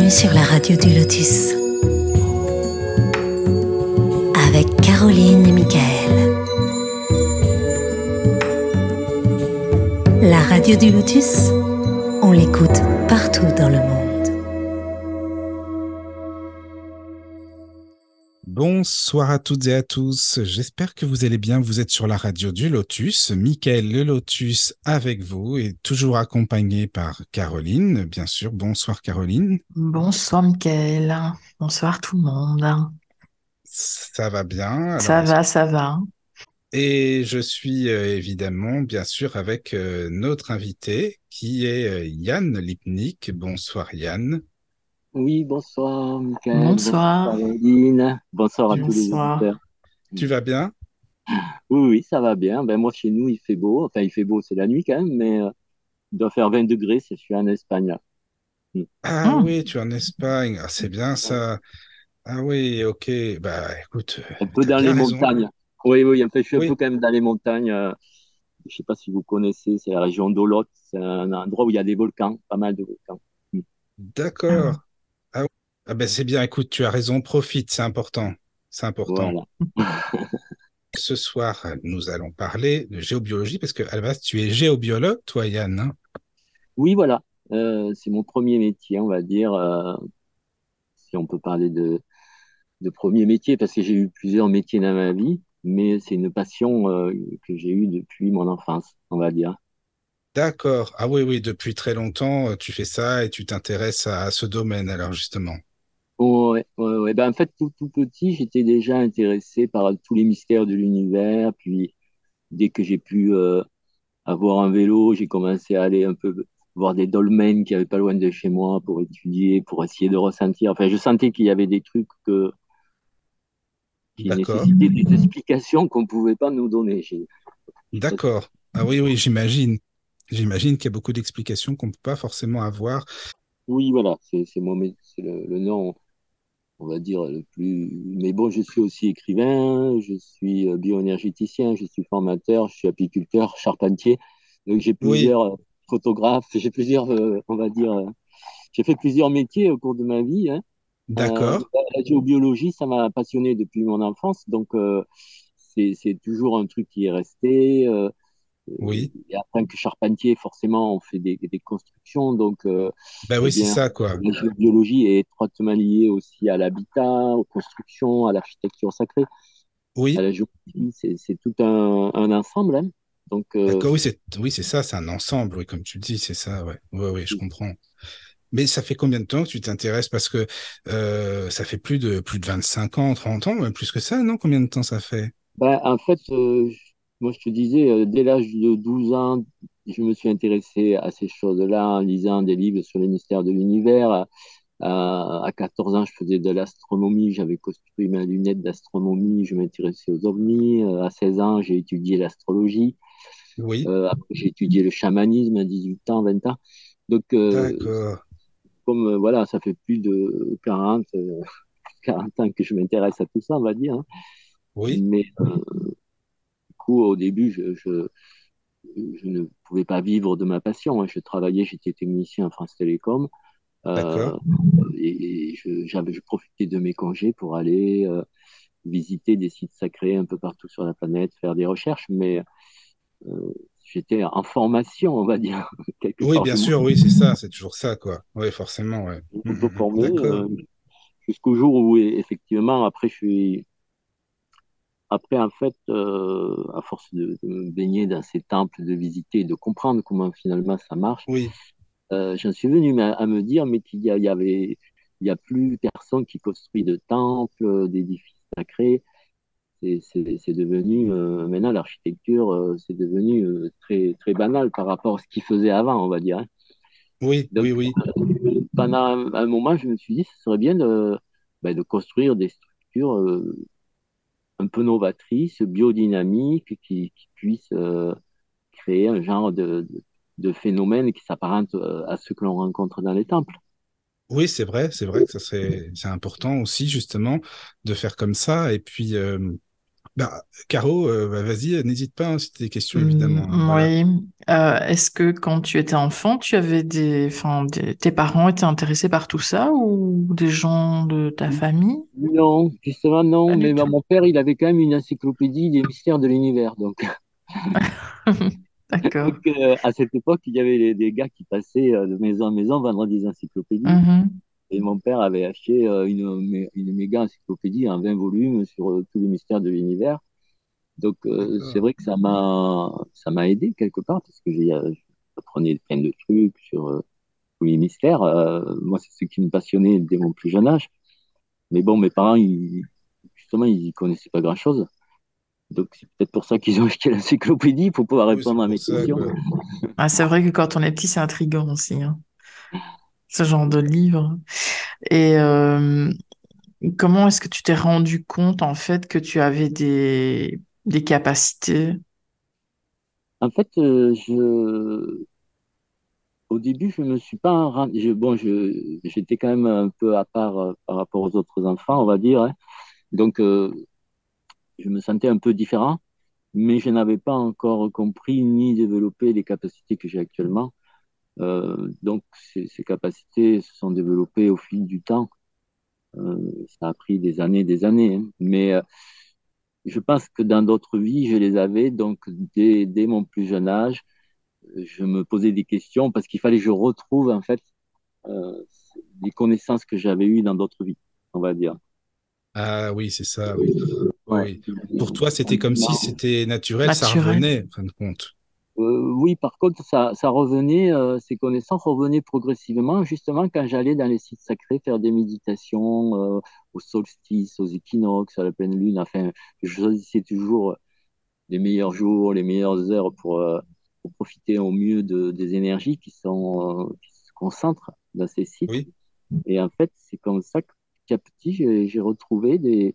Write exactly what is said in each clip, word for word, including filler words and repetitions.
Bienvenue sur la radio du Lotus avec Caroline et Michael. La radio du Lotus, on l'écoute partout dans le monde. Bonsoir à toutes et à tous, j'espère que vous allez bien, vous êtes sur la radio du Lotus, Michael le Lotus avec vous et toujours accompagné par Caroline, bien sûr. Bonsoir Caroline. Bonsoir Michael, bonsoir tout le monde. Ça va bien? Ça Alors, va, ça va. et je suis euh, évidemment, bien sûr, avec euh, notre invité qui est euh, Yann Lipnik. Bonsoir Yann. Oui, bonsoir Michael, bonsoir Bonsoir. Caroline, bonsoir à tous les auditeurs. Bonsoir. Tu vas bien? Oui, oui, ça va bien. Ben, moi, chez nous, il fait beau. Enfin, il fait beau, c'est la nuit quand même, mais euh, il doit faire vingt degrés, c'est- je suis en Espagne là. Mm. Ah Hmm. oui, tu es en Espagne. Ah, c'est bien ça. Ah oui, ok. Bah écoute, Un euh, peu t'as dans bien les raison. montagnes. Oui, oui, en fait, je suis un peu Oui, quand même dans les montagnes. euh, je sais pas si vous connaissez, c'est la région d'Olot. C'est un endroit où il y a des volcans, pas mal de volcans. Mm. d'accord. Ah, oui. Ah ben c'est bien, écoute, tu as raison, profite, c'est important. C'est important. Voilà. Ce soir, nous allons parler de géobiologie parce que à la base, tu es géobiologue, toi, Yann, hein. Oui, voilà. Euh, c'est mon premier métier, on va dire, euh, si on peut parler de de premier métier parce que j'ai eu plusieurs métiers dans ma vie, mais c'est une passion euh, que j'ai eue depuis mon enfance, on va dire. D'accord. Ah oui, oui, depuis très longtemps, euh, tu fais ça et tu t'intéresses à, à ce domaine, alors justement. Ouais, ouais, ouais. Ben, en fait, tout, tout petit, j'étais déjà intéressé par tous les mystères de l'univers. Puis, dès que j'ai pu euh, avoir un vélo, j'ai commencé à aller un peu voir des dolmens qui avaient pas loin de chez moi pour étudier, pour essayer de ressentir. Enfin, je sentais qu'il y avait des trucs que, qui D'accord. nécessitaient des explications qu'on pouvait pas nous donner. J'ai- je sais pas si- D'accord. Ah oui, oui, j'imagine. J'imagine qu'il y a beaucoup d'explications qu'on ne peut pas forcément avoir. Oui, voilà, c'est c'est mon mé- c'est le, le nom, on va dire, le plus. Mais bon, je suis aussi écrivain, je suis euh, bioénergéticien, je suis formateur, je suis apiculteur, charpentier. Donc j'ai Oui, plusieurs euh, photographes, j'ai plusieurs, euh, on va dire, euh, j'ai fait plusieurs métiers au cours de ma vie, hein. Euh, d'accord. la géobiologie, ça m'a passionné depuis mon enfance, donc euh, c'est c'est toujours un truc qui est resté. euh, Oui. et en tant que charpentier, forcément, on fait des, des constructions, donc euh, Ben eh oui, c'est bien, ça, quoi. la géobiologie est étroitement liée aussi à l'habitat, aux constructions, à l'architecture sacrée, à Oui. la géométrie. C'est, c'est tout un, un ensemble, hein. Donc, euh, D'accord, oui, c'est oui, c'est ça, c'est un ensemble, oui, comme tu dis, c'est ça, ouais. Ouais, ouais, je comprends. Mais ça fait combien de temps que tu t'intéresses? Parce que euh, ça fait plus de plus de vingt-cinq ans, trente ans, même plus que ça, non? Combien de temps ça fait? ben, en fait, euh, moi, je te disais, euh, dès l'âge de douze ans, je me suis intéressé à ces choses-là en lisant des livres sur les mystères de l'univers. À, à quatorze ans, je faisais de l'astronomie, j'avais construit ma lunette d'astronomie, je m'intéressais aux ovnis. Euh, À seize ans, j'ai étudié l'astrologie. Oui, Euh, après, j'ai étudié le chamanisme à dix-huit ans, vingt ans. Donc, euh, d'accord. comme euh, voilà, ça fait plus de quarante, euh, quarante ans que je m'intéresse à tout ça, on va dire, hein. Oui, Mais euh, du coup, au début, je, je, je ne pouvais pas vivre de ma passion, hein. Je travaillais, j'étais technicien à France Télécom. d'accord. Euh, et, et je, j'avais, je profitais de mes congés pour aller euh, visiter des sites sacrés un peu partout sur la planète, faire des recherches, mais euh, j'étais en formation, on va dire, quelque Oui, part. bien Je sûr, oui, c'est ça, c'est toujours ça, quoi. Oui, forcément, ouais. Hum, hum, hum. m'auto-formais D'accord. euh, jusqu'au jour où, effectivement, après, je suis. Après, en fait, euh, à force de, de me baigner dans ces temples, de visiter et de comprendre comment finalement ça marche, Oui, euh, j'en suis venu à, à me dire, mais qu'il y a, il y avait, il y a plus personne qui construit de temples, d'édifices sacrés. C'est c'est- c'est devenu, euh, maintenant, l'architecture, euh, c'est devenu euh, très, très banal par rapport à ce qu'ils faisaient avant, on va dire, hein. oui, Donc, oui, oui. euh, pendant un, un moment, je me suis dit, ce serait bien de, ben, de construire des structures euh, un peu novatrices, biodynamiques, qui, qui puissent euh, créer un genre de, de, de phénomène qui s'apparente euh, à ce que l'on rencontre dans les temples. Oui, c'est vrai, c'est vrai que ça serait, c'est important aussi, justement, de faire comme ça. Et puis, euh, Bah, Caro, euh, bah, vas-y, n'hésite pas, hein, si tu as des questions, évidemment, hein, Hmm, voilà. oui. Euh, est-ce que quand tu étais enfant, tu avais des, enfin, des- tes parents étaient intéressés par tout ça ou des gens de ta famille? Non, justement, non, Pas du mais bah, tout. mon père, il avait quand même une encyclopédie des mystères de l'univers. Donc, donc, D'accord. euh, à cette époque, il y avait les- des gars qui passaient euh, de maison en maison vendre des encyclopédies. Mhm. Et mon père avait acheté euh, une, mé- une méga encyclopédie en vingt volumes sur euh, tous les mystères de l'univers. Donc, euh, c'est D'accord. vrai que ça m'a ça m'a aidé quelque part parce que j'ai euh, j'apprenais plein de trucs sur euh, tous les mystères. Euh, moi, c'est ce qui me passionnait dès mon plus jeune âge. Mais bon, mes parents, ils, justement, ils connaissaient pas grand-chose. Donc, c'est peut-être pour ça qu'ils ont acheté l'encyclopédie pour pouvoir Oui, c'est répondre à pour mes ça, questions. quoi. Ah, c'est vrai que quand on est petit, c'est intriguant aussi, hein, ce genre de livre. Et euh, comment est-ce que tu t'es rendu compte en fait que tu avais des, des capacités? En fait, euh, je, au début, je me suis pas rendu, je, bon, je, j'étais quand même un peu à part euh, par rapport aux autres enfants, on va dire, hein. Donc, euh, je me sentais un peu différent, mais je n'avais pas encore compris ni développé les capacités que j'ai actuellement. Euh, donc, ces, ces capacités se sont développées au fil du temps. Euh, Ça a pris des années, des années, hein. Mais euh, je pense que dans d'autres vies, je les avais. Donc, dès, dès mon plus jeune âge, je me posais des questions parce qu'il fallait que je retrouve, en fait, euh, des connaissances que j'avais eues dans d'autres vies, on va dire. Ah oui, c'est ça, oui. Oui, Ouais. oui. Pour toi, c'était comme si c'était naturel, ça Naturel. revenait, en fin de compte. Euh, oui, par contre, ça, ça revenait, euh, ces connaissances revenaient progressivement, justement, quand j'allais dans les sites sacrés faire des méditations, euh, au solstice, aux équinoxes, à la pleine lune. Enfin, je choisissais toujours les meilleurs jours, les meilleures heures pour, euh, pour profiter au mieux de, des énergies qui sont, euh, qui se concentrent dans ces sites. Oui. Et en fait, c'est comme ça que petit à petit, j'ai j'ai retrouvé des.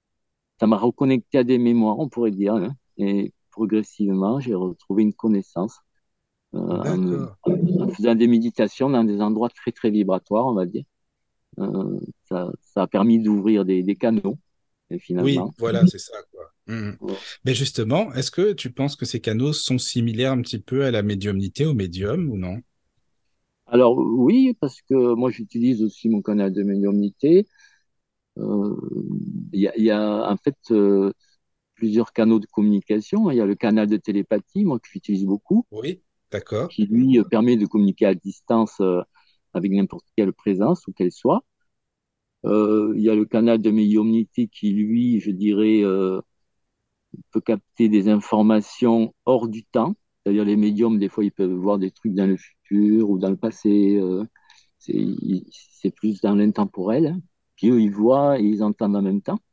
Ça m'a reconnecté à des mémoires, on pourrait dire, hein. Et progressivement, j'ai retrouvé une connaissance euh, en, me- D'accord. en faisant des méditations dans des endroits très, très vibratoires, on va dire. Euh, ça, ça a permis d'ouvrir des, des canaux, et Oui, finalement. voilà, c'est ça, quoi. Mhm. Ouais. Mais justement, est-ce que tu penses que ces canaux sont similaires un petit peu à la médiumnité, au médium, ou non? Alors, oui, parce que moi, j'utilise aussi mon canal de médiumnité. Euh, Il y a, il y a, en fait euh, plusieurs canaux de communication. Il y a le canal de télépathie, moi, que j'utilise beaucoup, Oui, d'accord. qui lui euh, permet de communiquer à distance euh, avec n'importe quelle présence, où qu'elle soit. Euh, il y a le canal de médiumnité qui, lui, je dirais, euh, peut capter des informations hors du temps. C'est-à-dire les médiums, des fois, ils peuvent voir des trucs dans le futur ou dans le passé. Euh, c'est, c'est plus dans l'intemporel, hein. Puis eux, ils voient et ils entendent en même temps.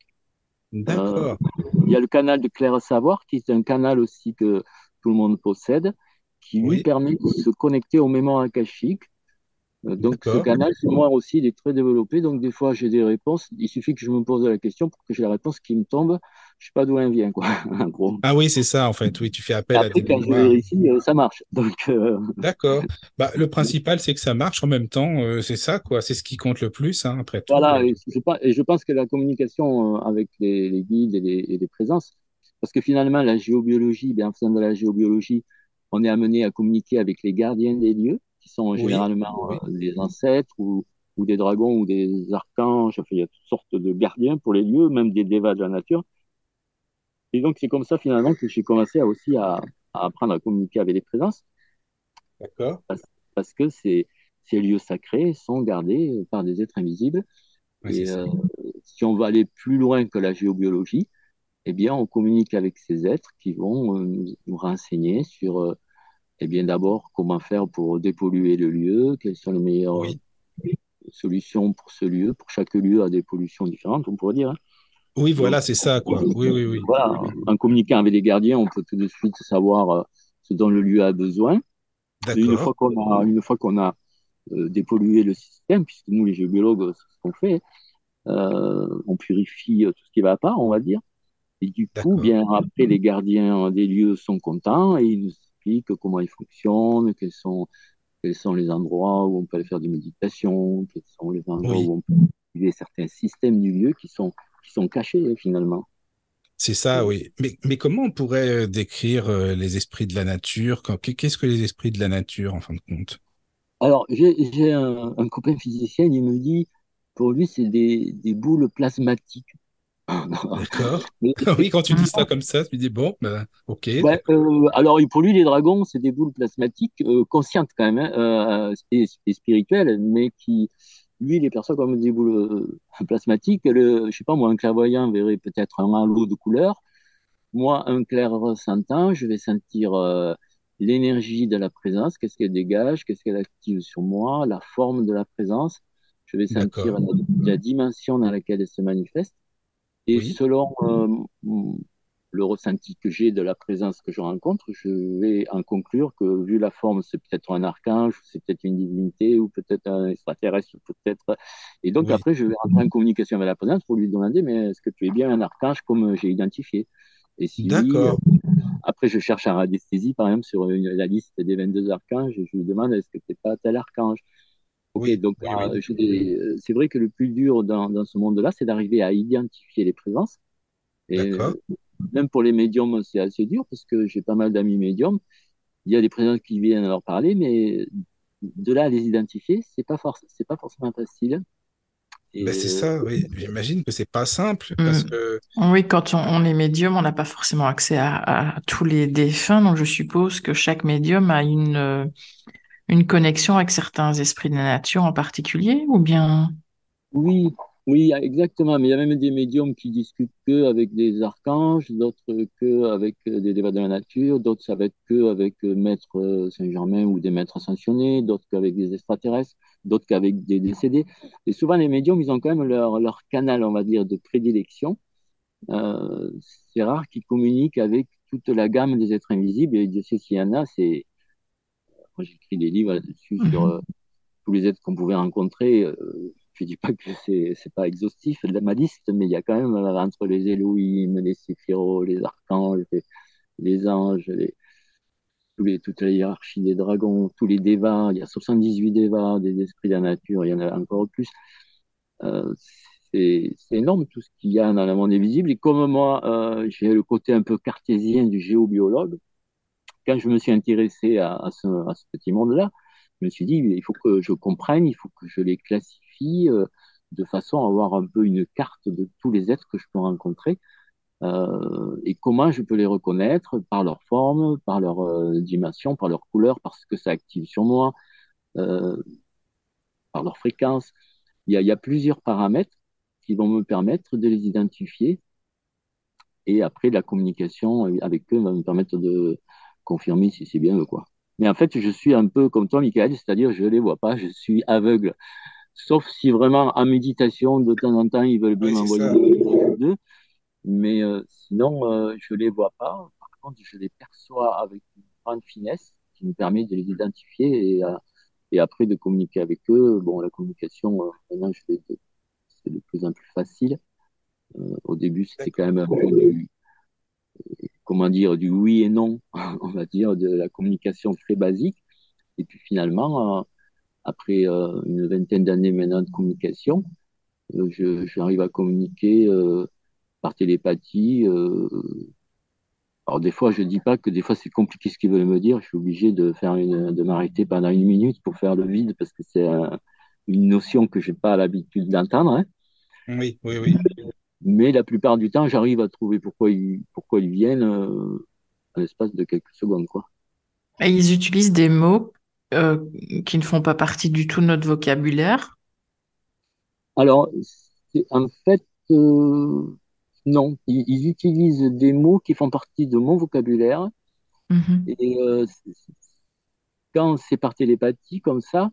Euh, D'accord. il y a le canal de Claire Savoir, qui est un canal aussi que tout le monde possède, qui lui Oui, permet de se connecter aux mémoires akashiques. Euh, Donc, ce d'accord. canal, chez moi aussi, il est très développé. Donc, des fois, j'ai des réponses. Il suffit que je me pose la question pour que j'ai la réponse qui me tombe. Je sais pas d'où elle vient, quoi, en gros. Ah oui, c'est ça, en fait. Oui, tu fais Et appel à après, des quand je mémoires. vérifie, euh, ça marche. Donc, euh, D'accord. Bah, le principal, c'est que ça marche en même temps. Euh, c'est ça, quoi. C'est ce qui compte le plus, hein, après tout. voilà. euh. Et je, pense, et je pense que la communication euh, avec les, les guides et les, et les présences, parce que finalement, la géobiologie, bien, en faisant de la géobiologie, on est amené à communiquer avec les gardiens des lieux, qui sont Oui, généralement oui, euh, des ancêtres ou, ou des dragons ou des archanges. Enfin, il y a toutes sortes de gardiens pour les lieux, même des dévas de la nature. Et donc, c'est comme ça, finalement, que j'ai commencé à aussi à, à apprendre à communiquer avec les présences, d'accord. parce, parce que ces, ces lieux sacrés sont gardés par des êtres invisibles. Oui, c'est Et euh, ça. si on va aller plus loin que la géobiologie, eh bien, on communique avec ces êtres qui vont euh, nous, nous renseigner sur, euh, eh bien, d'abord, comment faire pour dépolluer le lieu, quelles sont les meilleures Oui. solutions pour ce lieu. Pour chaque lieu a des pollutions différentes, on pourrait dire, hein. Oui, Donc, voilà, c'est ça, quoi. Oui, oui, oui. voilà, en communiquant avec les gardiens, on peut tout de suite savoir euh, ce dont le lieu a besoin. Et une D'accord. fois qu'on a, une fois qu'on a euh, dépollué le système, puisque nous, les géobiologues, c'est ce qu'on fait, euh, on purifie euh, tout ce qui va pas, on va dire. Et du coup, D'accord. bien après, les gardiens des lieux sont contents et ils nous expliquent comment ils fonctionnent, quels sont, quels sont les endroits où on peut aller faire des méditations, quels sont les endroits Oui. où on peut utiliser certains systèmes du lieu qui sont, qui sont cachés finalement. C'est ça, oui. Mais, mais comment on pourrait euh, décrire euh, les esprits de la nature? quand- Qu'est-ce que les esprits de la nature, en fin de compte? Alors, j'ai j'ai un, un copain physicien, il me dit, pour lui, c'est des, des boules plasmatiques. D'accord. Mais Oui, quand tu dis ça Mhm. comme ça, tu dis, bon, ben, ok, ouais, euh, alors pour lui, les dragons, c'est des boules plasmatiques, euh, conscientes quand même, hein, euh, et, et spirituelles, mais qui, lui, les perçoit comme des boules euh, plasmatiques. Le, je sais pas, moi, un clairvoyant verrait peut-être un halo de couleurs. Moi, un clair-sentant, je vais sentir euh, l'énergie de la présence, qu'est-ce qu'elle dégage, qu'est-ce qu'elle active sur moi, la forme de la présence. Je vais sentir d'accord. la, la dimension dans laquelle elle se manifeste. Et Oui, selon euh, le ressenti que j'ai de la présence que je rencontre, je vais en conclure que, vu la forme, c'est peut-être un archange, c'est peut-être une divinité, ou peut-être un extraterrestre, ou peut-être. Et donc, oui, après, je vais rentrer en communication avec la présence pour lui demander, mais est-ce que tu es bien un archange comme j'ai identifié? Et si oui, euh, d'accord. après, je cherche en radiesthésie, par exemple, sur une- la liste des vingt-deux archanges, et je lui demande, est-ce que tu n'es pas tel archange? Ok, Oui, donc oui, oui, euh, je vais- euh, c'est vrai que le plus dur dans, dans ce monde-là, c'est d'arriver à identifier les présences. Et d'accord. euh, même pour les médiums, c'est assez dur parce que j'ai pas mal d'amis médiums. Il y a des présences qui viennent leur parler, mais de là à les identifier, c'est pas forc- c'est pas forcément facile. Ben, Et c'est euh, ça, oui. J'imagine que c'est pas simple parce Mm. que, Oui, quand on, on est médium, on n'a pas forcément accès à, à tous les défunts, donc je suppose que chaque médium a une, euh, une connexion avec certains esprits de la nature en particulier, ou bien... oui, oui, exactement. Mais il y a même des médiums qui discutent que avec des archanges, d'autres que avec euh, des dévots de la nature, d'autres ça va être que avec euh, Maître euh, Saint-Germain ou des maîtres ascensionnés, d'autres qu'avec des extraterrestres, d'autres qu'avec des décédés. Et souvent, les médiums, ils ont quand même leur, leur canal, on va dire, de prédilection. Euh, c'est rare qu'ils communiquent avec toute la gamme des êtres invisibles. Et Dieu sait s'il y en a, c'est. Moi, j'écris des livres là-dessus sur euh, Mhm. tous les êtres qu'on pouvait rencontrer. Euh, je dis pas que c'est c'est pas exhaustif de ma liste, mais il y a quand même euh, entre les Elohim, les Séphirots, les archanges, les, les anges, les, tous les, toute la hiérarchie des dragons, tous les dévas. Il y a soixante-dix-huit dévas, des esprits de la nature. Il y en a encore plus. Euh, c'est c'est énorme tout ce qu'il y a dans le monde invisible. Et comme moi, euh, j'ai le côté un peu cartésien du géobiologue, quand je me suis intéressé à, à ce, à ce petit monde-là, je me suis dit, il faut que je comprenne, il faut que je les classifie euh, de façon à avoir un peu une carte de tous les êtres que je peux rencontrer euh, et comment je peux les reconnaître par leur forme, par leur euh, dimension, par leur couleur, par ce que ça active sur moi, euh, par leur fréquence. Il y a, il y a plusieurs paramètres qui vont me permettre de les identifier et après la communication avec eux va me permettre de confirmer si c'est bien eux, quoi. Mais en fait, je suis un peu comme toi, Michael, c'est-à-dire je les vois pas, je suis aveugle. Sauf si vraiment en méditation, de temps en temps, ils veulent bien oui, c'est m'envoyer ça. des messages d'eux, mais euh, sinon, euh, je les vois pas. Par contre, je les perçois avec une grande finesse qui me permet de les identifier et, euh, et après de communiquer avec eux. Bon, la communication, euh, maintenant, je fais de- c'est de plus en plus facile. Euh, au début, c'était quand D'accord. même un peu du, comment dire, du oui et non, on va dire, de la communication très basique. Et puis finalement, euh, après euh, une vingtaine d'années maintenant de communication, euh, je, j'arrive à communiquer euh, par télépathie. Euh, alors des fois, je dis pas que des fois c'est compliqué ce qu'ils veulent me dire. Je suis obligé de faire une, de m'arrêter pendant une minute pour faire le vide parce que c'est un- une notion que j'ai pas l'habitude d'entendre, hein. Oui, oui, oui. Mais la plupart du temps, j'arrive à trouver pourquoi ils, pourquoi ils viennent euh, à l'espace de quelques secondes, quoi. Et ils utilisent des mots euh, qui ne font pas partie du tout de notre vocabulaire. Alors, c'est- en fait, euh, non. Ils, ils utilisent des mots qui font partie de mon vocabulaire. Mhm. Et euh, c'est- c'est- quand c'est par télépathie comme ça,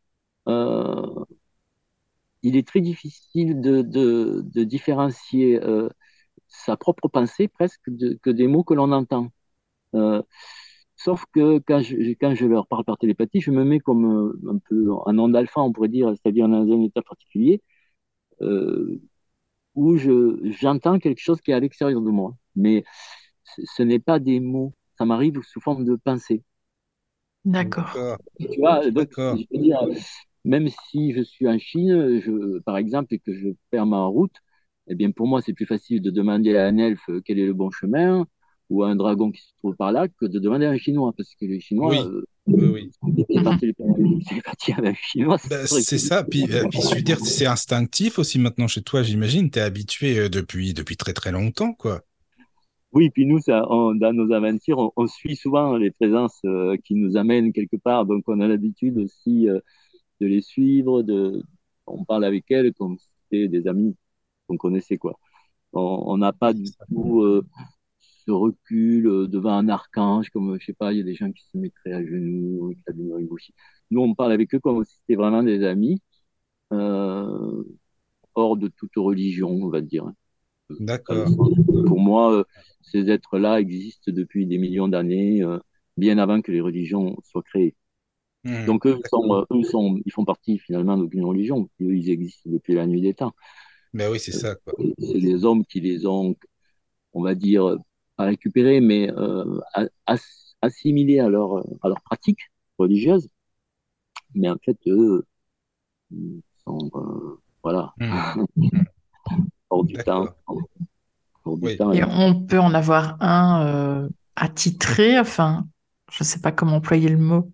euh, il est très difficile de, de, de différencier euh, sa propre pensée presque de- que des mots que l'on entend. Euh, sauf que quand je, quand je leur parle par télépathie, je me mets comme euh, un peu un onde alpha, on pourrait dire, c'est-à-dire dans un état particulier. Euh, où je, j'entends quelque chose qui est à l'extérieur de moi. Mais ce, ce n'est pas des mots, ça m'arrive sous forme de pensée. D'accord. D'accord. Tu vois, donc, je D'accord. veux dire, même si je suis en Chine, je, par exemple, et que je perds ma route, Eh bien, pour moi, c'est plus facile de demander à un elfe euh, quel est le bon chemin ou à un dragon qui se trouve par là que de demander à un Chinois, parce que les Chinois, Oui, euh, oui, oui. c'est pas Mhm. télépathie avec un Chinois, c'est Ben, vrai c'est que ça. Puis, euh, puis je veux dire, c'est instinctif aussi maintenant chez toi, j'imagine. T'es habitué euh, depuis, depuis très très longtemps, quoi. oui, puis nous, ça, on- dans nos aventures, on, on suit souvent les présences euh, qui nous amènent quelque part, donc on a l'habitude aussi euh, de les suivre, de, on parle avec elles comme si c'était des amis qu'on connaissait, quoi. On on n'a pas Oui, du c'est ça. tout euh, ce recul euh, devant un archange, comme, je sais pas, il y a des gens qui se mettraient à genoux, qui abîmeraient une bougie. Nous, on parle avec eux comme si c'était vraiment des amis, euh, hors de toute religion, on va dire. Dans le D'accord. sens- Pour moi, euh, ces êtres-là existent depuis des millions d'années, euh, bien avant que les religions soient créées. Hmm, Donc eux, ils sont, d'accord. euh, eux sont, ils font partie finalement d'aucune religion. Eux, ils existent depuis la nuit des temps. Ben oui, c'est ça, quoi. C'est les hommes qui les ont, on va dire, pas récupérés, mais euh, as- assimilés à leur, à leur pratique religieuse. Mais en fait, eux, ils sont, euh, voilà, Hmm, hmm, hors du temps, d'accord. hors du Oui. temps. Et Et, on peut en avoir un euh, attitré, enfin, je ne sais pas comment employer le mot.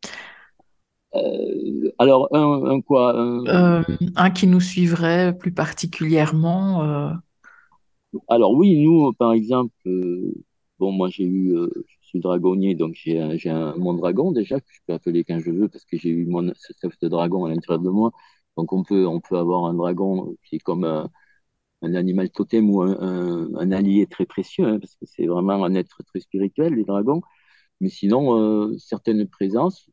euh, alors, un, un quoi? Un, Euh, un qui nous suivrait plus particulièrement. euh, alors oui, nous, par exemple, euh, bon, moi j'ai eu, euh, je suis dragonnier, donc j'ai un, j'ai un, mon dragon déjà, que je peux appeler quand je veux, parce que j'ai eu mon ce œuf de dragon à l'intérieur de moi. Donc on peut, on peut avoir un dragon qui est comme un, un animal totem ou un, un, un allié très précieux, hein, parce que c'est vraiment un être très spirituel, les dragons. Mais sinon, euh, certaines présences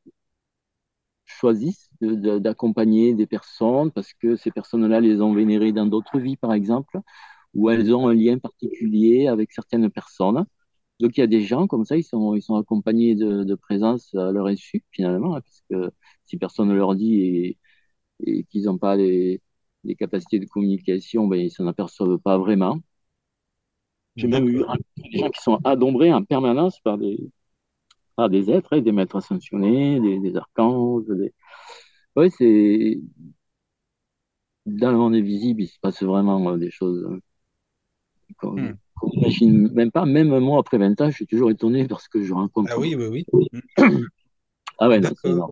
choisissent de- de- d'accompagner des personnes parce que ces personnes-là les ont vénérées dans d'autres vies, par exemple, ou elles ont un lien particulier avec certaines personnes. Donc il y a des gens comme ça, ils sont, ils sont accompagnés de, de présence à leur insu, finalement, hein, parce que si personne ne leur dit et, et qu'ils n'ont pas les, les capacités de communication, ben, ils ne s'en aperçoivent pas vraiment. J'ai même eu D'accord. des gens qui sont adombrés en permanence par des, par des êtres, hein, des maîtres ascensionnés, des, des archanges. Des... Ouais, c'est dans le monde invisible, il se passe vraiment euh, des choses euh, qu'on Hmm. qu'on n'imagine même pas. Même moi, après vingt ans, je suis toujours étonné parce que je Ah rencontre. oui, oui, oui. Hmm. Ah ouais, non, c'est D'accord. énorme.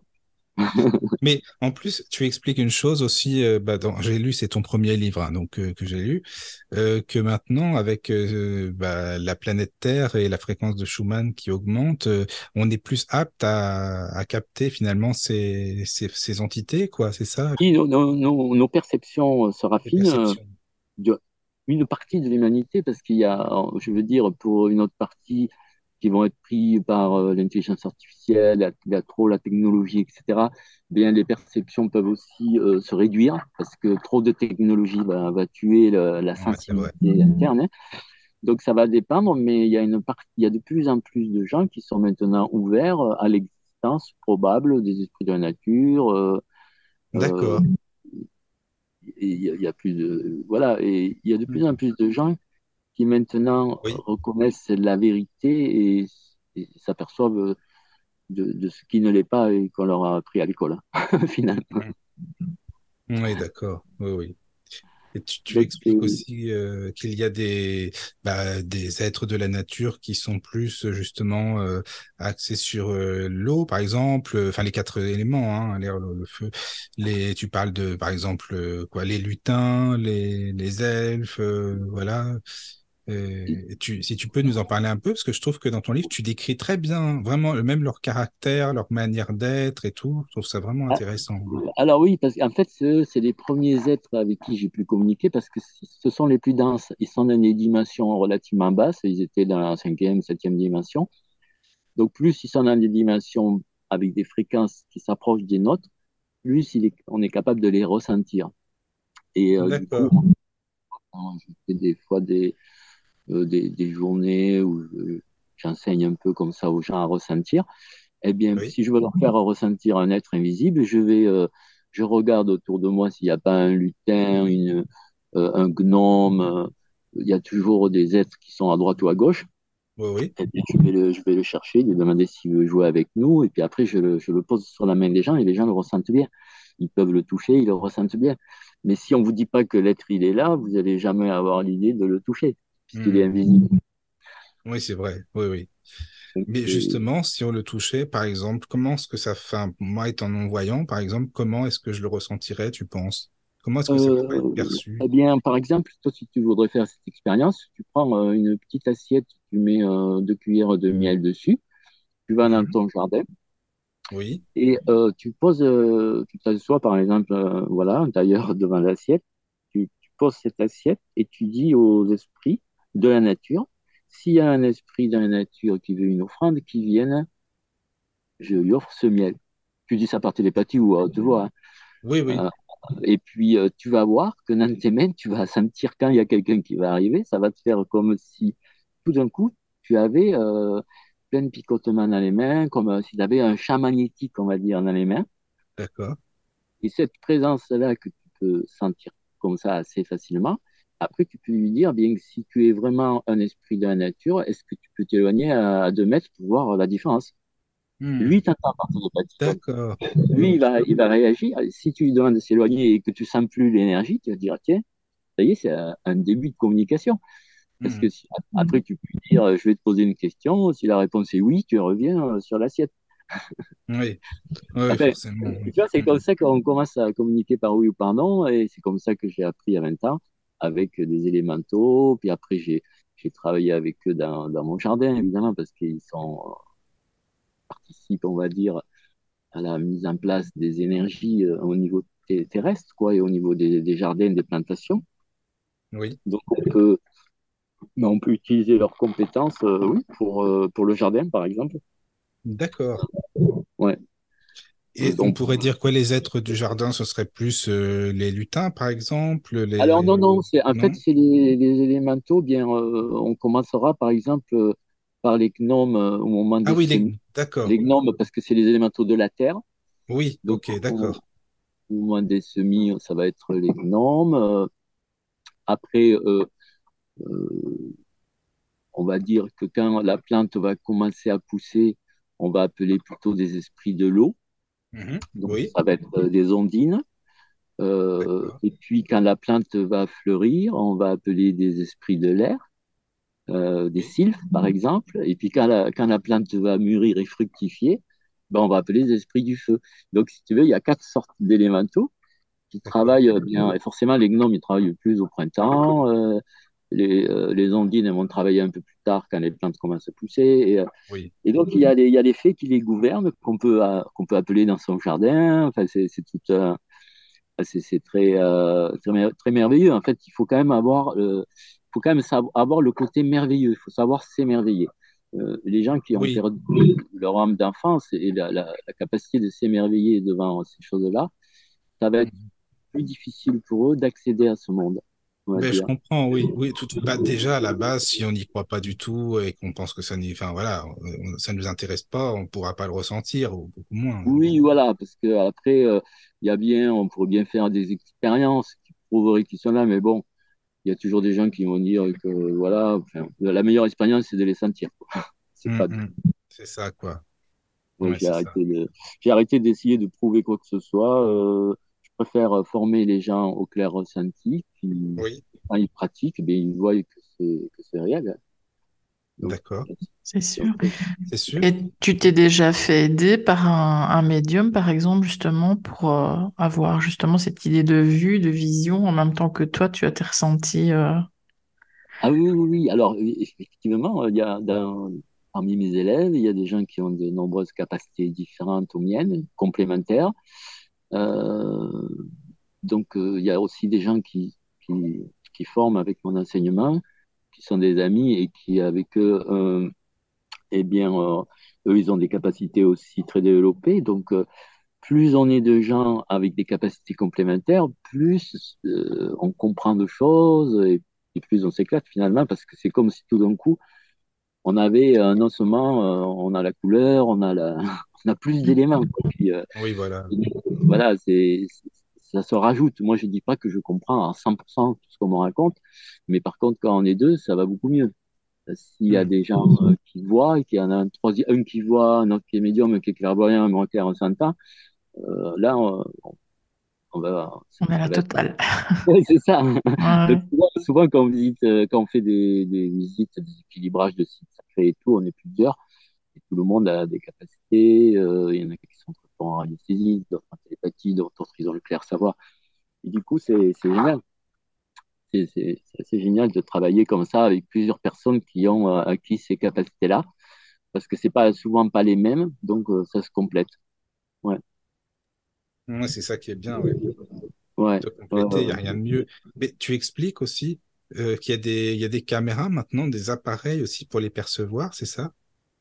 Mais en plus, tu expliques une chose aussi, euh, bah, dans, j'ai lu, c'est ton premier livre, hein, donc euh, que j'ai lu, euh, que maintenant, avec euh, bah, la planète Terre et la fréquence de Schumann qui augmente, euh, on est plus apte à, à capter finalement ces, ces, ces entités, quoi, c'est ça, Oui, nos, nos- nos- nos perceptions euh, se les raffinent. euh, perceptions. de- une partie de l'humanité, parce qu'il y a, euh, je veux dire, pour une autre partie qui vont être pris par euh, l'intelligence artificielle, la, la- trop la technologie, et cetera, bien, les perceptions peuvent aussi euh, se réduire, parce que trop de technologie va, va tuer le- la Ouais, c'est vrai. sensibilité interne, hein. Donc ça va dépendre, mais il y a une partie, il y a de plus en plus de gens qui sont maintenant ouverts euh, à l'existence probable des esprits de la nature. euh, euh, D'accord. et il y, a il y a plus de, voilà, et il y a de plus en Hmm. plus de gens qui maintenant Oui. reconnaissent la vérité et, et s'aperçoivent de, de ce qui ne l'est pas et qu'on leur a appris à l'école, hein, finalement. Hmm. Oui, d'accord. Oui, oui. Et tu, tu Donc, expliques euh, aussi euh, qu'il y a des, bah, des êtres de la nature qui sont plus euh, justement euh, axés sur euh, l'eau, par exemple, euh, enfin les quatre éléments, hein, l'air, l'eau, le feu. Les, tu parles de, par exemple, euh, quoi, les lutins, les, les elfes, euh, voilà. Euh, et tu, si tu peux nous en parler un peu, parce que je trouve que dans ton livre, tu décris très bien, vraiment, même leur caractère, leur manière d'être et tout. Je trouve ça vraiment ah, intéressant. alors oui, parce qu'en fait, ce- c'est les premiers êtres avec qui j'ai pu communiquer parce que c- ce sont les plus denses. Ils sont dans des dimensions relativement basses. Ils étaient dans la cinquième, septième dimension. Donc, plus ils sont dans des dimensions avec des fréquences qui s'approchent des nôtres, plus il est- on est capable de les ressentir. Et euh, du coup, D'accord. quand je fais des fois des, euh, des, des journées où je- j'enseigne un peu comme ça aux gens à ressentir, eh bien, Oui. si je veux leur faire ressentir un être invisible, je vais, euh, je regarde autour de moi s'il n'y a pas un lutin, une, euh, un gnome. euh, il y a toujours des êtres qui sont à droite ou à gauche. Oui, oui. Eh bien, je vais le, je vais le chercher, lui demander s'il veut jouer avec nous, et puis après, je le, je le pose sur la main des gens et les gens le ressentent bien. ils peuvent le toucher, ils le ressentent bien. Mais si on vous dit pas que l'être, il est là, vous allez jamais avoir l'idée de le toucher, puisqu'il est Hmm. invisible. Oui, c'est vrai. Oui, oui. Donc, Mais c'est- justement, si on le touchait, par exemple, comment est-ce que ça fait, un- moi étant non-voyant, par exemple, comment est-ce que je le ressentirais, tu penses? Comment est-ce que ça pourrait être Euh, perçu? eh bien, par exemple, toi, si tu voudrais faire cette expérience, tu prends euh, une petite assiette, tu mets euh, deux cuillères de miel dessus, tu vas dans Mhm. ton jardin Oui, et euh, tu poses, euh, tu t'assois par exemple, euh, voilà, d'ailleurs devant l'assiette, tu, tu poses cette assiette et tu dis aux esprits de la nature, s'il y a un esprit de la nature qui veut une offrande, qui vienne, je lui offre ce miel. Tu dis ça par télépathie ou à haute voix, oui, hein. oui. Euh, Et puis, euh, tu vas voir que dans tes mains, tu vas sentir quand il y a quelqu'un qui va arriver, ça va te faire comme si tout d'un coup, tu avais euh, plein de picotements dans les mains, comme euh, si tu avais un champ magnétique, on va dire, dans les mains. D'accord. Et cette présence-là que tu peux sentir comme ça assez facilement, après, tu peux lui dire, bien que si tu es vraiment un esprit de la nature, est-ce que tu peux t'éloigner à, à deux mètres pour voir la différence? Hmm. Lui, t'entend par télépathie. Donc, D'accord. lui, il Ok. va, il va réagir. Si tu lui demandes de s'éloigner et que tu sens plus l'énergie, tu vas dire, tiens, ça y est, c'est un, un début de communication. Parce Hmm. que si, après, tu peux dire, euh, je vais te poser une question. Si la réponse est oui, tu reviens euh, sur l'assiette. Oui, oui, Enfin, forcément. tu Oui. vois, c'est Hmm. comme ça qu'on commence à communiquer par oui ou par non. Et c'est comme ça que j'ai appris à vingt ans avec des élémentaux. Puis après, j'ai, j'ai travaillé avec eux dans, dans mon jardin, évidemment, parce qu'ils sont, euh, participent, on va dire, à la mise en place des énergies euh, au niveau té- terrestre, quoi, et au niveau des, des jardins, des plantations. Oui, Donc, on peut, mais on peut utiliser leurs compétences, euh, oui, pour, euh, pour le jardin, par exemple. d'accord. Ouais. Et on Donc, pourrait dire quoi, les êtres du jardin, ce serait plus euh, les lutins, par exemple, alors, non, les... non, c'est, en fait, Non? c'est les, les élémentaux. Bien, euh, on commencera, par exemple, euh, par les gnomes euh, au moment Ah des oui, semis. les... d'accord. Les gnomes, parce que c'est les élémentaux de la terre. Oui, Donc, ok, au, d'accord. au moment des semis, ça va être les gnomes. Euh, après, euh, euh, on va dire que quand la plante va commencer à pousser, on va appeler plutôt des esprits de l'eau. Mhm. Donc, Oui, ça va être euh, des ondines. Euh, d'accord. et puis, quand la plante va fleurir, on va appeler des esprits de l'air, euh, des Oui, sylphes, par exemple. Et puis, quand la, quand la plante va mûrir et fructifier, ben, on va appeler des esprits du feu. Donc, si tu veux, il y a quatre sortes d'élémentaux qui d'accord. travaillent bien. Et forcément, les gnomes, ils travaillent plus au printemps. Euh, les, euh, les ondines, elles vont travailler un peu plus tard quand les plantes commencent à pousser. Et, euh, Oui. et donc, il y a les, il y a les fées qui les gouvernent, qu'on peut, euh, qu'on peut appeler dans son jardin. Enfin, c'est c'est tout, euh, c'est c'est très, euh, très, mer- très merveilleux. En fait, il faut quand même avoir, euh, il faut quand même savo- avoir le côté merveilleux. Il faut savoir s'émerveiller. Euh, les gens qui ont Oui. perdu leur âme d'enfance et la, la, la capacité de s'émerveiller devant ces choses-là, ça va être Mhm. plus difficile pour eux d'accéder à ce monde, on va Ben, je dire. comprends, oui. Oui, tout... bah, déjà, à la base, si on n'y croit pas du tout et qu'on pense que ça n'y... Enfin, voilà, on- ça ne nous intéresse pas, on ne pourra pas le ressentir, ou beaucoup moins. Oui, voilà, parce que après, euh, il y a bien, on pourrait bien faire des expériences qui prouveraient qu'ils sont là, mais bon, il y a toujours des gens qui vont dire que voilà, enfin, la meilleure expérience, c'est de les sentir, quoi. C'est pas. Mhm. C'est ça, quoi. Moi, Ouais, j'ai c'est ça. arrêté de, j'ai arrêté d'essayer de prouver quoi que ce soit. Euh, je préfère former les gens au clair ressenti, qui, Oui, quand ils pratiquent, eh bien, ils voient que c'est que c'est réel, hein. Donc, d'accord. C'est donc, sûr. C'est sûr. Et tu t'es déjà fait aider par un, un médium, par exemple, justement, pour euh, avoir justement cette idée de vue, de vision, en même temps que toi, tu as tes ressentis. euh, ah oui, oui, oui. Alors, oui, effectivement, il y a dans- parmi mes élèves, il y a des gens qui ont de nombreuses capacités différentes aux miennes, complémentaires. Euh, donc, euh, il y a aussi des gens qui, qui, qui forment avec mon enseignement, qui sont des amis et qui, avec eux, euh, eh bien, euh, eux, ils ont des capacités aussi très développées. Donc, euh, plus on est de gens avec des capacités complémentaires, plus euh, on comprend de choses et, et plus on s'éclate finalement, parce que c'est comme si tout d'un coup, on avait un ossement, euh, on a la couleur, on a la, on a plus d'éléments, quoi. Puis, euh, Oui, voilà. voilà, c'est, c'est- ça se rajoute. Moi, je dis pas que je comprends à cent pour cent tout ce qu'on me raconte, mais par contre, quand on est deux, ça va beaucoup mieux. S'il y a Hmm. des gens euh, qui voient, et qu'il y en a un troisième, un qui voit, un autre qui est médium, un qui est clairvoyant, un qui est ressentant, euh, là, on, on va, On est à la ça va être. totale. Ouais, c'est ça. Donc, Ouais. souvent, souvent, quand on visite, euh, quand on fait des, des visites, des équilibrages de sites sacrés et tout, on est plusieurs. Et tout le monde a des capacités. euh, Il y en a qui sont très forts en radiesthésie, d'autres en télépathie, d'autres ils ont le clair savoir. Et du coup, c'est c'est génial. C'est c'est- c'est assez génial de travailler comme ça avec plusieurs personnes qui ont euh, acquis ces capacités-là, parce que c'est pas souvent pas les mêmes, donc euh, ça se complète. Ouais, Ouais, c'est ça qui est bien, ouais. ouais, Te ouais, compléter, il n'y a ouais. rien de mieux. Mais tu expliques aussi euh, qu'il y a des, il y a des caméras maintenant, des appareils aussi pour les percevoir, c'est ça?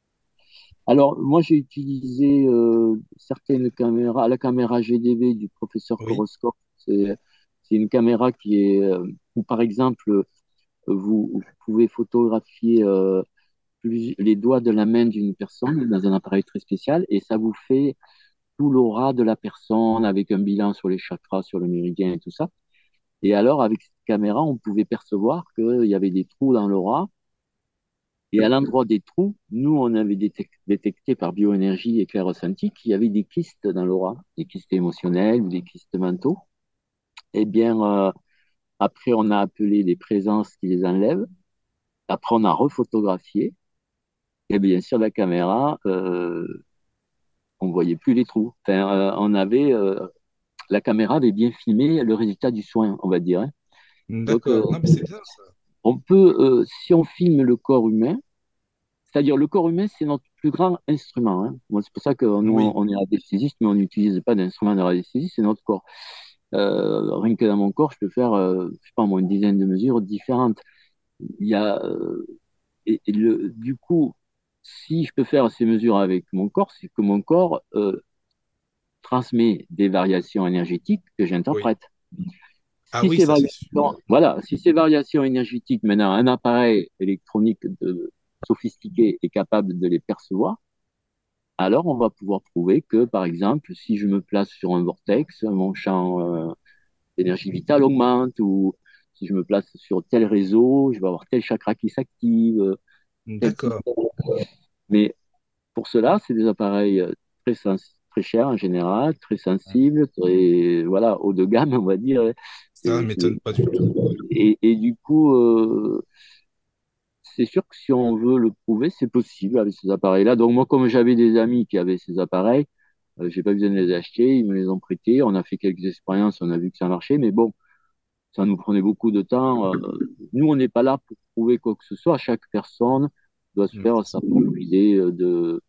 Alors, moi, j'ai utilisé euh, certaines caméras, la caméra G D V du professeur Oui, Koroscope. C'est c'est une caméra qui est, euh, où, par exemple, euh, vous, vous pouvez photographier euh, plus- les doigts de la main d'une personne dans un appareil très spécial et ça vous fait tout l'aura de la personne avec un bilan sur les chakras, sur le méridien et tout ça. Et alors, avec cette caméra, on pouvait percevoir qu'il y avait des trous dans l'aura. Et à l'endroit des trous, nous, on avait détec- détecté par bioénergie et clair ressenti qu'il y avait des kystes dans l'aura, des kystes émotionnels ou des kystes mentaux. Eh bien, euh, après, on a appelé les présences qui les enlèvent. Après, on a refotographié. Et bien sur la caméra, euh, on voyait plus les trous. Enfin, euh, on avait, euh, la caméra avait bien filmé le résultat du soin, on va dire, hein. Donc, euh, d'accord. Non, mais c'est bien ça. on peut, euh, si on filme le corps humain, c'est-à-dire le corps humain, c'est notre plus grand instrument, hein. Moi, c'est pour ça que nous, Oui, on est anesthésiste, mais on n'utilise pas d'instrument de radiesthésie, c'est notre corps. Euh, rien que dans mon corps, je peux faire, euh, je sais pas moi, une dizaine de mesures différentes. Il y a, euh, et, et le, du coup, si je peux faire ces mesures avec mon corps, c'est que mon corps euh, transmet des variations énergétiques que oui. j'interprète. Ah Si oui, ces ça c'est sûr. variations, voilà, si ces variations énergétiques, maintenant, un appareil électronique de, sophistiqué est capable de les percevoir, alors on va pouvoir prouver que, par exemple, si je me place sur un vortex, mon champ euh, d'énergie vitale augmente, ou si je me place sur tel réseau, je vais avoir tel chakra qui s'active, euh, tel D'accord. système. Mais pour cela, c'est des appareils euh, très, sens- très chers en général, très sensibles, très, voilà, haut de gamme, on va dire. Ça Et, ne je- m'étonne pas du tout. et, et du coup, euh, c'est sûr que si on veut le prouver, c'est possible avec ces appareils-là. Donc moi, comme j'avais des amis qui avaient ces appareils, euh, j'ai pas besoin de les acheter, ils me les ont prêtés. On a fait quelques expériences, on a vu que ça marchait, mais bon, ça nous prenait beaucoup de temps. Euh, nous, on n'est pas là pour prouver quoi que ce soit. Chaque personne doit se Mais faire sa propre idée euh, de,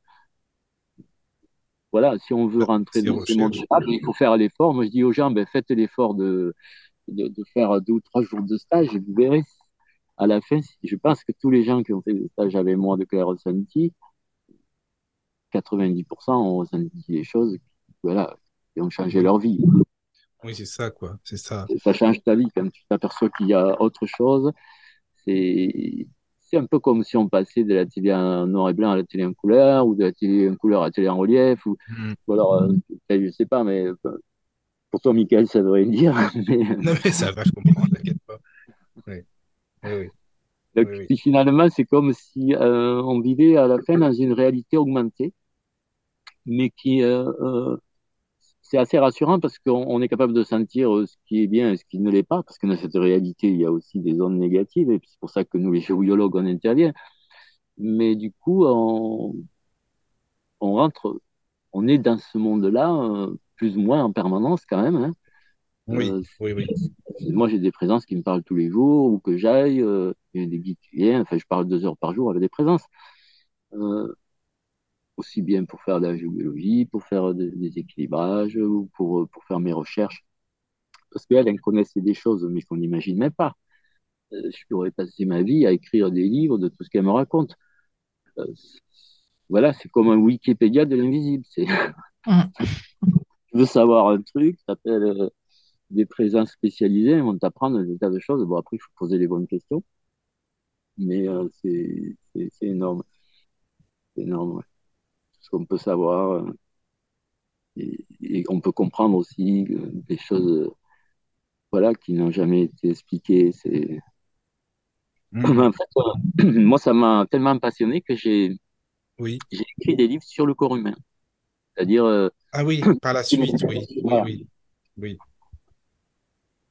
voilà, si on veut bah, rentrer ces dans ces recherches. mondes-là, ben, il faut faire l'effort. Moi, je dis aux gens, ben, faites l'effort de, de, de faire deux ou trois jours de stage et vous verrez. À la fin, je pense que tous les gens qui ont fait des stages avec moi de Claire Sanity, quatre-vingt-dix pour cent ont ressenti des choses qui, voilà, qui ont changé Oui, leur vie. oui, c'est ça, quoi. C'est ça. Ça change ta vie quand tu t'aperçois qu'il y a autre chose. C'est, c'est un peu comme si on passait de la télé en noir et blanc à la télé en couleur, ou de la télé en couleur à la télé en relief, ou, Hmm. ou alors, euh, je sais pas, mais euh, pour toi, Michael, ça devrait le dire. Mais, Non, mais ça va, je comprends, t'inquiète pas. Oui, oui, oui, donc, oui, oui. puis finalement, c'est comme si euh, on vivait à la fin dans une réalité augmentée, mais qui, euh, euh, c'est assez rassurant parce qu'on on est capable de sentir euh, ce qui est bien et ce qui ne l'est pas, parce que dans cette réalité, il y a aussi des zones négatives, et c'est pour ça que nous, les géobiologues, on intervient. Mais du coup, on, on rentre, on est dans ce monde-là, euh, plus ou moins en permanence quand même, hein. Oui, Euh, oui, oui. Moi, j'ai des présences qui me parlent tous les jours, ou que j'aille, euh, il y a des guides qui viennent, enfin, je parle deux heures par jour avec des présences. Euh, Aussi bien pour faire de la géobiologie, pour faire des, des équilibrages, ou pour, pour faire mes recherches. Parce qu'elle, elle connaissait des choses, mais qu'on n'imagine même pas. Euh, je pourrais passer ma vie à écrire des livres de tout ce qu'elle me raconte. Euh, voilà, c'est comme un Wikipédia de l'invisible. C'est, Mm. tu veux savoir un truc, t'appelles euh, des présences spécialisées, ils vont t'apprendre des tas de choses. Bon, après, il faut poser les bonnes questions, mais euh, c'est, c'est, c'est énorme. C'est énorme, ouais. Tout ce qu'on peut savoir. euh, et, et on peut comprendre aussi euh, des choses euh, voilà, qui n'ont jamais été expliquées. C'est... Hmm. En fait, euh, moi, ça m'a tellement passionné que j'ai, Oui. j'ai écrit des livres sur le corps humain. C'est-à-dire, euh, Ah oui, par la suite, oui, oui, voilà, oui, oui.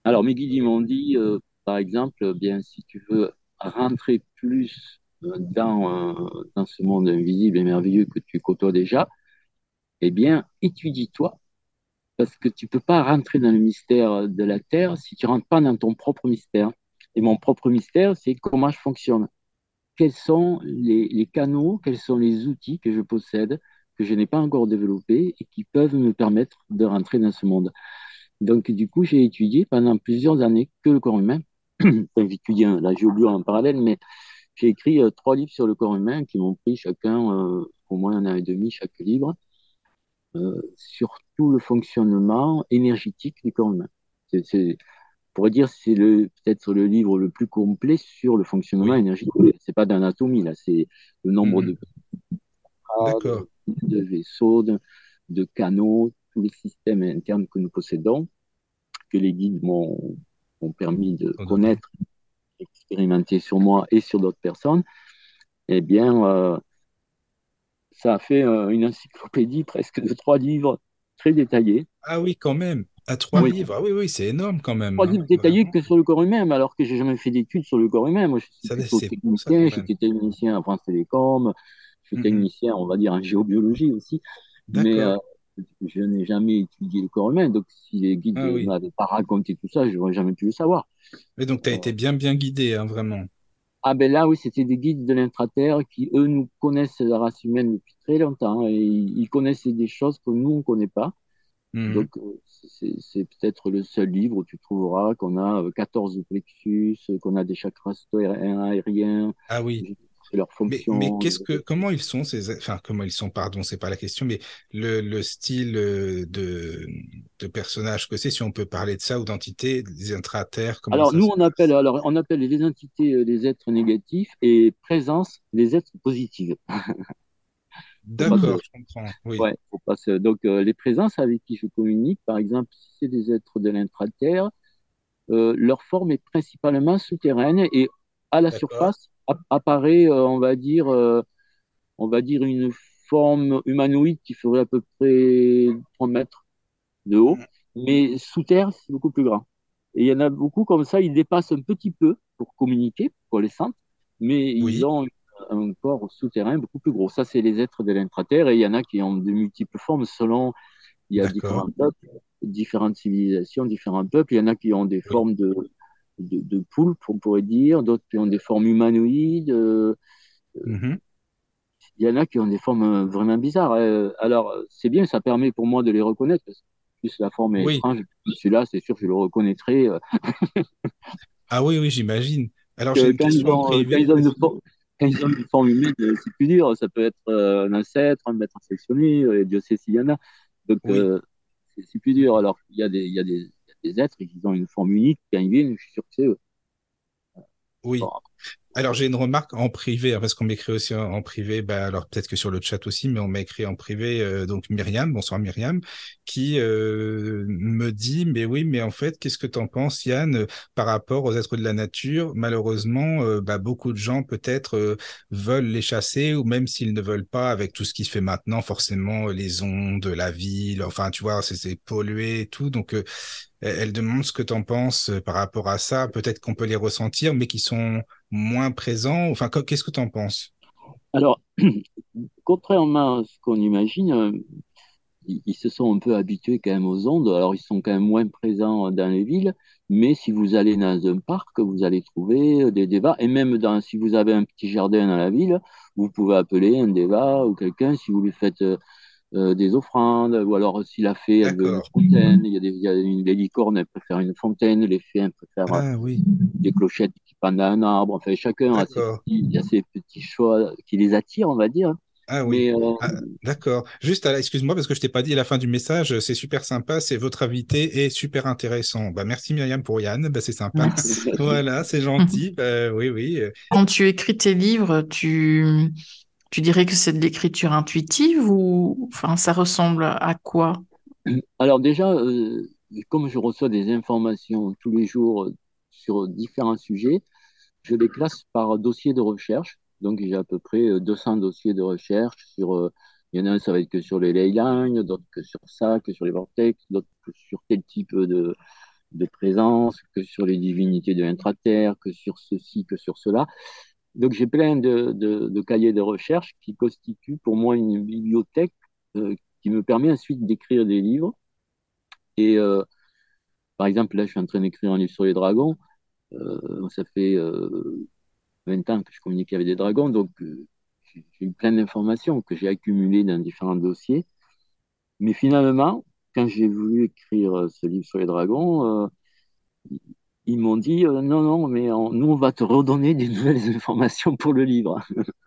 Alors, mes guides, ils m'ont dit, euh, par exemple, euh, bien, si tu veux rentrer plus euh, dans, euh, dans ce monde invisible et merveilleux que tu côtoies déjà, eh bien, étudie-toi, parce que tu peux pas rentrer dans le mystère de la Terre si tu rentres pas dans ton propre mystère. Et mon propre mystère, c'est comment je fonctionne. Quels sont les, les canaux, quels sont les outils que je possède, que je n'ai pas encore développés et qui peuvent me permettre de rentrer dans ce monde. Donc, du coup, j'ai étudié pendant plusieurs années que le corps humain. Enfin, j'ai étudié un- la géobio en parallèle, mais j'ai écrit euh, trois livres sur le corps humain qui m'ont pris chacun euh, au moins un an et demi chaque livre, euh, sur tout le fonctionnement énergétique du corps humain. C'est, c'est, on pourrait dire que c'est le, peut-être le livre le plus complet sur le fonctionnement Oui. énergétique. C'est pas d'anatomie, là, c'est le nombre Mhm. de, D'accord. de, de vaisseaux, de, de canaux, tous les systèmes internes que nous possédons, que les guides m'ont m'ont permis de Faut donner. connaître, expérimenter sur moi et sur d'autres personnes, eh bien, euh, ça a fait euh, une encyclopédie presque de trois livres très détaillés. Ah oui, quand même. À trois Oui, livres. Ah oui, oui, c'est énorme quand même, trois hein. livres détaillés Vraiment. que sur le corps humain, mais alors que j'ai jamais fait d'études sur le corps humain. Moi, je suis Ça, plutôt c'est beau, ça, technicien. quand même. J'étais technicien à France Télécom. Je suis Mhm. technicien, on va dire, en géobiologie aussi. Mais D'accord. euh, je n'ai jamais étudié le corps humain. Donc, si les guides Ah ne oui. m'avaient pas raconté tout ça, je n'aurais jamais pu le savoir. Et donc, tu as été bien, bien guidé, hein, vraiment. Ah ben là, oui, c'était des guides de l'intraterre qui, eux, nous connaissent la race humaine depuis très longtemps et ils connaissent des choses que nous, on ne connaît pas. Mhm. Donc, euh, c'est c'est peut-être le seul livre où tu trouveras qu'on a euh, quatorze plexus, euh, qu'on a des chakras aériens, aériens, Ah oui. leur Mais, mais fonction. qu'est-ce que, comment ils sont ces, enfin, comment ils sont, pardon, c'est pas la question, mais le, le style euh, de, de personnage que c'est, si on peut parler de ça, ou d'entité, des intraterres, comment Alors, ça nous, se on appelle, passe? alors, on appelle les entités euh, des êtres négatifs et présence des êtres positifs. Faut pas se, D'accord, je comprends. Oui. ouais, faut pas se- donc, euh, les présences avec qui je communique, par exemple, si c'est des êtres de l'intraterre, euh, leur forme est principalement souterraine et à la D'accord. surface app- apparaît, euh, on va dire, euh, on va dire une forme humanoïde qui ferait à peu près trois mètres de haut, Mhm. mais sous terre, c'est beaucoup plus grand. Et il y en a beaucoup comme ça, ils dépassent un petit peu pour communiquer, pour les sentir, mais ils Oui, ont un corps souterrain beaucoup plus gros. Ça, c'est les êtres de l'intraterre, et il y en a qui ont de multiples formes selon, il y a d'accord. différents peuples, différentes civilisations, différents peuples. Il y en a qui ont des Oui. formes de, de, de poulpes, on pourrait dire, d'autres qui ont des formes humanoïdes. euh, Mhm. il y en a qui ont des formes euh, vraiment bizarres. Euh, alors, c'est bien, ça permet pour moi de les reconnaître. Parce que plus la forme est Oui. étrange, celui-là, c'est sûr que je le reconnaîtrai. euh, Ah oui, oui, j'imagine. Alors, j'ai que une quand ils question en ont, euh, quand privé ils ont parce une que, forme, quand ils ont une forme humaine, euh, c'est plus dur. Ça peut être euh, un ancêtre, un maître sélectionné, euh, Dieu sait s'il y en a. Donc, oui. euh, c'est c'est plus dur. Alors, il y a des, il y a des, il y a des êtres qui ont une forme unique. Quand ils viennent, je suis sûr que c'est eux. Oui. Bon, Alors, j'ai une remarque en privé, hein, parce qu'on m'écrit aussi en, en privé, bah, alors peut-être que sur le chat aussi, mais on m'a écrit en privé, euh, donc Myriam, bonsoir Myriam, qui euh, me dit, mais oui, mais en fait, qu'est-ce que t'en penses, Yann, euh, par rapport aux êtres de la nature? Malheureusement, euh, bah, beaucoup de gens peut-être euh, veulent les chasser, ou même s'ils ne veulent pas, avec tout ce qui se fait maintenant, forcément, les ondes, la ville, enfin, tu vois, c'est c'est pollué et tout, donc euh, elle elle demande ce que tu en penses euh, par rapport à ça. Peut-être qu'on peut les ressentir, mais qui sont moins présents. Enfin, co- qu'est-ce que tu en penses? alors, contrairement à ce qu'on imagine, euh, ils, ils se sont un peu habitués quand même aux ondes. Alors, ils sont quand même moins présents dans les villes, mais si vous allez dans un parc, vous allez trouver euh, des débats. Et même dans, si vous avez un petit jardin dans la ville, vous pouvez appeler un débat ou quelqu'un si vous lui faites euh, euh, des offrandes, ou alors si la fée, elle veut une D'accord. fontaine. Il y a des, il y a une, les licornes, elles préfèrent une fontaine, les fées, elles préfèrent euh, Ah oui, des clochettes qui pendent à un arbre. Enfin, chacun a ses d'accord. petits, il y a ses petits choix qui les attirent, on va dire. Ah oui. Mais euh, Ah, d'accord. Juste, à la- excuse-moi parce que je t'ai pas dit à la fin du message, c'est super sympa, c'est votre invité est super intéressant. Bah, merci Myriam pour Yann, bah, c'est sympa. Merci. Voilà, c'est gentil. Bah, oui, oui. euh, Quand tu écris tes livres, tu, tu dirais que c'est de l'écriture intuitive ou enfin ça ressemble à quoi? alors déjà, euh, comme je reçois des informations tous les jours euh, sur différents sujets, je les classe par dossier de recherche. Donc j'ai à peu près euh, deux cents dossiers de recherche sur, euh, il y en a un, ça va être que sur les ley lines, d'autres que sur ça, que sur les vortex, d'autres que sur tel type de, de présence, que sur les divinités de l'intraterre, que sur ceci, que sur cela. Donc j'ai plein de, de, de cahiers de recherche qui constituent pour moi une bibliothèque euh, qui me permet ensuite d'écrire des livres. Et euh, par exemple, là, je suis en train d'écrire un livre sur les dragons. Euh, ça fait euh, vingt ans que je communique avec des dragons, donc euh, j'ai j'ai eu plein d'informations que j'ai accumulées dans différents dossiers. Mais finalement, quand j'ai voulu écrire euh, ce livre sur les dragons, euh, ils m'ont dit euh, non, non, mais on- nous, on va te redonner des nouvelles informations pour le livre.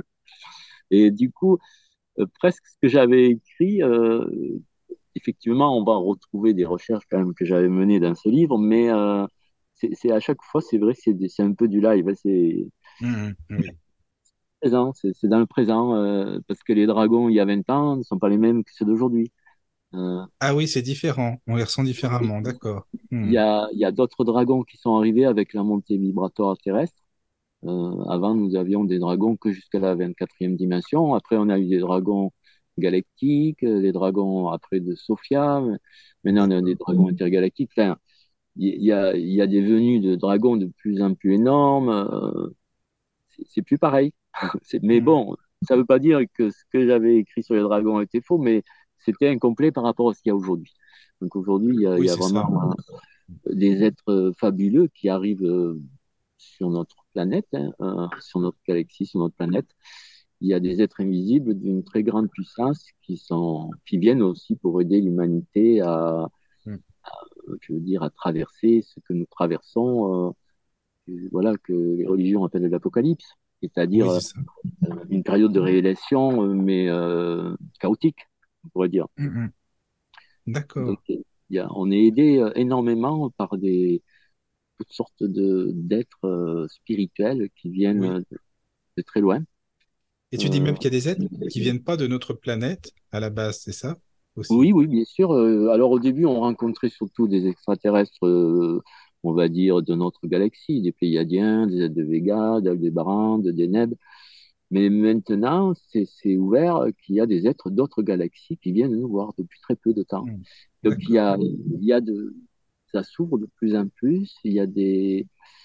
Et du coup, euh, presque ce que j'avais écrit, euh, effectivement, on va retrouver des recherches quand même que j'avais menées dans ce livre, mais euh, c'est c'est- à chaque fois, c'est vrai, c'est des- c'est un peu du live, hein, c'est Mhm, oui. présent, c'est c'est dans le présent, euh, parce que les dragons, il y a vingt ans, ne sont pas les mêmes que ceux d'aujourd'hui. Euh, Ah oui, c'est différent. On les ressent différemment, d'accord. il y Mhm. a, il y a d'autres dragons qui sont arrivés avec la montée vibratoire terrestre. Euh, avant, nous avions des dragons que jusqu'à la vingt-quatrième dimension. Après, on a eu des dragons galactiques, euh, des dragons après de Sophia. Maintenant, on a des D'accord. dragons intergalactiques. Enfin, il y a, il y a des venues de dragons de plus en plus énormes. Euh, c'est c'est plus pareil. C'est- Mais Mhm. bon, ça ne veut pas dire que ce que j'avais écrit sur les dragons était faux, mais c'était incomplet par rapport à ce qu'il y a aujourd'hui. Donc aujourd'hui, il y a, il Oui, y a c'est ça. vraiment euh, des êtres euh, fabuleux qui arrivent euh, sur notre planète, hein, euh, sur notre galaxie, sur notre planète. Il y a des êtres invisibles d'une très grande puissance qui sont, qui viennent aussi pour aider l'humanité à, Mhm. euh, je veux dire, à traverser ce que nous traversons, euh, voilà, que les religions appellent l'apocalypse, c'est-à-dire Oui, euh, c'est ça. une période de révélation, euh, mais euh, chaotique, on pourrait dire. Mhm. Donc, D'accord. il y a, on est aidé euh, énormément par des toutes sortes de d'êtres euh, spirituels qui viennent Oui. de, de très loin. Et tu dis Euh, même qu'il y a des êtres qui viennent pas de notre planète à la base, c'est ça aussi? oui, oui, bien sûr. Euh, alors au début, on rencontrait surtout des extraterrestres, euh, on va dire, de notre galaxie, des Pléiadiens, des êtres de Vega, d'Aldébaran, de Deneb. Mais maintenant, c'est c'est ouvert qu'il y a des êtres d'autres galaxies qui viennent nous voir depuis très peu de temps. Mhm. Donc il y D'accord. a, il y a de, ça s'ouvre de plus en plus. Il y a des,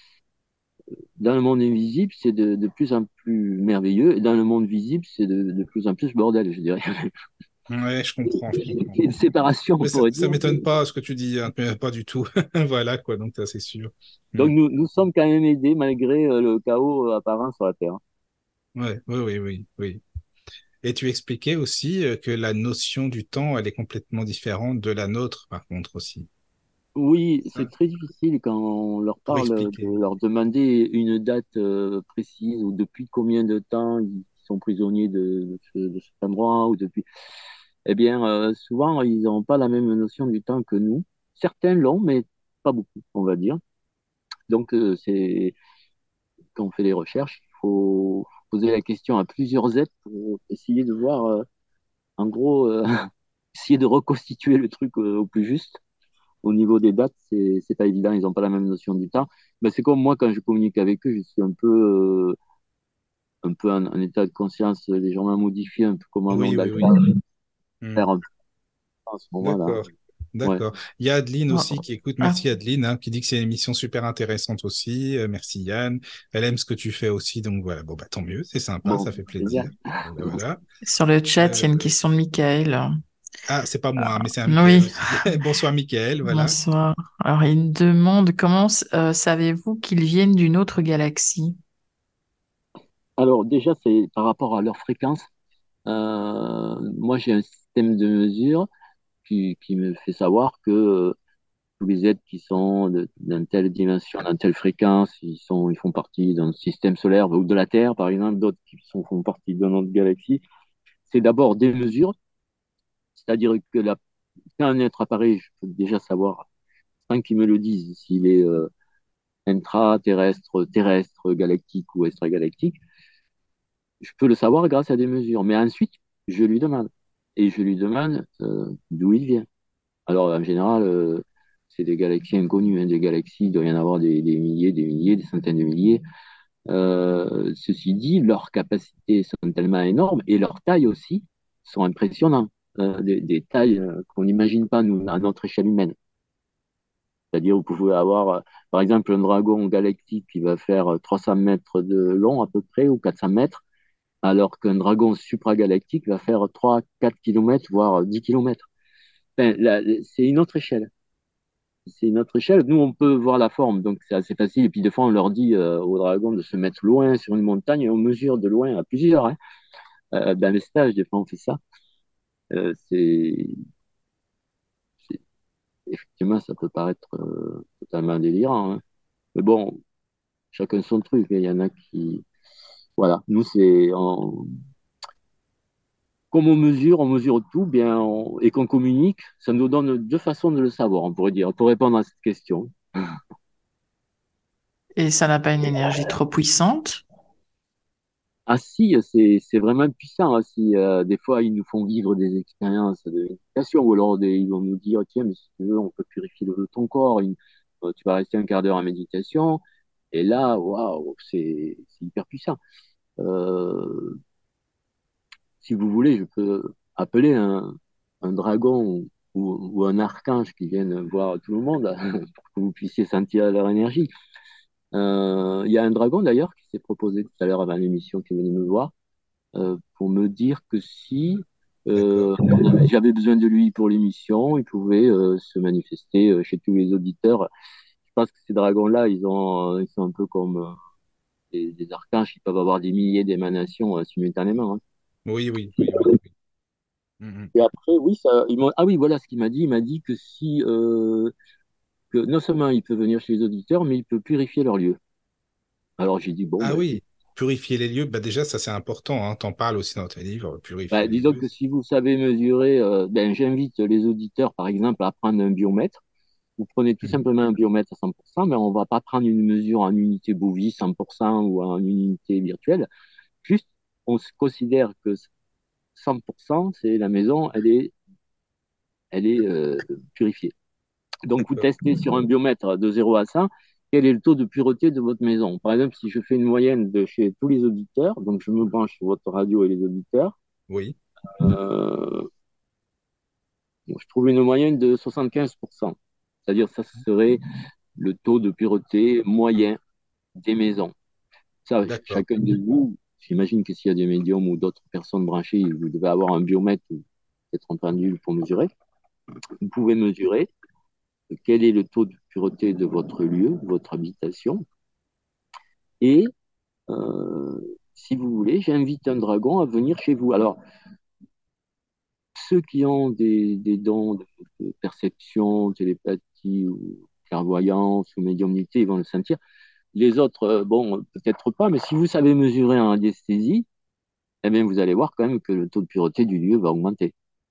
dans le monde invisible, c'est de, de plus en plus merveilleux, et dans le monde visible, c'est de, de plus en plus bordel, je dirais. Ouais, je comprends, je Il comprends. y a une séparation, on Oui, ça, pourrait ça dire. m'étonne pas ce que tu dis, hein, mais pas du tout. Voilà, quoi, donc ça, c'est sûr. Donc Mhm. nous, nous sommes quand même aidés malgré euh, le chaos euh, apparent sur la Terre. Ouais, oui, oui, oui, oui. Et tu expliquais aussi euh, que la notion du temps, elle est complètement différente de la nôtre, par contre, aussi. Oui, C'est c'est ça. très difficile quand on leur Pour parle expliquer. de leur demander une date euh, précise ou depuis combien de temps ils sont prisonniers de, de ce, de cet endroit ou depuis. Eh bien, euh, souvent, ils n'ont pas la même notion du temps que nous. Certains l'ont, mais pas beaucoup, on va dire. Donc, euh, c'est quand on fait des recherches, il faut poser la question à plusieurs êtres pour essayer de voir, euh, en gros, euh, essayer de reconstituer le truc euh, au plus juste. Au niveau des dates, c'est c'est pas évident, ils n'ont pas la même notion du temps. Mais c'est comme moi quand je communique avec eux, je suis un peu euh, un peu en, en état de conscience légèrement modifié, un peu comme en Oui, onde oui, alpha, oui. faire Hmm. un peu en ce moment-là. D'accord. Ouais. D'accord. Il y a Adeline Ah, aussi qui écoute. ah, Merci Adeline, hein, qui dit que c'est une émission super intéressante aussi. Euh, merci Yann. Elle aime ce que tu fais aussi. Donc voilà, bon, bah, tant mieux, c'est sympa, Bon, ça fait c'est bien. plaisir. Voilà, voilà. sur le chat, il y a une Euh, question de Michael. ah, c'est pas moi, hein, mais c'est un Michael Oui, aussi. Bonsoir Michael, voilà. bonsoir. Alors, il demande comment euh, savez-vous qu'ils viennent d'une autre galaxie? Alors déjà, c'est par rapport à leur fréquence. Euh, moi, j'ai un système de mesure qui, qui me fait savoir que euh, tous les êtres qui sont de- d'une telle dimension, d'une telle fréquence, ils sont, ils font partie d'un système solaire ou de la Terre, par exemple, d'autres qui sont, font partie de notre galaxie. C'est d'abord des mesures, c'est-à-dire que la, quand un être apparaît, je peux déjà savoir, sans qu'ils me le disent, s'il est euh, intraterrestre, terrestre, galactique ou extragalactique, je peux le savoir grâce à des mesures. Mais ensuite, je lui demande. Et je lui demande euh, d'où il vient. Alors, en général, euh, c'est des galaxies inconnues, hein, des galaxies, il doit y en avoir des, des milliers, des milliers, des centaines de milliers. Euh, ceci dit, leurs capacités sont tellement énormes et leurs tailles aussi sont impressionnantes. Euh, des, des tailles euh, qu'on n'imagine pas, nous, à notre échelle humaine. C'est-à-dire, vous pouvez avoir, euh, par exemple, un dragon galactique qui va faire euh, trois cents mètres de long à peu près, ou quatre cents mètres, alors qu'un dragon supragalactique va faire trois quatre kilomètres, voire dix kilomètres. Enfin, là, c'est une autre échelle. C'est une autre échelle. Nous, on peut voir la forme, donc c'est assez facile. Et puis, des fois, on leur dit euh, aux dragons de se mettre loin sur une montagne et on mesure de loin à plusieurs. Hein. Euh, dans les stages, des fois, on fait ça. Euh, c'est, c'est- Effectivement, ça peut paraître euh, totalement délirant. Hein. Mais bon, chacun son truc. Il y en a qui. Voilà. Nous, c'est. on- Comme on mesure, on mesure tout bien, on- et qu'on communique, ça nous donne deux façons de le savoir, on pourrait dire, pour répondre à cette question. Et ça n'a pas une énergie trop puissante. Ah si, c'est c'est vraiment puissant. Hein, si euh, des fois ils nous font vivre des expériences de méditation, ou alors des- ils vont nous dire tiens, mais si tu veux, on peut purifier le, ton corps. Une- euh, tu vas rester un quart d'heure en méditation, et là, waouh, c'est c'est hyper puissant. Euh, Si vous voulez, je peux appeler un, un dragon ou, ou un archange qui viennent voir tout le monde pour que vous puissiez sentir leur énergie. Euh, Il y a un dragon d'ailleurs qui s'est proposé tout à l'heure avant l'émission qui est venu me voir euh, pour me dire que si D'accord. euh, j'avais besoin de lui pour l'émission, il pouvait euh, se manifester euh, chez tous les auditeurs. Je pense que ces dragons-là, ils ont, euh, ils sont un peu comme euh, des, des archanges qui peuvent avoir des milliers d'émanations euh, simultanément. Hein. Oui, oui, oui, oui, oui. Mhm. Et après, oui, ça, ils m'ont- ah oui, voilà ce qu'il m'a dit. Il m'a dit que si, euh, que non seulement il peut venir chez les auditeurs, mais il peut purifier leur lieu. Alors j'ai dit, bon, Ah ben, oui, purifier les lieux, bah déjà, ça c'est important, hein. T'en parles aussi dans tes livres, bah, purifier les disons lieux. que si vous savez mesurer, euh, ben, j'invite les auditeurs, par exemple, à prendre un biomètre. Vous prenez tout Mhm. simplement un biomètre à cent pour cent, mais on ne va pas prendre une mesure en unité Bovie cent pour cent ou en unité virtuelle. Juste, on se considère que cent pour cent, c'est la maison, elle est, elle est euh, purifiée. Donc, vous D'accord. testez sur un biomètre de zéro à cent, quel est le taux de pureté de votre maison. Par exemple, si je fais une moyenne de chez tous les auditeurs, donc je me branche sur votre radio et les auditeurs, Oui, euh, je trouve une moyenne de soixante-quinze pour cent. C'est-à-dire, ça serait le taux de pureté moyen des maisons. Ça, d'accord. chacun de vous, j'imagine que s'il y a des médiums ou d'autres personnes branchées, vous devez avoir un biomètre ou peut-être un pendule pour mesurer. Vous pouvez mesurer quel est le taux de pureté de votre lieu, de votre habitation. Et euh, si vous voulez, j'invite un dragon à venir chez vous. Alors, ceux qui ont des, des dons de, de perception, télépathie ou clairvoyance ou médiumnité, ils vont le sentir. Les autres, euh, bon, peut-être pas, mais si vous savez mesurer en radiesthésie, eh bien, vous allez voir quand même que le taux de pureté du lieu va augmenter.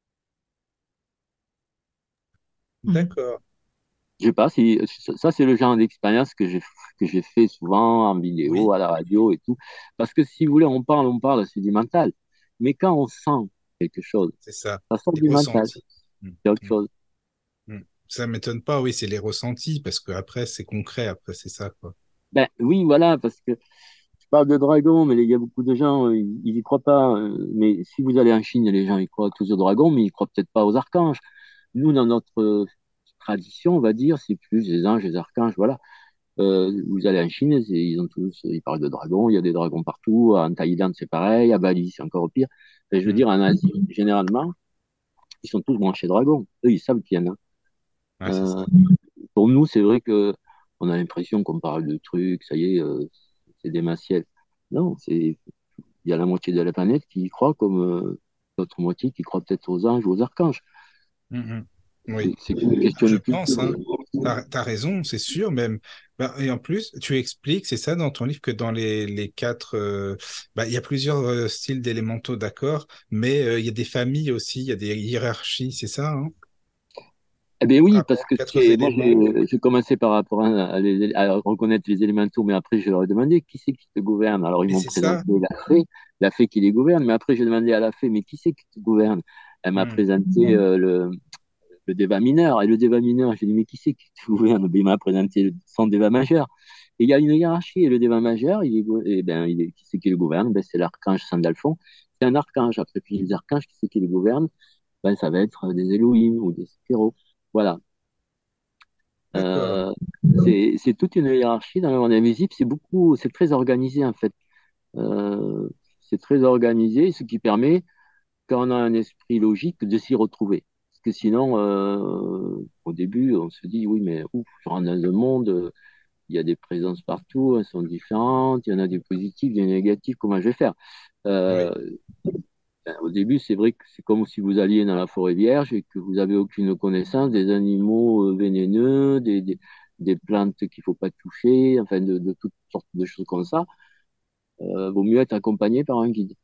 Mhm. D'accord. Je sais pas si ça, c'est le genre d'expérience que j'ai que j'ai fait souvent en vidéo, Oui, à la radio et tout. Parce que si vous voulez, on parle, on parle, c'est du mental. Mais quand on sent quelque chose, c'est ça. ça sort Les du mental, ressentis. Mhm. c'est autre Mhm. chose. Mhm. Ça m'étonne pas, oui, c'est les ressentis, parce que après, c'est concret, après, c'est ça, quoi. Ben oui, voilà, parce que je parle de dragon, mais il y a beaucoup de gens, euh, ils, ils y croient pas. euh, Mais si vous allez en Chine, les gens ils croient tous aux dragons, mais ils croient peut-être pas aux archanges. Nous, dans notre euh, tradition, on va dire, c'est plus les anges, les archanges, voilà. Euh, vous allez en Chine, c'est- ils ont tous, ils parlent de dragons, il y a des dragons partout. En Thaïlande, c'est pareil. À Bali, c'est encore pire. Et je veux Mhm. dire, en Asie, généralement, ils sont tous branchés dragons. Eux, ils savent qu'il y en a. Ouais, c'est Euh, ça. pour nous, c'est vrai que on a l'impression qu'on parle de trucs, ça y est, euh, c'est démentiel. Non, c'est, il y a la moitié de la planète qui y croit, comme euh, l'autre moitié qui croit peut-être aux anges ou aux archanges. Mhm. C'est Oui, c'est une question je de pense, culture. hein. T'as, t'as raison, c'est sûr, même. Bah, et en plus, tu expliques, c'est ça dans ton livre, que dans les, les quatre, euh, bah, il y a plusieurs euh, styles d'élémentaux, d'accord, mais euh, il y a des familles aussi, il y a des hiérarchies, c'est ça, hein? Eh bien oui, Ah, parce que quatre c'est moi éléments. j'ai j'ai commencé par rapport à, à les- à reconnaître les élémentaux, mais après je leur ai demandé qui c'est qui te gouverne. Alors ils Mais m'ont c'est présenté ça. la fée, la fée qui les gouverne, mais après j'ai demandé à la fée, mais qui c'est qui te gouverne? Elle m'a Hmm. présenté euh, le, le déva mineur, et le déva mineur, j'ai dit mais qui c'est qui te gouverne? Ben, il m'a présenté le- son déva majeur. Et il y a une hiérarchie, et le déva majeur, il est, gou- eh ben, il est, qui c'est qui le gouverne? Ben, c'est l'archange Sandalphon. C'est un archange. Après, puis les archanges, qui c'est qui les gouverne? Ben, ça va être des Elohim ou des sphéros. Voilà. D'accord. Euh, c'est, c'est toute une hiérarchie dans le monde invisible. C'est beaucoup, c'est très organisé en fait. Euh, c'est très organisé, ce qui permet, quand on a un esprit logique, de s'y retrouver. Parce que sinon, euh, au début, on se dit, oui, mais ouf, je rentre dans le monde, euh, il y a des présences partout, elles sont différentes, il y en a des positifs, des négatifs, comment je vais faire? Euh, Oui. ben, au début, c'est vrai que c'est comme si vous alliez dans la forêt vierge et que vous n'avez aucune connaissance des animaux euh, vénéneux, des, des, des plantes qu'il ne faut pas toucher, enfin de, de toutes sortes de choses comme ça. Euh, vaut mieux être accompagné par un guide.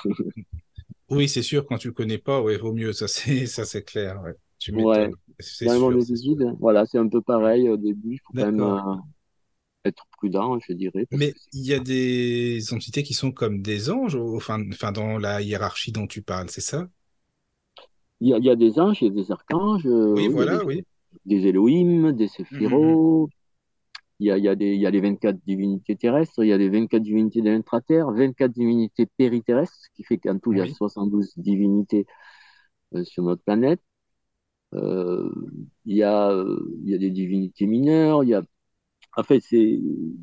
Oui, c'est sûr, quand tu le connais pas, ouais, vaut mieux, ça c'est ça c'est clair, ouais. Tu Ouais, m'étonnes. C'est dans le monde sûr, des c'est sûr. visibles, voilà, c'est un peu pareil. Au début, il faut quand même D'accord. euh, être prudent, je dirais, parce que Mais c'est- il y a des entités qui sont comme des anges, au- enfin, enfin dans la hiérarchie dont tu parles, c'est ça? il y a, il y a des anges, il y a des archanges, euh, Oui, oui, il y a des, voilà, oui. des Elohim, des Hum, hum, hum. séphirots, il y a, il y a des, il y a les vingt-quatre divinités terrestres, il y a les vingt-quatre divinités de l'intraterre, vingt-quatre divinités périterrestres, ce qui fait qu'en tout, il y a Oui. soixante-douze divinités euh, sur notre planète. Euh, il y a, euh, il y a des divinités mineures, il y a, en fait, c'est, il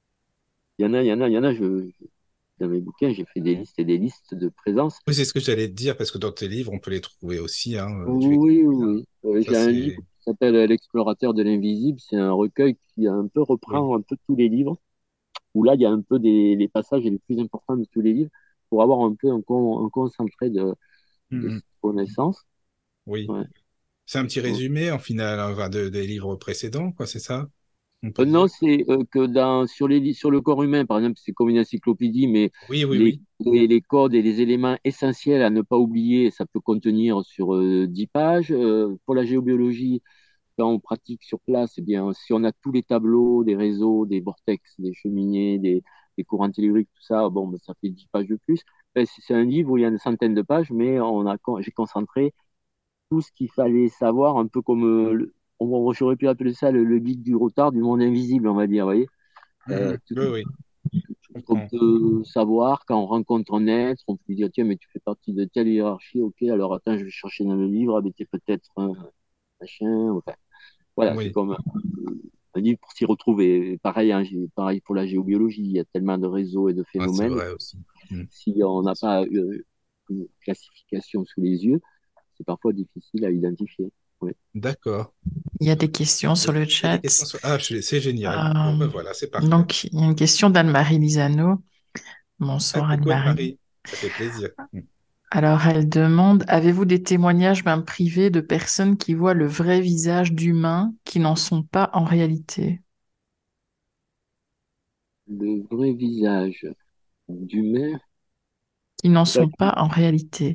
y en a, il y en a, il y en a, je, dans mes bouquins, j'ai fait des listes et des listes de présence. Oui, c'est ce que j'allais te dire, parce que dans tes livres, on peut les trouver aussi, hein, euh, tu Oui, expliques oui, bien. oui. Euh, Ça, j'ai un livre c'est... qui s'appelle L'explorateur de l'invisible. C'est un recueil qui un peu Oui. reprend un peu tous les livres, où là, il y a un peu des les passages les plus importants de tous les livres, pour avoir un peu un, con- un concentré de, Hum, de hum. connaissances. Oui. Ouais. C'est un petit résumé, en final, hein, enfin, de, des livres précédents, quoi, c'est ça? On peut Euh, non, dire? c'est euh, que dans, sur les, li- sur le corps humain, par exemple, c'est comme une encyclopédie, mais Oui, oui, les, oui. les, les codes et les éléments essentiels à ne pas oublier, ça peut contenir sur euh, dix pages. Euh, pour la géobiologie, quand on pratique sur place, eh bien, si on a tous les tableaux, des réseaux, des vortex, des cheminées, des, des courants telluriques, tout ça, bon, ben, ça fait dix pages de plus. Ben, c'est c'est un livre où il y a une centaine de pages, mais on a, con- j'ai concentré tout ce qu'il fallait savoir, un peu comme, euh, le- on- j'aurais pu appeler ça le, le guide du retard du monde invisible, on va dire, vous voyez. Hum, Euh, hum. tout, Oui, oui, je ce qu'on comprends. peut savoir quand on rencontre un être, on peut lui dire, tiens, mais tu fais partie de telle hiérarchie, ok, alors attends, je vais chercher dans le livre, ah, ben, t'es peut-être un machin, enfin, voilà, c'est Oui, comme un livre pour s'y retrouver. Pareil, hein, j'ai- pareil pour la géobiologie, il y a tellement de réseaux et de ah, c'est phénomènes. vrai aussi. Hum. Si on n'a pas euh, une classification sous les yeux, c'est parfois difficile à identifier. Oui. D'accord. Il y a des questions sur Il le y a des chat. questions sur... Ah, je- c'est génial. Bon, Euh, ben voilà, c'est parfait. donc, il y a une question d'Anne-Marie Lisano. Ah, Bonsoir coucou Anne-Marie. Anne-Marie, ça fait plaisir. Hum. Alors, elle demande, avez-vous des témoignages même privés de personnes qui voient le vrai visage d'humains qui n'en sont pas en réalité? Le vrai visage d'humain. Qui n'en Bah, sont pas en réalité.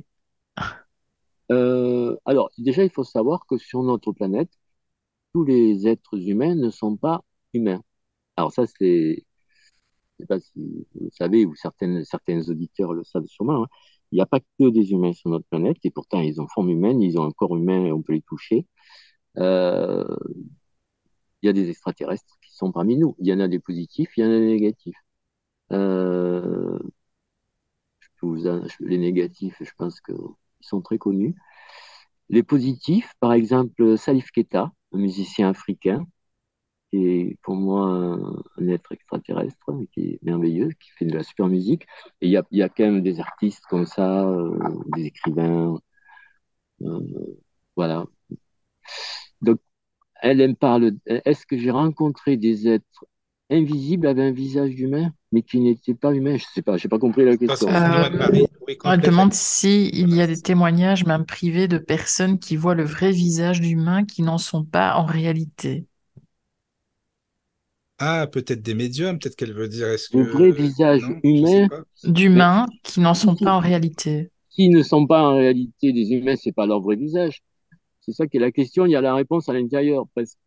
euh, alors, déjà, il faut savoir que sur notre planète, tous les êtres humains ne sont pas humains. Alors ça, c'est, je sais pas si vous le savez, ou certaines, certains auditeurs le savent sûrement, hein. Il n'y a pas que des humains sur notre planète, et pourtant ils ont forme humaine, ils ont un corps humain et on peut les toucher. Euh, il y a des extraterrestres qui sont parmi nous. Il y en a des positifs, il y en a des négatifs. Euh, je peux vous en- les négatifs, je pense qu'ils sont très connus. Les positifs, par exemple, Salif Keita, un musicien africain, qui est pour moi un, un être extraterrestre, hein, qui est merveilleux, qui fait de la super musique. Et il y a, il y a quand même des artistes comme ça, euh, des écrivains, euh, voilà. Donc, elle, elle me parle. Est-ce que j'ai rencontré des êtres invisibles avec un visage humain, mais qui n'étaient pas humains? Je sais pas, j'ai pas compris la Ça, c'est question. sinon Euh, Anne-Marie. Oui, elle complète la demande question. si il Voilà, y a c'est des ça. témoignages même privés de personnes qui voient le vrai visage d'humains qui n'en sont pas en réalité. Ah, peut-être des médiums, peut-être qu'elle veut dire, est-ce Le que... vrai visage Non, je sais humain, pas. mais D'humains qui n'en si, sont pas si, en réalité. s'ils ne sont pas en réalité des humains, c'est pas leur vrai visage. C'est ça qui est la question. Il y a la réponse à l'intérieur, presque.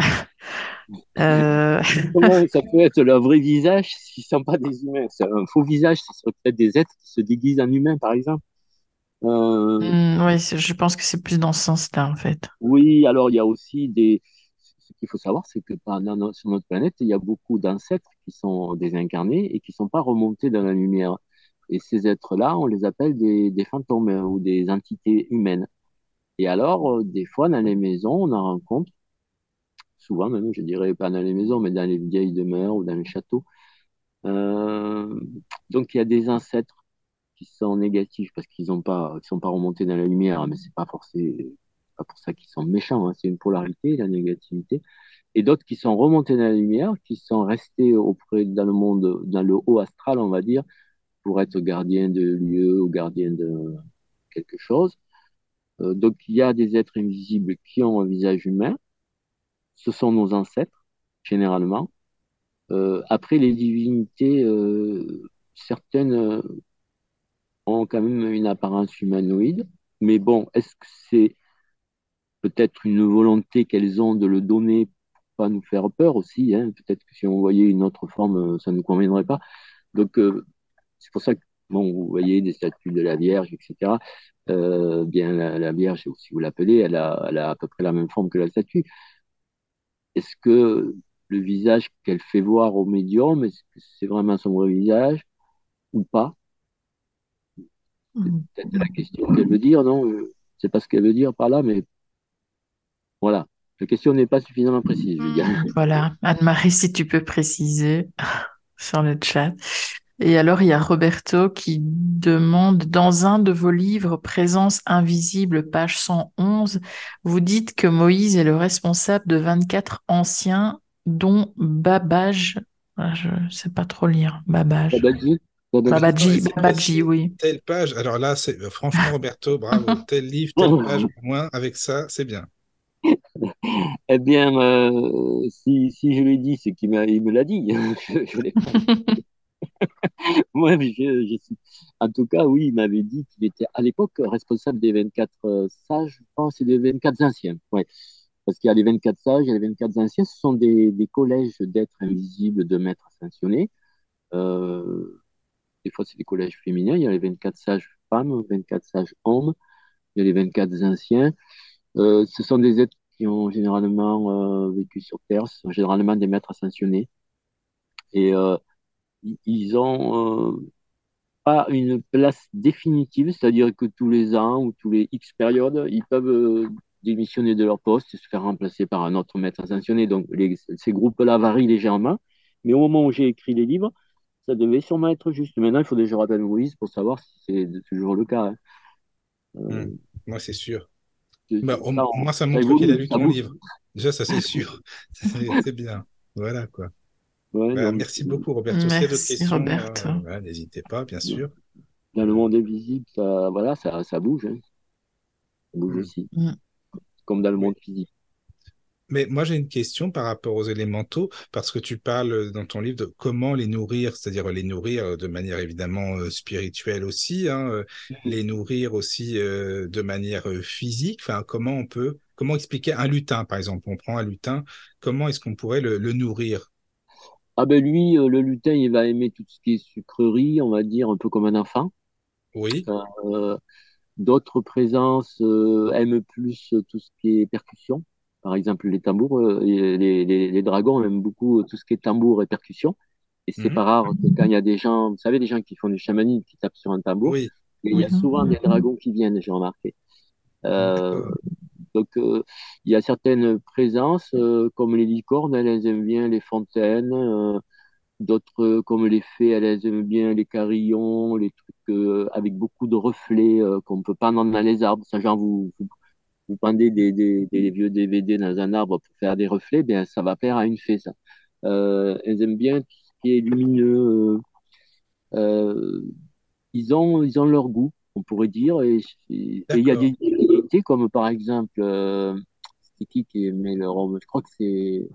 Euh, Comment ça peut être leur vrai visage s'ils ne sont pas des humains? C'est un faux visage, ça serait peut-être des êtres qui se déguisent en humains, par exemple. Euh, hmm, oui, c'est- je pense que c'est plus dans ce sens-là, en fait. oui, alors il y a aussi des. Ce qu'il faut savoir, c'est que pendant no- sur notre planète, il y a beaucoup d'ancêtres qui sont désincarnés et qui ne sont pas remontés dans la lumière. Et ces êtres-là, on les appelle des, des fantômes euh, ou des entités humaines. Et alors, euh, des fois, dans les maisons, on en rencontre souvent même, je dirais pas dans les maisons, mais dans les vieilles demeures ou dans les châteaux. Euh, donc il y a des ancêtres qui sont négatifs parce qu'ils ont pas, qui sont pas remontés dans la lumière, mais c'est pas forcément, pas pour ça qu'ils sont méchants, hein. C'est une polarité, la négativité. Et d'autres qui sont remontés dans la lumière, qui sont restés auprès dans le monde, dans le haut astral, on va dire, pour être gardien de lieux ou gardien de quelque chose. Euh, donc il y a des êtres invisibles qui ont un visage humain. Ce sont nos ancêtres, généralement. Euh, après, les divinités, euh, certaines euh, ont quand même une apparence humanoïde. Mais bon, est-ce que c'est peut-être une volonté qu'elles ont de le donner pour pas nous faire peur aussi, hein? Peut-être que si on voyait une autre forme, euh, ça ne nous conviendrait pas. Donc, euh, c'est pour ça que, bon, vous voyez des statues de la Vierge, et cetera. Euh, bien, la, la Vierge, si vous l'appelez, elle a, elle a à peu près la même forme que la statue. Est-ce que le visage qu'elle fait voir au médium, est-ce que c'est vraiment son vrai visage ou pas? Mhm. Peut-être la question qu'elle veut dire, non? Je ne sais pas ce qu'elle veut dire par là, mais voilà. La question n'est pas suffisamment précise, je veux dire. Hmm, voilà. Anne-Marie, si tu peux préciser sur le chat. Et alors, il y a Roberto qui demande, dans un de vos livres, Présence invisible, page cent onze, vous dites que Moïse est le responsable de vingt-quatre anciens, dont Babaj, ah, je ne sais pas trop lire, Babaj, Babadji, Babadji. Non, mais Babadji, c'est Babadji, précis. oui. Telle page. Alors là, c'est euh, franchement, Roberto, bravo. Tel livre, telle page, au moins, avec ça, c'est bien. Eh bien, euh, si, si je l'ai dit, c'est qu'il m'a, il me l'a dit. Je, je l'ai pas. Moi, je, je suis... En tout cas, oui, il m'avait dit qu'il était à l'époque responsable des vingt-quatre euh, sages, je pense, et des vingt-quatre anciens. Ouais. Parce qu'il y a les vingt-quatre sages et les vingt-quatre anciens, ce sont des, des collèges d'êtres invisibles, de maîtres ascensionnés. Euh, des fois, c'est des collèges féminins. Il y a les vingt-quatre sages femmes, vingt-quatre sages hommes, il y a les vingt-quatre anciens. Euh, ce sont des êtres qui ont généralement euh, vécu sur Terre, ce sont généralement des maîtres ascensionnés. Et euh, ils ils ont euh, pas une place définitive, c'est-à-dire que tous les ans ou tous les X périodes, ils peuvent euh, démissionner de leur poste et se faire remplacer par un autre maître ascensionné. Donc les- ces groupes-là varient légèrement. Mais au moment où j'ai écrit les livres, ça devait sûrement être juste. Maintenant, il faudrait que je rappelle Moïse pour savoir si c'est toujours le cas, hein. Hmm. Euh, Moi, c'est sûr. c'est- Bah, au, ça, au moins, ça ça montre qu'il a évolue, lu ça ton bouge. livre. Déjà, ça, c'est sûr. C'est c'est bien. Voilà, quoi. Ouais, Bah, non, mais merci beaucoup, Roberto. S'il y a d'autres Merci, questions, Roberto. euh, voilà, n'hésitez pas, bien sûr. dans le Euh, monde invisible, ça, voilà, ça, ça bouge, hein. Ça bouge hmm. aussi, Mm. comme dans le Oui. monde physique. Mais moi, j'ai une question par rapport aux élémentaux, parce que tu parles dans ton livre de comment les nourrir, c'est-à-dire les nourrir de manière évidemment euh, spirituelle aussi, hein, euh, les nourrir aussi euh, de manière euh, physique. Enfin, comment on peut, comment expliquer un lutin, par exemple, on prend un lutin, comment est-ce qu'on pourrait le, le nourrir? Ah ben lui, euh, le lutin, il va aimer tout ce qui est sucrerie, on va dire, un peu comme un enfant. Oui. Euh, D'autres présences euh, aiment plus tout ce qui est percussion. Par exemple, les tambours, euh, et les, les, les dragons aiment beaucoup tout ce qui est tambour et percussion. Et c'est Mhm. pas rare que quand il y a des gens, vous savez, des gens qui font du chamanisme, qui tapent sur un tambour, Oui. et il y a Oui. Mhm. souvent des dragons qui viennent, j'ai remarqué. Euh, D'accord. donc, euh, il y a certaines présences, euh, comme les licornes, elles aiment bien les fontaines. euh, D'autres, euh, comme les fées, elles aiment bien les carillons, les trucs euh, avec beaucoup de reflets euh, qu'on peut pas dans les arbres. Ça, genre, vous, vous, vous pendez des, des, des vieux D V D dans un arbre pour faire des reflets, bien, ça va plaire à une fée, ça. Euh, elles aiment bien tout ce qui est lumineux. euh, euh, ils ont, ils ont leur goût, on pourrait dire. Et et- et il y a des D'accord. divinités comme par exemple, euh, c'est qui qui aimait le rhum? Je crois que c'est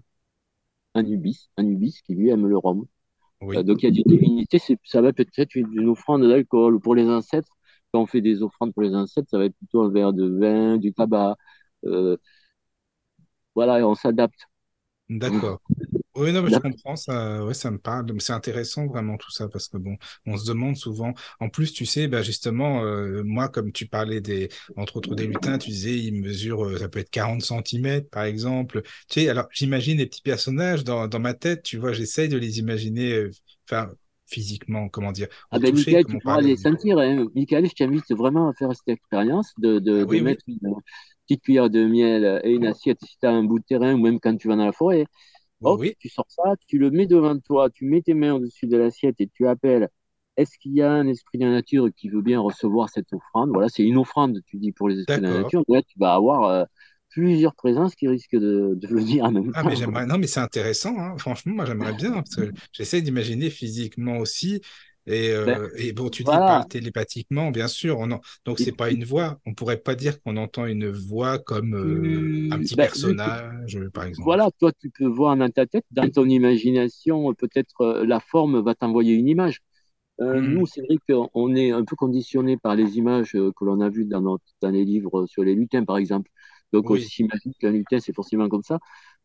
Anubis, Anubis qui lui aime le rhum. Euh, Oui. donc il y a des divinités, c'est- ça va peut-être être une, une offrande d'alcool. Ou pour les ancêtres, quand on fait des offrandes pour les ancêtres, ça va être plutôt un verre de vin, du tabac. Euh, voilà, et on s'adapte. D'accord. Oui, non, mais je S'adapte. comprends, ça, ouais, ça me parle. Mais c'est intéressant vraiment tout ça parce que bon, on se demande souvent. En plus, tu sais, bah, justement, euh, moi, comme tu parlais des, entre autres des lutins, tu disais, ils mesurent, euh, ça peut être quarante centimètres, par exemple. Tu sais, alors, j'imagine les petits personnages dans, dans ma tête, tu vois, j'essaye de les imaginer, euh, enfin, physiquement, comment dire, Ah au ben, toucher, Michael, comme tu on pourras parlait. les sentir, hein. Michael, je t'invite vraiment à faire cette expérience de, de, Ah de oui, oui, mettre une, petite cuillère de miel et une assiette si tu as un bout de terrain ou même quand tu vas dans la forêt. Oui, Hop, oui, tu sors ça, tu le mets devant toi, tu mets tes mains au-dessus de l'assiette et tu appelles. Est-ce qu'il y a un esprit de la nature qui veut bien recevoir cette offrande? Voilà, c'est une offrande, tu dis, pour les esprits de la d'accord. nature. Là, tu vas avoir euh, plusieurs présences qui risquent de, de venir en même Ah, mais temps. j'aimerais. Non, mais c'est intéressant, hein. Franchement, moi, j'aimerais bien, hein, parce que j'essaie d'imaginer physiquement aussi. Et, Ben, euh, et bon, tu dis, il voilà. parle télépathiquement, bien sûr. On en- Donc, Et, c'est pas et une voix. On pourrait pas dire qu'on entend une voix comme euh, un tu, petit ben, vu que personnage, euh, par exemple. voilà, toi, tu peux voir dans ta tête, dans ton imagination, peut-être euh, la forme va t'envoyer une image. Euh, Mhm. nous, c'est vrai qu'on est un peu conditionné par les images euh, que l'on a vues dans, notre, dans les livres sur les lutins, par exemple. Donc, on Oui, s'imagine qu'un lutin, c'est forcément comme ça.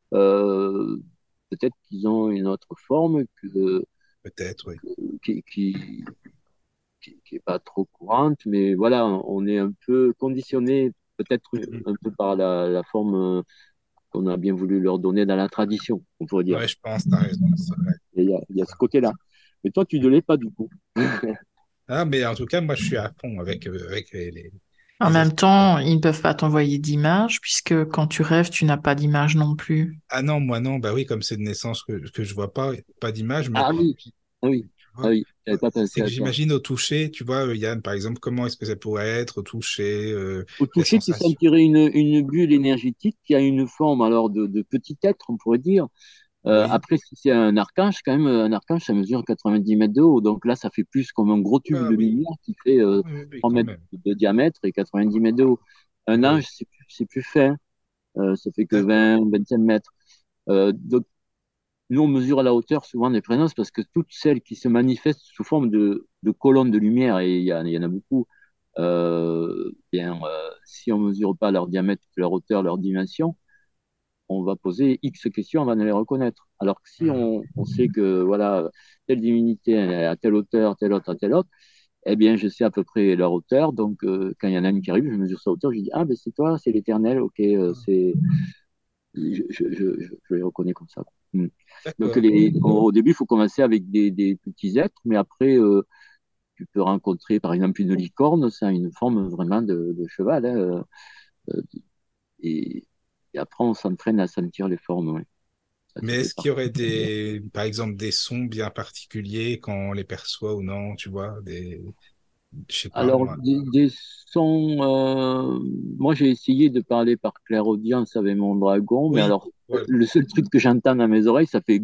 Euh, Peut-être qu'ils ont une autre forme que, peut-être, oui. qui, qui, qui, qui est pas trop courante, mais voilà, on est un peu conditionné, peut-être Mhm. un peu par la, la forme euh, qu'on a bien voulu leur donner dans la tradition, on pourrait dire. Ouais, je pense, t'as raison, c'est vrai. Et Il y a, il y a ce côté-là. Mais toi, tu ne l'es pas du coup. Ah, mais en tout cas, moi, je suis à fond avec, euh, avec les, les, En les même esprits. temps, ils ne peuvent pas t'envoyer d'images puisque quand tu rêves, tu n'as pas d'image non plus. Ah non, moi non, bah oui, comme c'est de naissance que, que je vois pas, pas d'image, mais Ah oui, puis, ah oui, tu ah vois, oui, j'avais pas c'est pensé que à ça. j'imagine au toucher, tu vois, euh, Yann, par exemple, comment est-ce que ça pourrait être au toucher, euh, Au les toucher, tu sensations. sentirais une, une bulle énergétique qui a une forme alors de, de petit être, on pourrait dire. Euh, Oui. après, si c'est un archange, quand même, un archange, ça mesure quatre-vingt-dix mètres de haut. Donc là, ça fait plus comme un gros tube Oula, de oui. lumière qui fait euh, Oui, oui, oui, trois quand mètres même. de diamètre et quatre-vingt-dix mètres de haut. Un Oui, ange, c'est plus, c'est plus fin. Euh, ça fait que d'accord. vingt, vingt-cinq mètres. Euh, donc, nous, on mesure à la hauteur souvent des présences parce que toutes celles qui se manifestent sous forme de, de colonnes de lumière, et il y, a- il y en a beaucoup, euh, bien, euh, si on ne mesure pas leur diamètre, leur hauteur, leur dimension, on va poser X questions avant de les reconnaître. Alors que si Mhm. on, on sait que voilà, telle divinité elle est à telle hauteur, telle autre à telle autre, eh bien, je sais à peu près leur hauteur. Donc, euh, quand il y en a une qui arrive, je mesure sa hauteur, je dis, ah, ben c'est toi, c'est l'éternel, ok, euh, c'est, je, je, je, je les reconnais comme ça. Hmm. Donc, D'accord. les, au début, il faut commencer avec des, des petits êtres, mais après, euh, tu peux rencontrer, par exemple, une licorne, ça a une forme vraiment de, de cheval, hein, euh, et, et après, on s'entraîne à sentir les formes, ouais. Ça, Mais ça fait est-ce qu'il y partie. aurait des, par exemple, des sons bien particuliers quand on les perçoit ou non, tu vois, des, je sais pas Alors, moi. des, des sons, euh, moi j'ai essayé de parler par clairaudience avec mon dragon, mais Oui, alors, euh, voilà. le seul truc que j'entends dans mes oreilles, ça fait,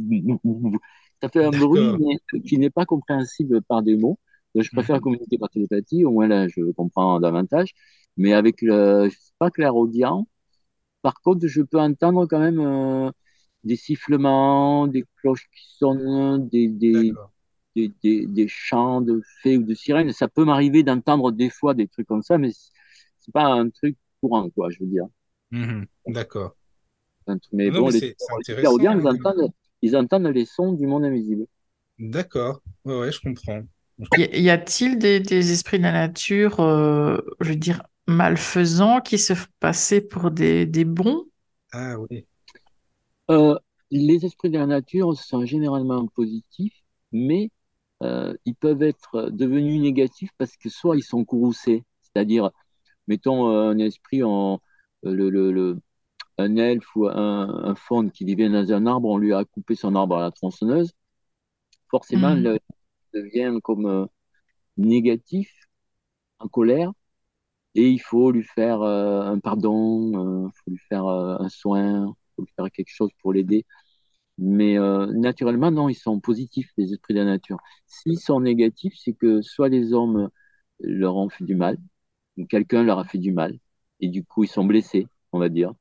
ça fait un bruit, D'accord. mais qui n'est pas compréhensible par des mots. Donc, je préfère Mhm. communiquer par télépathie, au moins là, je comprends davantage. Mais avec le, je sais pas, clairaudient, par contre, je peux entendre quand même euh, des sifflements, des cloches qui sonnent, des, des, D'accord. des, des, des chants de fées ou de sirènes. Ça peut m'arriver d'entendre des fois des trucs comme ça, mais c'est c'est pas un truc courant, quoi, je veux dire. Mhm. D'accord. Un truc- Mais Non, bon, mais les, c'est c'est les intéressant, clairaudients, hein, ils comme- entendent, ils entendent les sons du monde invisible. D'accord. Ouais, ouais, je comprends. Y y a-t-il des, des esprits de la nature, euh, je veux dire, malfaisants qui se font passer pour des, des bons? Ah oui. Euh, les esprits de la nature sont généralement positifs, mais euh, ils peuvent être devenus négatifs parce que soit ils sont courroucés, c'est-à-dire, mettons euh, un esprit, en, euh, le, le, le- un elfe ou un, un faune qui vivait dans un arbre, on lui a coupé son arbre à la tronçonneuse, forcément, Hmm. le, il devient comme euh, négatif, en colère, et il faut lui faire euh, un pardon, il faut lui faire euh, un soin, il faut lui faire quelque chose pour l'aider. Mais euh, naturellement, non, ils sont positifs, les esprits de la nature. S'ils sont négatifs, c'est que soit les hommes leur ont fait du mal, ou quelqu'un leur a fait du mal, et du coup, ils sont blessés, on va dire.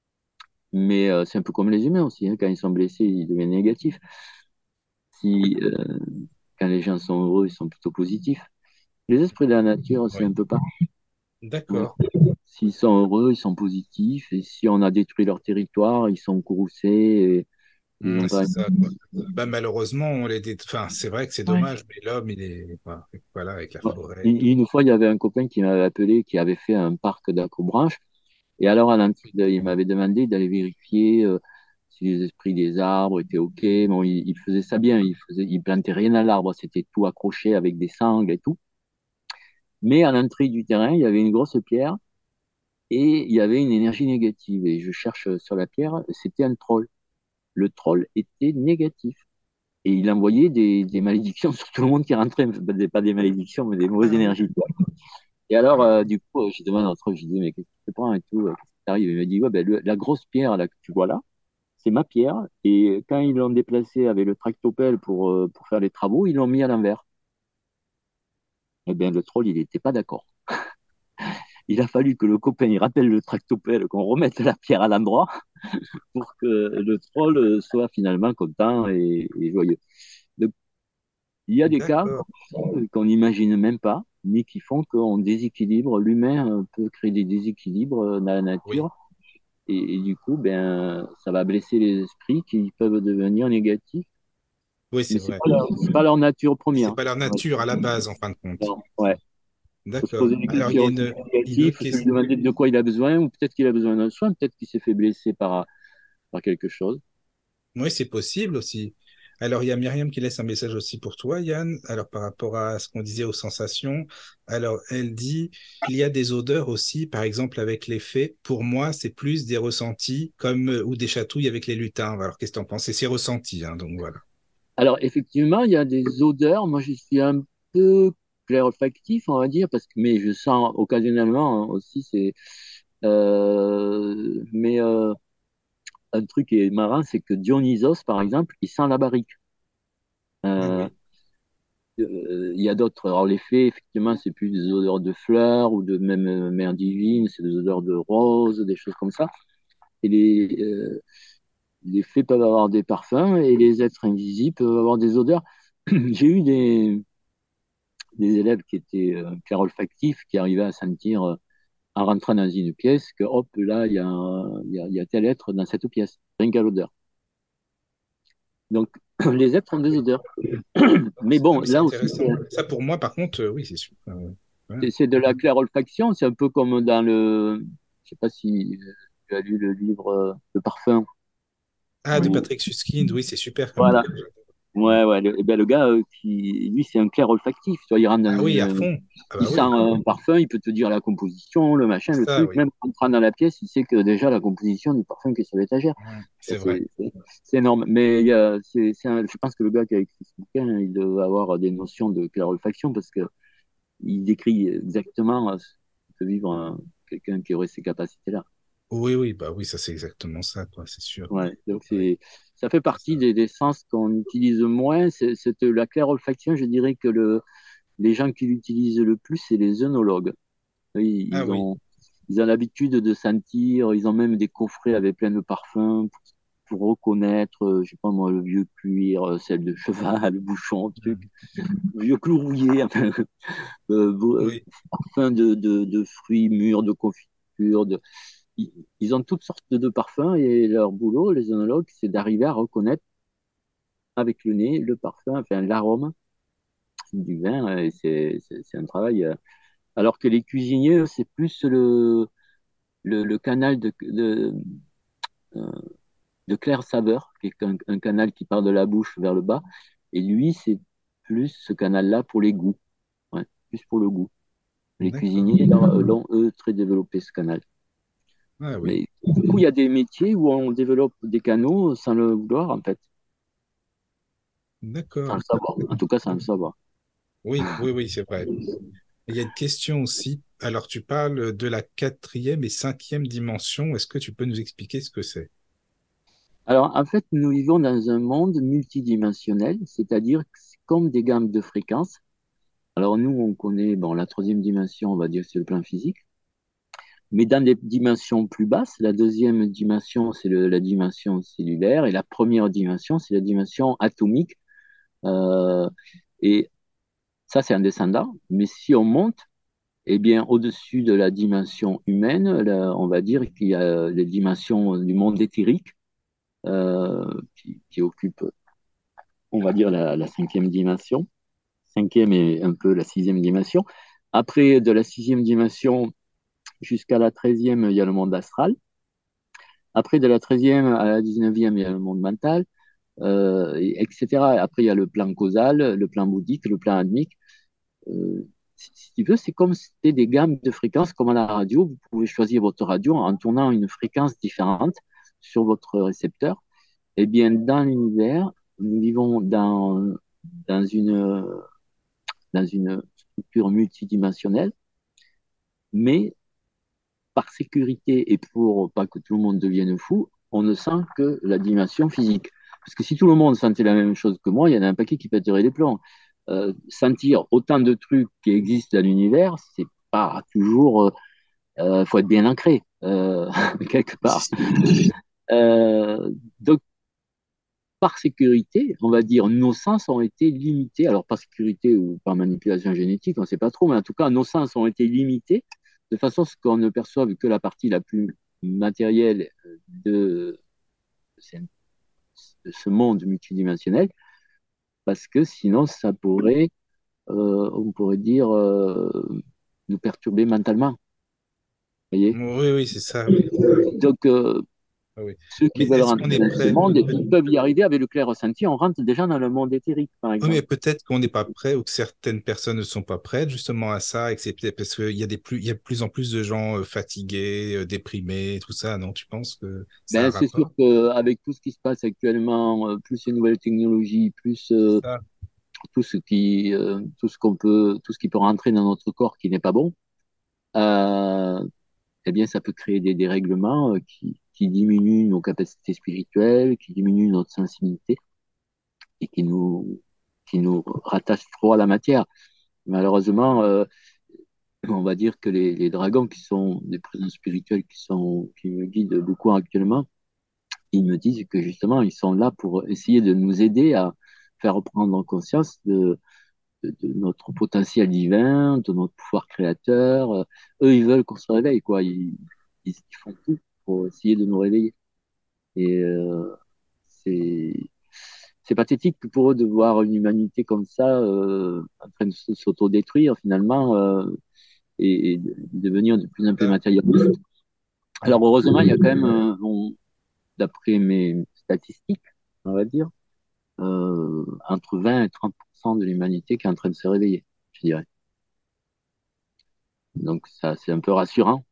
Mais euh, c'est un peu comme les humains aussi, hein, quand ils sont blessés, ils deviennent négatifs. Si, euh, Quand les gens sont heureux, ils sont plutôt positifs. Les esprits de la nature, c'est Oui. un peu pareil. Ouais. D'accord. S'ils sont heureux, ils sont positifs, et si on a détruit leur territoire, ils sont courroucés, et ils Hmm, n'ont pas. c'est ça, quoi. Bah, malheureusement, on les dé... enfin, c'est vrai que c'est Ouais. dommage, mais l'homme, il est voilà, voilà, avec la Ouais. forêt et Une tout. une fois, il y avait un copain qui m'avait appelé, qui avait fait un parc d'aquabranche. Et alors, à l'entrée, de- il m'avait demandé d'aller vérifier euh, si les esprits des arbres étaient OK. Bon, il, il faisait ça bien. Il faisait, il plantait rien à l'arbre. C'était tout accroché avec des sangles et tout. Mais à l'entrée du terrain, il y avait une grosse pierre et il y avait une énergie négative. Et je cherche sur la pierre, c'était un troll. Le troll était négatif. Et il envoyait des, des malédictions sur tout le monde qui rentrait. Pas des, pas des malédictions, mais des mauvaises Ah oui. énergies. Et alors, Ah euh, oui. du coup, euh, je demande à troll, je dis, mais qu'est-ce qui te prend et tout, euh, qu'est-ce qui t'arrive? Il me dit, ouais, ben, le- la grosse pierre là, que tu vois là, c'est ma pierre. Et quand ils l'ont déplacée avec le tractopelle pour, euh, pour faire les travaux, ils l'ont mis à l'envers. Eh bien, le troll, il n'était pas d'accord. Il a fallu que le copain il rappelle le tractopelle, qu'on remette la pierre à l'endroit pour que le troll euh, soit finalement content et, et joyeux. Donc, il y a des cas D'accord. euh, qu'on n'imagine même pas, mais qui font qu'on déséquilibre. L'humain euh, peut créer des déséquilibres euh, dans la Oui. nature. Et, et du coup, ben, ça va blesser les esprits qui peuvent devenir négatifs. Oui, Mais c'est c'est vrai. pas leur, c'est pas leur nature C'est première. pas leur Ouais. nature à la base, en fin de compte. Non, ouais. Faut se D'accord. poser des Alors, il y a questions. Si une, c'est une négatif, autre faut se lui question. demander de quoi il a besoin, ou peut-être qu'il a besoin d'un soin, peut-être qu'il s'est fait blesser par, par quelque chose. Oui, c'est possible aussi. Alors, il y a Myriam qui laisse un message aussi pour toi, Yann. Alors, par rapport à ce qu'on disait aux sensations, alors elle dit, il y a des odeurs aussi, par exemple avec les fées. Pour moi, c'est plus des ressentis comme euh, ou des chatouilles avec les lutins. Alors, qu'est-ce que tu en penses? Et c'est ressenti, hein, donc voilà. Alors, effectivement, il y a des odeurs. Moi, je suis un peu clair-olfactif, on va dire, parce que, mais je sens occasionnellement hein, aussi, c'est, euh, mais euh, un truc qui est marrant, c'est que Dionysos, par exemple, il sent la barrique. Ah Euh, oui, euh, il y a d'autres. Alors, les fées, effectivement, c'est plus des odeurs de fleurs ou de même euh, mère divine, c'est des odeurs de roses, des choses comme ça. Et les, euh, les fées peuvent avoir des parfums et les êtres invisibles peuvent avoir des odeurs. J'ai eu des, des élèves qui étaient euh, clair-olfactifs, qui arrivaient à sentir euh, en rentrant dans une pièce que hop, là, il y a, un- il y a, il y a tel être dans cette pièce, rien qu'à l'odeur. Donc, les êtres ont des odeurs. Mais ah, bon, mais c'est là aussi, intéressant. Ça, pour moi, par contre, euh, oui, c'est sûr. Euh, voilà. c'est c'est de la clair-olfaction. C'est un peu comme dans le. Je sais pas si euh, tu as lu le livre euh, Le Parfum. Ah, de Patrick Suskind, oui, c'est super comme Voilà. livre. J'adore. Ouais. Ouais, ouais. Le, eh ben, le gars, euh, qui, lui, c'est un clair olfactif. Tu vois, il rentre dans Ah oui, à une. fond. Ah Il bah sent oui, un parfum, il peut te dire la composition, le machin, le ça, truc. oui. Même en entrant dans la pièce, il sait que déjà la composition du parfum qui est sur l'étagère. Ouais, Ça, c'est vrai. C'est c'est- c'est énorme. Mais il y a, c'est, c'est un- je pense que le gars qui a écrit ce bouquin, il doit avoir des notions de clair olfaction parce que il décrit exactement euh, ce que peut vivre un- quelqu'un qui aurait ces capacités-là. Oui, oui, bah oui, ça c'est exactement ça, quoi, c'est sûr. Ouais, donc Oui, c'est, ça fait c'est partie ça. des, des sens qu'on utilise moins. C'est, c'est la claire olfaction, je dirais que le, les gens qui l'utilisent le plus, c'est les œnologues. Oui, Ah ils oui, ont, ils ont l'habitude de sentir, ils ont même des coffrets avec plein de parfums pour, pour reconnaître, euh, je sais pas moi, le vieux cuir, euh, celle de cheval, le bouchon, truc, mm, le vieux clou rouillé, enfin, euh, beau- euh, oui, parfums de, de, de fruits mûrs, de confiture, de, ils, ils ont toutes sortes de parfums et leur boulot, les œnologues, c'est d'arriver à reconnaître avec le nez le parfum, enfin l'arôme du vin. Et c'est, c'est, c'est un travail. euh, Alors que les cuisiniers, c'est plus le, le, le canal de, de, euh, de clair saveur, qui est un, un canal qui part de la bouche vers le bas. Et lui, c'est plus ce canal-là pour les goûts, ouais, plus pour le goût. Les d'accord. cuisiniers l'ont, l'ont, eux, très développé ce canal. Ah oui, Mais du coup, il y a des métiers où on développe des canaux sans le vouloir, en fait, sans d'accord. le savoir. En tout cas, sans le savoir. Oui, oui, oui, c'est vrai. Il y a une question aussi. Alors, tu parles de la quatrième et cinquième dimension. Est-ce que tu peux nous expliquer ce que c'est? Alors, en fait, nous vivons dans un monde multidimensionnel, c'est-à-dire que c'est comme des gammes de fréquences. Alors, nous, on connaît, bon, la troisième dimension, on va dire que c'est le plan physique. Mais dans des dimensions plus basses, la deuxième dimension, c'est le- la dimension cellulaire, et la première dimension, c'est la dimension atomique. Euh, et ça, c'est un descendant. Mais si on monte, eh bien, au-dessus de la dimension humaine, là, on va dire qu'il y a les dimensions du monde éthérique euh, qui, qui occupent, on va dire, la, la cinquième dimension. Cinquième et un peu la sixième dimension. Après, de la sixième dimension jusqu'à la treizième, il y a le monde astral. Après, de la treizième à la dix-neuvième, il y a le monde mental, euh, et- etc. Après, il y a le plan causal, le plan bouddhique, le plan admique. Euh, si, si tu veux, c'est comme si c'était des gammes de fréquences, comme à la radio. Vous pouvez choisir votre radio en tournant une fréquence différente sur votre récepteur. Eh bien, dans l'univers, nous vivons dans, dans une, dans une structure multidimensionnelle, mais par sécurité et pour pas que tout le monde devienne fou, on ne sent que la dimension physique. Parce que si tout le monde sentait la même chose que moi, il y en a un paquet qui pèterait les plombs. Euh, sentir autant de trucs qui existent dans l'univers, c'est pas toujours. Il euh, faut être bien ancré euh, quelque part. Euh, donc, par sécurité, on va dire, nos sens ont été limités. Alors, par sécurité ou par manipulation génétique, on ne sait pas trop, mais en tout cas, nos sens ont été limités de façon à ce qu'on ne perçoive que la partie la plus matérielle de, de ce monde multidimensionnel, parce que sinon, ça pourrait, euh, on pourrait dire, euh, nous perturber mentalement. Vous voyez. Oui, oui, c'est ça, oui. Donc, euh, Ah oui. ceux qui Mais veulent est-ce rentrer qu'on est dans ce prêt? monde, ils peuvent y arriver avec le clair ressenti. On rentre déjà dans le monde éthérique, par Oui, mais exemple. peut-être qu'on n'est pas prêt ou que certaines personnes ne sont pas prêtes justement à ça, et que c'est peut-être parce qu'il y a des plus, il y a de plus en plus de gens euh, fatigués, euh, déprimés, tout ça, non? Tu penses que ça a Ben, un c'est sûr rapport? qu'avec tout ce qui se passe actuellement, euh, plus les nouvelles technologies, plus C'est euh, ça. tout ce qui, euh, tout ce qu'on peut, tout ce qui peut rentrer dans notre corps qui n'est pas bon, euh, eh bien, ça peut créer des dérèglements euh, qui, qui diminuent nos capacités spirituelles, qui diminuent notre sensibilité et qui nous, qui nous rattachent trop à la matière. Malheureusement, euh, on va dire que les, les dragons qui sont des présences spirituelles qui sont, qui me guident beaucoup actuellement, ils me disent que justement, ils sont là pour essayer de nous aider à faire prendre conscience de, de, de notre potentiel divin, de notre pouvoir créateur. Euh, Eux, ils veulent qu'on se réveille, quoi. Ils, ils, ils font tout pour essayer de nous réveiller. Et euh, c'est c'est pathétique pour eux de voir une humanité comme ça euh, en train de s'autodétruire finalement euh, et, et de devenir de plus en plus Ça. matérialiste. Alors Mm. heureusement, il y a quand même, euh, bon, d'après mes statistiques, on va dire, euh, entre vingt et trente pour cent de l'humanité qui est en train de se réveiller, je dirais. Donc ça, c'est un peu rassurant.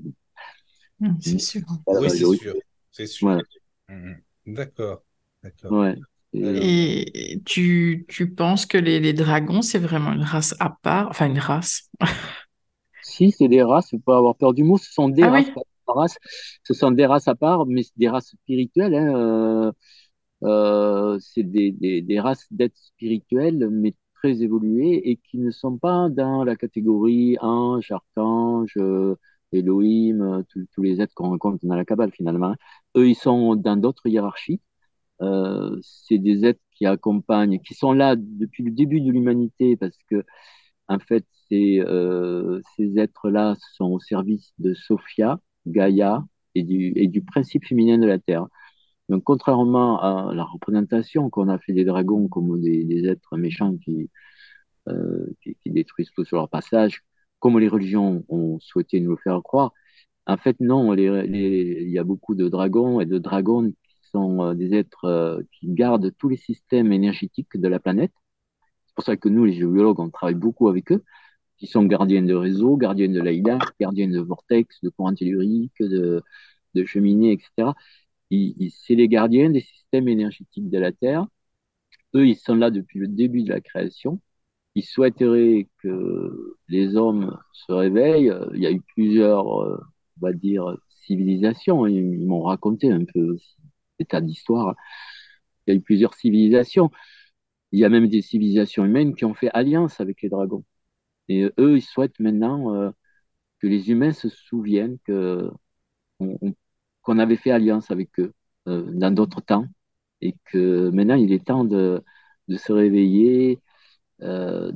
Mm, c'est Mais sûr. c'est pas la Oui, c'est majorité. sûr, c'est sûr. Voilà. Mm, mm. D'accord, d'accord. Ouais. Et Alors, Et tu, tu penses que les, les dragons, c'est vraiment une race à part, enfin une race. si c'est des races, faut pas avoir peur du mot, ce sont des Ah races, oui, pas des races. Ce sont des races à part, mais c'est des races spirituelles. Hein, euh, euh, c'est des, des, des races d'êtres spirituels, mais très évoluées et qui ne sont pas dans la catégorie ange, archange, euh, Elohim, euh, tous tous les êtres qu'on rencontre dans la Kabbale finalement. Eux, ils sont dans d'autres hiérarchies. Euh, c'est des êtres qui accompagnent, qui sont là depuis le début de l'humanité parce que en fait, ces, euh, ces êtres-là sont au service de Sophia, Gaïa et du, et du principe féminin de la Terre. Donc, contrairement à la représentation qu'on a fait des dragons comme des, des êtres méchants qui, euh, qui, qui détruisent tout sur leur passage, comme les religions ont souhaité nous le faire croire, en fait, non, les, les- il y a beaucoup de dragons et de dragones qui sont euh, des êtres euh, qui gardent tous les systèmes énergétiques de la planète. C'est pour ça que nous, les géologues, on travaille beaucoup avec eux qui sont gardiens de réseau, gardiens de l'Aïda, gardiens de vortex, de courant tellurique, de, de cheminées, et cetera. Ils, ils- c'est les gardiens des systèmes énergétiques de la Terre. Eux, ils sont là depuis le début de la création. Ils souhaiteraient que les hommes se réveillent. Il y a eu plusieurs, euh, on va dire, civilisations. Ils, ils m'ont raconté un peu des tas d'histoires. Il y a eu plusieurs civilisations. Il y a même des civilisations humaines qui ont fait alliance avec les dragons. Et eux, ils souhaitent maintenant euh, que les humains se souviennent que on- on- qu'on avait fait alliance avec eux euh, dans d'autres temps et que maintenant il est temps de, de se réveiller, euh,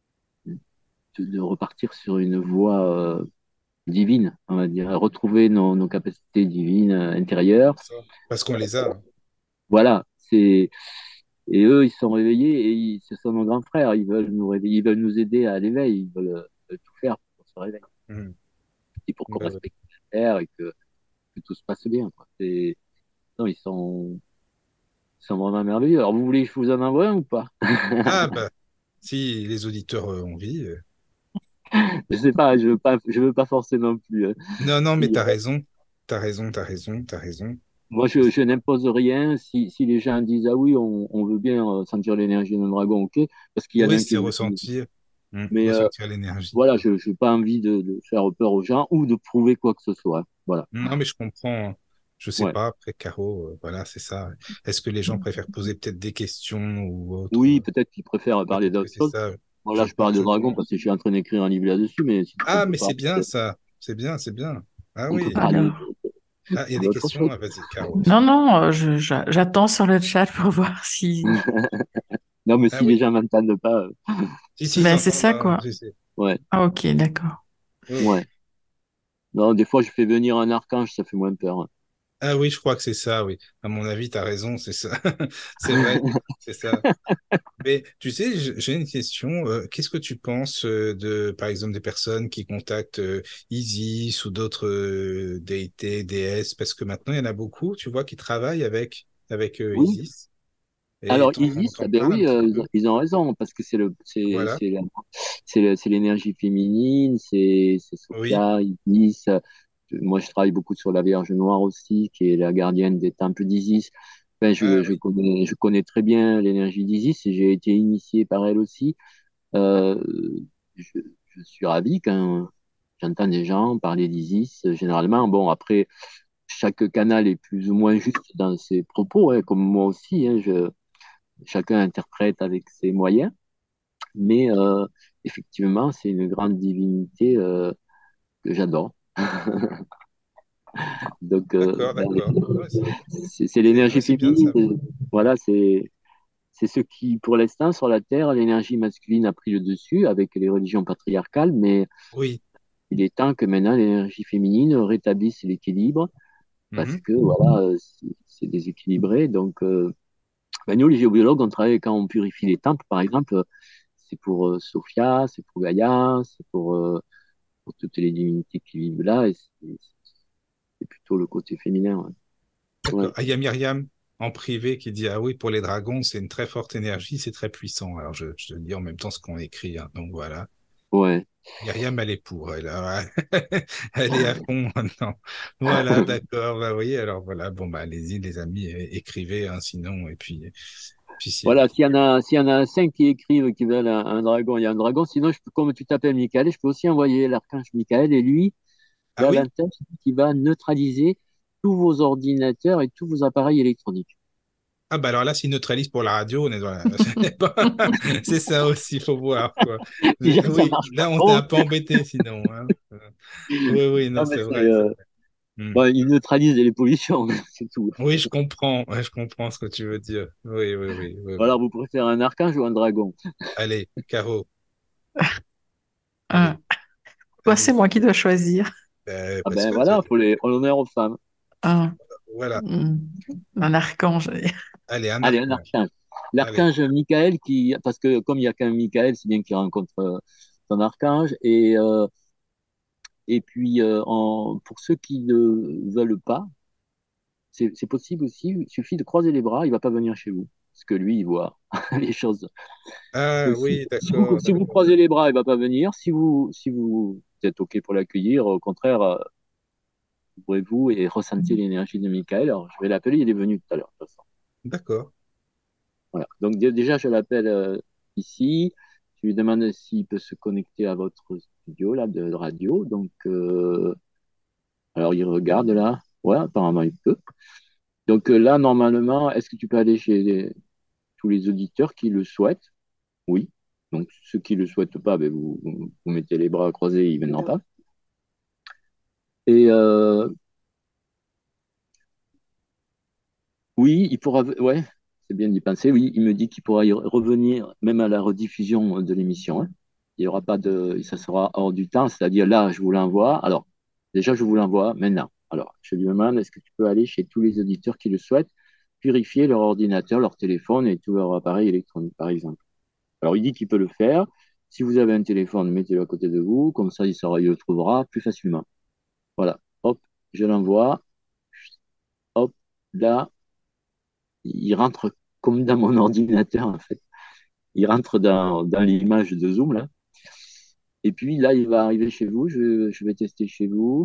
de, de repartir sur une voie euh, divine, on va dire, retrouver nos, nos capacités divines euh, intérieures. c'est ça. Parce qu'on les a. Voilà, c'est et eux ils sont réveillés et ils, ce sont nos grands frères, ils veulent nous réveiller, ils veulent nous aider à l'éveil, ils veulent, euh, tout faire pour se réveiller Mm. et pour qu'on Ouais, ouais. respecte la terre et que, que tout se passe bien, quoi. C'est non, ils sont, ils sont vraiment merveilleux. Alors, vous voulez que je vous en envoie un ou pas? Ah bah, si les auditeurs euh, ont envie. euh. Je sais pas, je veux pas, je veux pas forcer non plus, hein. Non, non, mais Si, t'as raison. T'as raison, t'as raison, t'as raison. moi, je, je n'impose rien. Si, si les gens disent, ah oui, on, on veut bien euh, sentir l'énergie d'un dragon, ok, parce qu'il y en a Oui, un qui c'est le dit. ressentir, hmm, Mais euh, ressentir l'énergie. voilà, je n'ai pas envie de, de faire peur aux gens ou de prouver quoi que ce soit. Voilà. Non, mais je comprends, hein. Je sais Ouais. pas, après, Caro, euh, voilà, c'est ça. Est-ce que les gens préfèrent poser peut-être des questions ou autre? Oui, euh, peut-être qu'ils préfèrent parler Peut-être que d'autre c'est chose. ça. Voilà, Je, je parle de je dragon parce pense. que je suis en train d'écrire un livre là-dessus, mais sinon, on Ah, peut mais c'est parler, bien ça. C'est bien, c'est bien. Ah on peut oui. parler Alors, Ah, il y a des d'autre questions. chose. Ah, vas-y, Caro. non, non, euh, je- j'a- j'attends sur le chat pour voir si. Non, mais Ah si les oui. gens m'entendent pas, euh, Si, si, ils Ben, c'est s'entendent, ça, hein. quoi. Si, si. ouais, Ah, ok, d'accord. Oui, oui. ouais. Non, des fois, je fais venir un archange, ça fait moins peur. Ah oui, je crois que c'est ça, oui. À mon avis, tu as raison, c'est ça. C'est vrai, c'est ça. Mais tu sais, j- j'ai une question. euh, qu'est-ce que tu penses euh, de, par exemple, des personnes qui contactent euh, Isis ou d'autres euh, déités, déesses? Parce que maintenant, il y en a beaucoup, tu vois, qui travaillent avec, avec euh, Oui. Isis. Et Alors, t'en, Isis, t'en eh ben parles un oui, petit euh, ils ont, peu. ils ont raison, parce que c'est le, c'est, Voilà. c'est la- c'est le- c'est l'énergie féminine, c'est, c'est Oui. Sophia, Isis. euh, Moi, je travaille beaucoup sur la Vierge Noire aussi, qui est la gardienne des temples d'Isis. Enfin, je, Ah je oui. connais, je connais très bien l'énergie d'Isis et j'ai été initié par elle aussi. Euh, je, je suis ravi quand j'entends des gens parler d'Isis. Généralement, bon, après, chaque canal est plus ou moins juste dans ses propos, hein, comme moi aussi, hein, je, chacun interprète avec ses moyens, mais euh, effectivement, c'est une grande divinité euh, que j'adore. Donc, euh, D'accord, ben, d'accord. Ouais, c'est, c'est c'est c'est, ouais, l'énergie c'est bien de féminine. savoir. et Voilà, c'est c'est ce qui, pour l'instant, sur la Terre, l'énergie masculine a pris le dessus avec les religions patriarcales, mais Oui. il est temps que maintenant l'énergie féminine rétablisse l'équilibre parce Mhm. que voilà, euh, c'est c'est déséquilibré. Donc, euh, ben, nous, les géobiologues, on travaille quand on purifie les temples, par exemple, c'est pour euh, Sophia, c'est pour Gaïa, c'est pour, euh, pour toutes les divinités qui vivent là, et c'est c'est plutôt le côté féminin. Ouais. D'accord. Ouais. Ah, il y a Myriam en privé qui dit, ah oui, pour les dragons, c'est une très forte énergie, c'est très puissant. Alors, je, je te dis en même temps ce qu'on écrit, hein. Donc voilà. Ouais. Myriam, elle est pour, elle, a- elle est à fond maintenant. Voilà, d'accord. Bah oui, alors voilà. Bon, bah allez-y, les amis, é- écrivez, hein, sinon, et puis, puis si. Voilà, s'il y en a, s'il y en a cinq qui écrivent qui veulent un, un dragon, il y a un dragon. Sinon, je peux, comme tu t'appelles Michael, je peux aussi envoyer l'archange Michael et lui, Ah oui? l'avantage, c'est qu'il va neutraliser tous vos ordinateurs et tous vos appareils électroniques. Ah bah alors là, s'il neutralise pour la radio, on est dans la... C'est ça aussi, il faut voir, quoi. Déjà Mais que ça oui, marche pas là, on est trop. un peu embêté sinon, hein. Euh, Oui, oui, non, Non, mais c'est c'est, vrai, c'est euh, vrai. Hmm. bon, il neutralise les pollutions, c'est tout. Oui, je comprends, ouais, je comprends ce que tu veux dire. Oui, oui, oui, oui, Alors, oui. vous préférez un archange ou un dragon? Allez, Caro, Ah, allez, pourquoi c'est allez-y. moi qui dois choisir? Ben, Ah parce ben que voilà, tu... il faut les, on l'honneur aux femmes. Ah, Voilà. hmm, un archange. Allez, un Allez, un archange. archange. Allez. L'archange Michael, qui, parce que comme il n'y a qu'un Michael, c'est bien qu'il rencontre euh, son archange. Et, euh, et puis, euh, en, pour ceux qui ne veulent pas, c'est c'est possible aussi, il suffit de croiser les bras, il ne va pas venir chez vous. Parce que lui, il voit les choses Ah aussi. oui, Si vous, d'accord, si vous d'accord. croisez les bras, il ne va pas venir. Si vous, si vous êtes OK pour l'accueillir, au contraire, euh, ouvrez-vous et ressentez l'énergie de Michael. Alors, je vais l'appeler, il est venu tout à l'heure, de toute façon. D'accord. Voilà. Donc dé- déjà, je l'appelle euh, ici. Je lui demande s'il peut se connecter à votre studio là, de, de radio. Donc, euh, alors il regarde là. Ouais, apparemment il peut. Donc euh, là, normalement, est-ce que tu peux aller chez les- tous les auditeurs qui le souhaitent? Oui. Donc ceux qui le souhaitent pas, ben, vous, vous, vous mettez les bras croisés, ils ne viendront pas. Et euh, oui, il pourra. Ouais, c'est bien d'y penser. Oui, il me dit qu'il pourra y revenir même à la rediffusion de l'émission, hein. Il y aura pas de, ça sera hors du temps, c'est-à-dire là, je vous l'envoie. Alors, déjà, je vous l'envoie maintenant. Alors, je lui demande, est-ce que tu peux aller chez tous les auditeurs qui le souhaitent, purifier leur ordinateur, leur téléphone et tout leur appareil électronique, par exemple. Alors, il dit qu'il peut le faire. Si vous avez un téléphone, mettez-le à côté de vous, comme ça, il saura, il le trouvera plus facilement. Voilà. Hop, je l'envoie. Hop, là, il rentre comme dans mon ordinateur, en fait. Il rentre dans, dans l'image de Zoom, là. Et puis là, il va arriver chez vous. Je, je vais tester chez vous.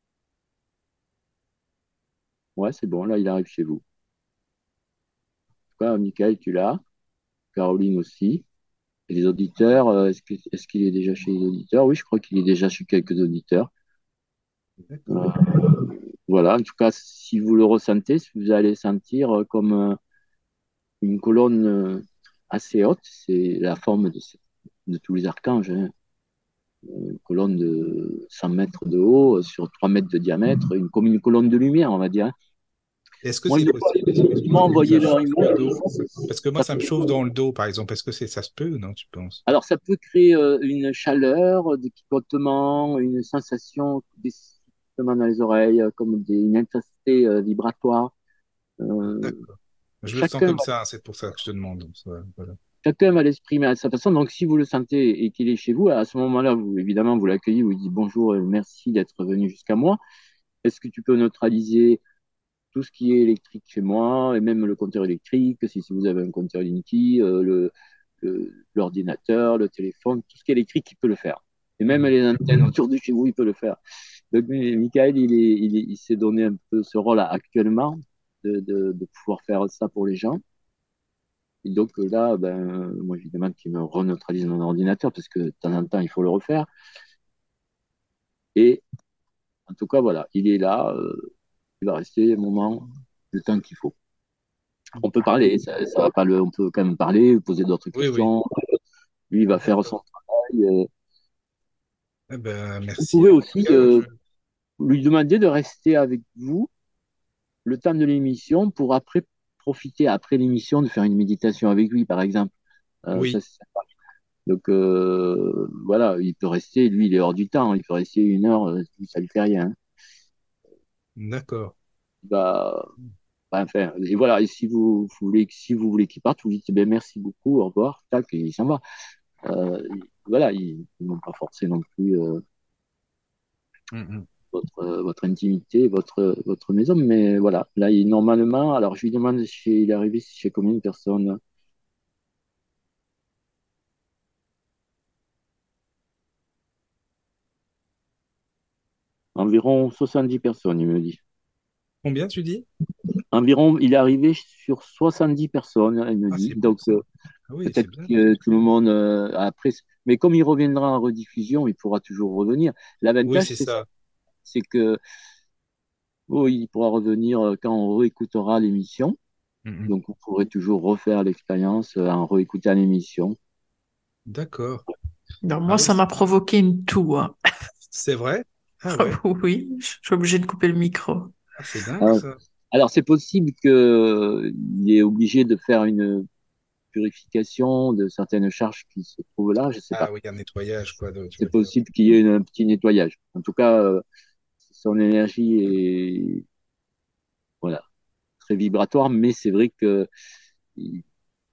Ouais, c'est bon. Là, il arrive chez vous. En tout cas, Michael, tu l'as. Caroline aussi. Et les auditeurs, euh, est-ce que, est-ce qu'il est déjà chez les auditeurs? Oui, je crois qu'il est déjà chez quelques auditeurs. D'accord. Euh, voilà. En tout cas, si vous le ressentez, si vous allez sentir euh, comme euh, une colonne euh, assez haute, c'est la forme de, de tous les archanges, hein. Une colonne de cent mètres de haut euh, sur trois mètres de diamètre, une, comme une colonne de lumière, on va dire, hein. Est-ce que Moi, c'est ils possible, m'ont excuse-moi, que envoyé ça leur chauffe le email. dos? Parce que moi, Ça ça me peut, chauffe dans le dos, par exemple. Est-ce que c'est, ça se peut ou non, tu penses? alors, ça peut créer euh, une chaleur, des picotements, une sensation, des sifflements dans les oreilles, euh, comme des, une intensité euh, vibratoire. Euh, D'accord. Je le sens chacun comme va, ça, hein, c'est pour ça que je te demande. Donc, ça, voilà. chacun va l'exprimer à sa façon. Donc, si vous le sentez et qu'il est chez vous, à ce moment-là, vous, évidemment, vous l'accueillez, vous lui dites bonjour, et merci d'être venu jusqu'à moi. Est-ce que tu peux neutraliser tout ce qui est électrique chez moi, et même le compteur électrique, si, si vous avez un compteur Linky, euh, le, le- l'ordinateur, le téléphone, tout ce qui est électrique, il peut le faire. Et même Mhm. les antennes autour de chez vous, il peut le faire. Donc, Michael, il, est, il, est- il s'est donné un peu ce rôle actuellement de, de, de pouvoir faire ça pour les gens. Et donc là, ben, moi, évidemment, qu'il me reneutralise mon ordinateur, parce que de temps en temps, il faut le refaire. Et en tout cas, voilà, il est là, euh, il va rester un moment, le temps qu'il faut. On peut parler, ça, ça va pas le, on peut quand même parler, poser d'autres Oui, oui. questions. Lui, il va faire D'accord. son travail. euh. Eh ben, Vous merci. pouvez En tout aussi cas, euh, je... lui demander de rester avec vous le temps de l'émission pour après profiter après l'émission de faire une méditation avec lui, par exemple. Euh, ça, Oui, c'est sympa. Donc euh, voilà, il peut rester, lui, il est hors du temps, il peut rester une heure, euh, ça lui fait rien, hein. d'accord. Bah, bah, enfin, et voilà, et si vous, vous voulez, si vous voulez qu'il parte, vous dites ben, merci beaucoup, au revoir, tac, et il s'en va. Euh, voilà, ils n'ont pas forcé non plus euh, Mhm. votre, euh, votre intimité, votre, votre maison, mais voilà, là, il, normalement, alors je lui demande si il est arrivé chez combien de personnes? Environ soixante-dix personnes, il me dit. Combien tu dis? Environ, il est arrivé sur soixante-dix personnes, il me Ah, dit. c'est bon Donc, ça. euh, Ah oui, c'est peut-être bien. que tout le monde, euh, après, mais comme il reviendra en rediffusion, il pourra toujours revenir. Oui, L'avantage, c'est c'est ça, ça. c'est que oh, il pourra revenir euh, quand on réécoutera l'émission. Mhm. Donc, vous pourrez toujours refaire l'expérience euh, en réécoutant l'émission. D'accord. Non, Ah moi, oui, ça c'est m'a provoqué une toux, hein. c'est vrai? Ah ouais. Oui, je suis obligée de couper le micro. Ah, c'est dingue Ah, ça. alors, c'est possible qu'il est obligé de faire une purification de certaines charges qui se trouvent là, je ne sais Ah pas. oui, un nettoyage, quoi, de- tu C'est veux dire. possible qu'il y ait un petit nettoyage. En tout cas, euh, son énergie est voilà, très vibratoire, mais c'est vrai que il-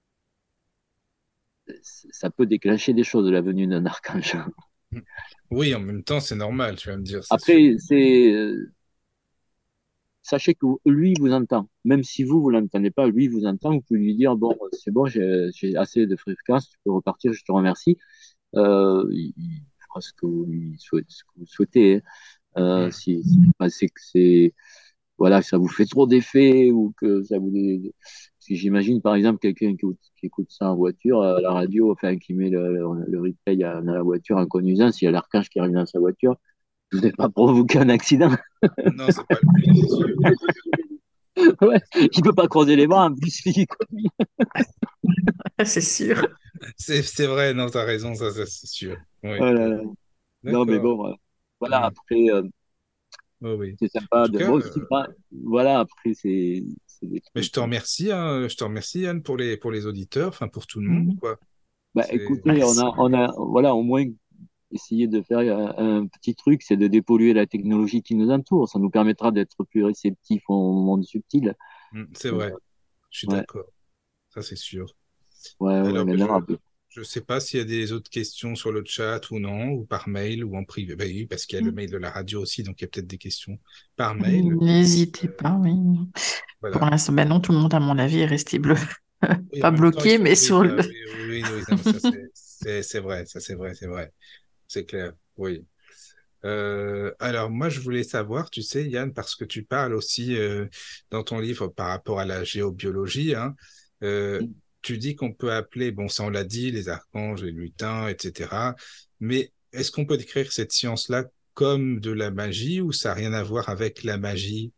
ça peut déclencher des choses, la venue d'un archange. Mhm. Oui, en même temps, c'est normal, tu vas me dire, c'est sûr. Après, c'est, euh, sachez que lui vous entend. Même si vous, vous l'entendez pas, lui vous entend. Vous pouvez lui dire, bon, c'est bon, j'ai j'ai assez de fréquence, tu peux repartir, je te remercie. Euh, il il fera ce que vous, lui souhaitez, ce que vous souhaitez, hein. Euh, Mhm. si, si vous pensez que c'est voilà, que ça vous fait trop d'effet ou que ça vous. Si j'imagine par exemple quelqu'un qui, écoute- qui écoute ça en voiture, à la radio, enfin qui met le, le, le replay à- dans la voiture en conduisant, s'il y a l'archange qui arrive dans sa voiture, vous n'avez pas provoqué un accident. Non, c'est pas le but, c'est sûr. Ouais, il peut pas croiser les bras, en plus il conduit. C'est sûr. C'est c'est vrai, non, t'as raison, ça, ça, c'est sûr. Oui, Oh là t'as- là. Non mais d'accord. bon, euh, voilà, Mhm. après euh, Oui, oui. c'est En sympa tout de. cas, Moi aussi, euh, bah, voilà, après c'est c'est des mais je trucs. te remercie, hein, je te remercie, Yann, pour les, pour les auditeurs, enfin, pour tout le monde, Mhm. quoi. Bah C'est... écoutez, on Merci. a, on a, voilà, au moins essayer de faire un, un petit truc, c'est de dépolluer la technologie qui nous entoure. Ça nous permettra d'être plus réceptifs au monde subtil. Mhm, c'est Euh, vrai, je suis ouais, d'accord, ça, c'est sûr. ouais, ouais, Alors, mais ben, non, je après. je sais pas s'il y a des autres questions sur le chat ou non, ou par mail ou en privé. Ben oui, parce qu'il y a le mail de la radio aussi, donc il y a peut-être des questions par mail. N'hésitez pas, oui. Pour Voilà. l'instant, ben non, tout le monde, à mon avis, est resté bleu. Oui, en Pas même temps, ils bloqué, sont... mais Oui, sur le. bah, oui, oui, oui, oui, non, mais ça, c'est c'est- c'est vrai, ça, c'est vrai, c'est vrai. c'est clair, oui. Euh, alors moi, je voulais savoir, tu sais, Yann, parce que tu parles aussi euh, dans ton livre par rapport à la géobiologie, hein, euh, tu dis qu'on peut appeler, bon, ça on l'a dit, les archanges, les lutins, et cetera. Mais est-ce qu'on peut décrire cette science-là comme de la magie ou ça n'a rien à voir avec la magie?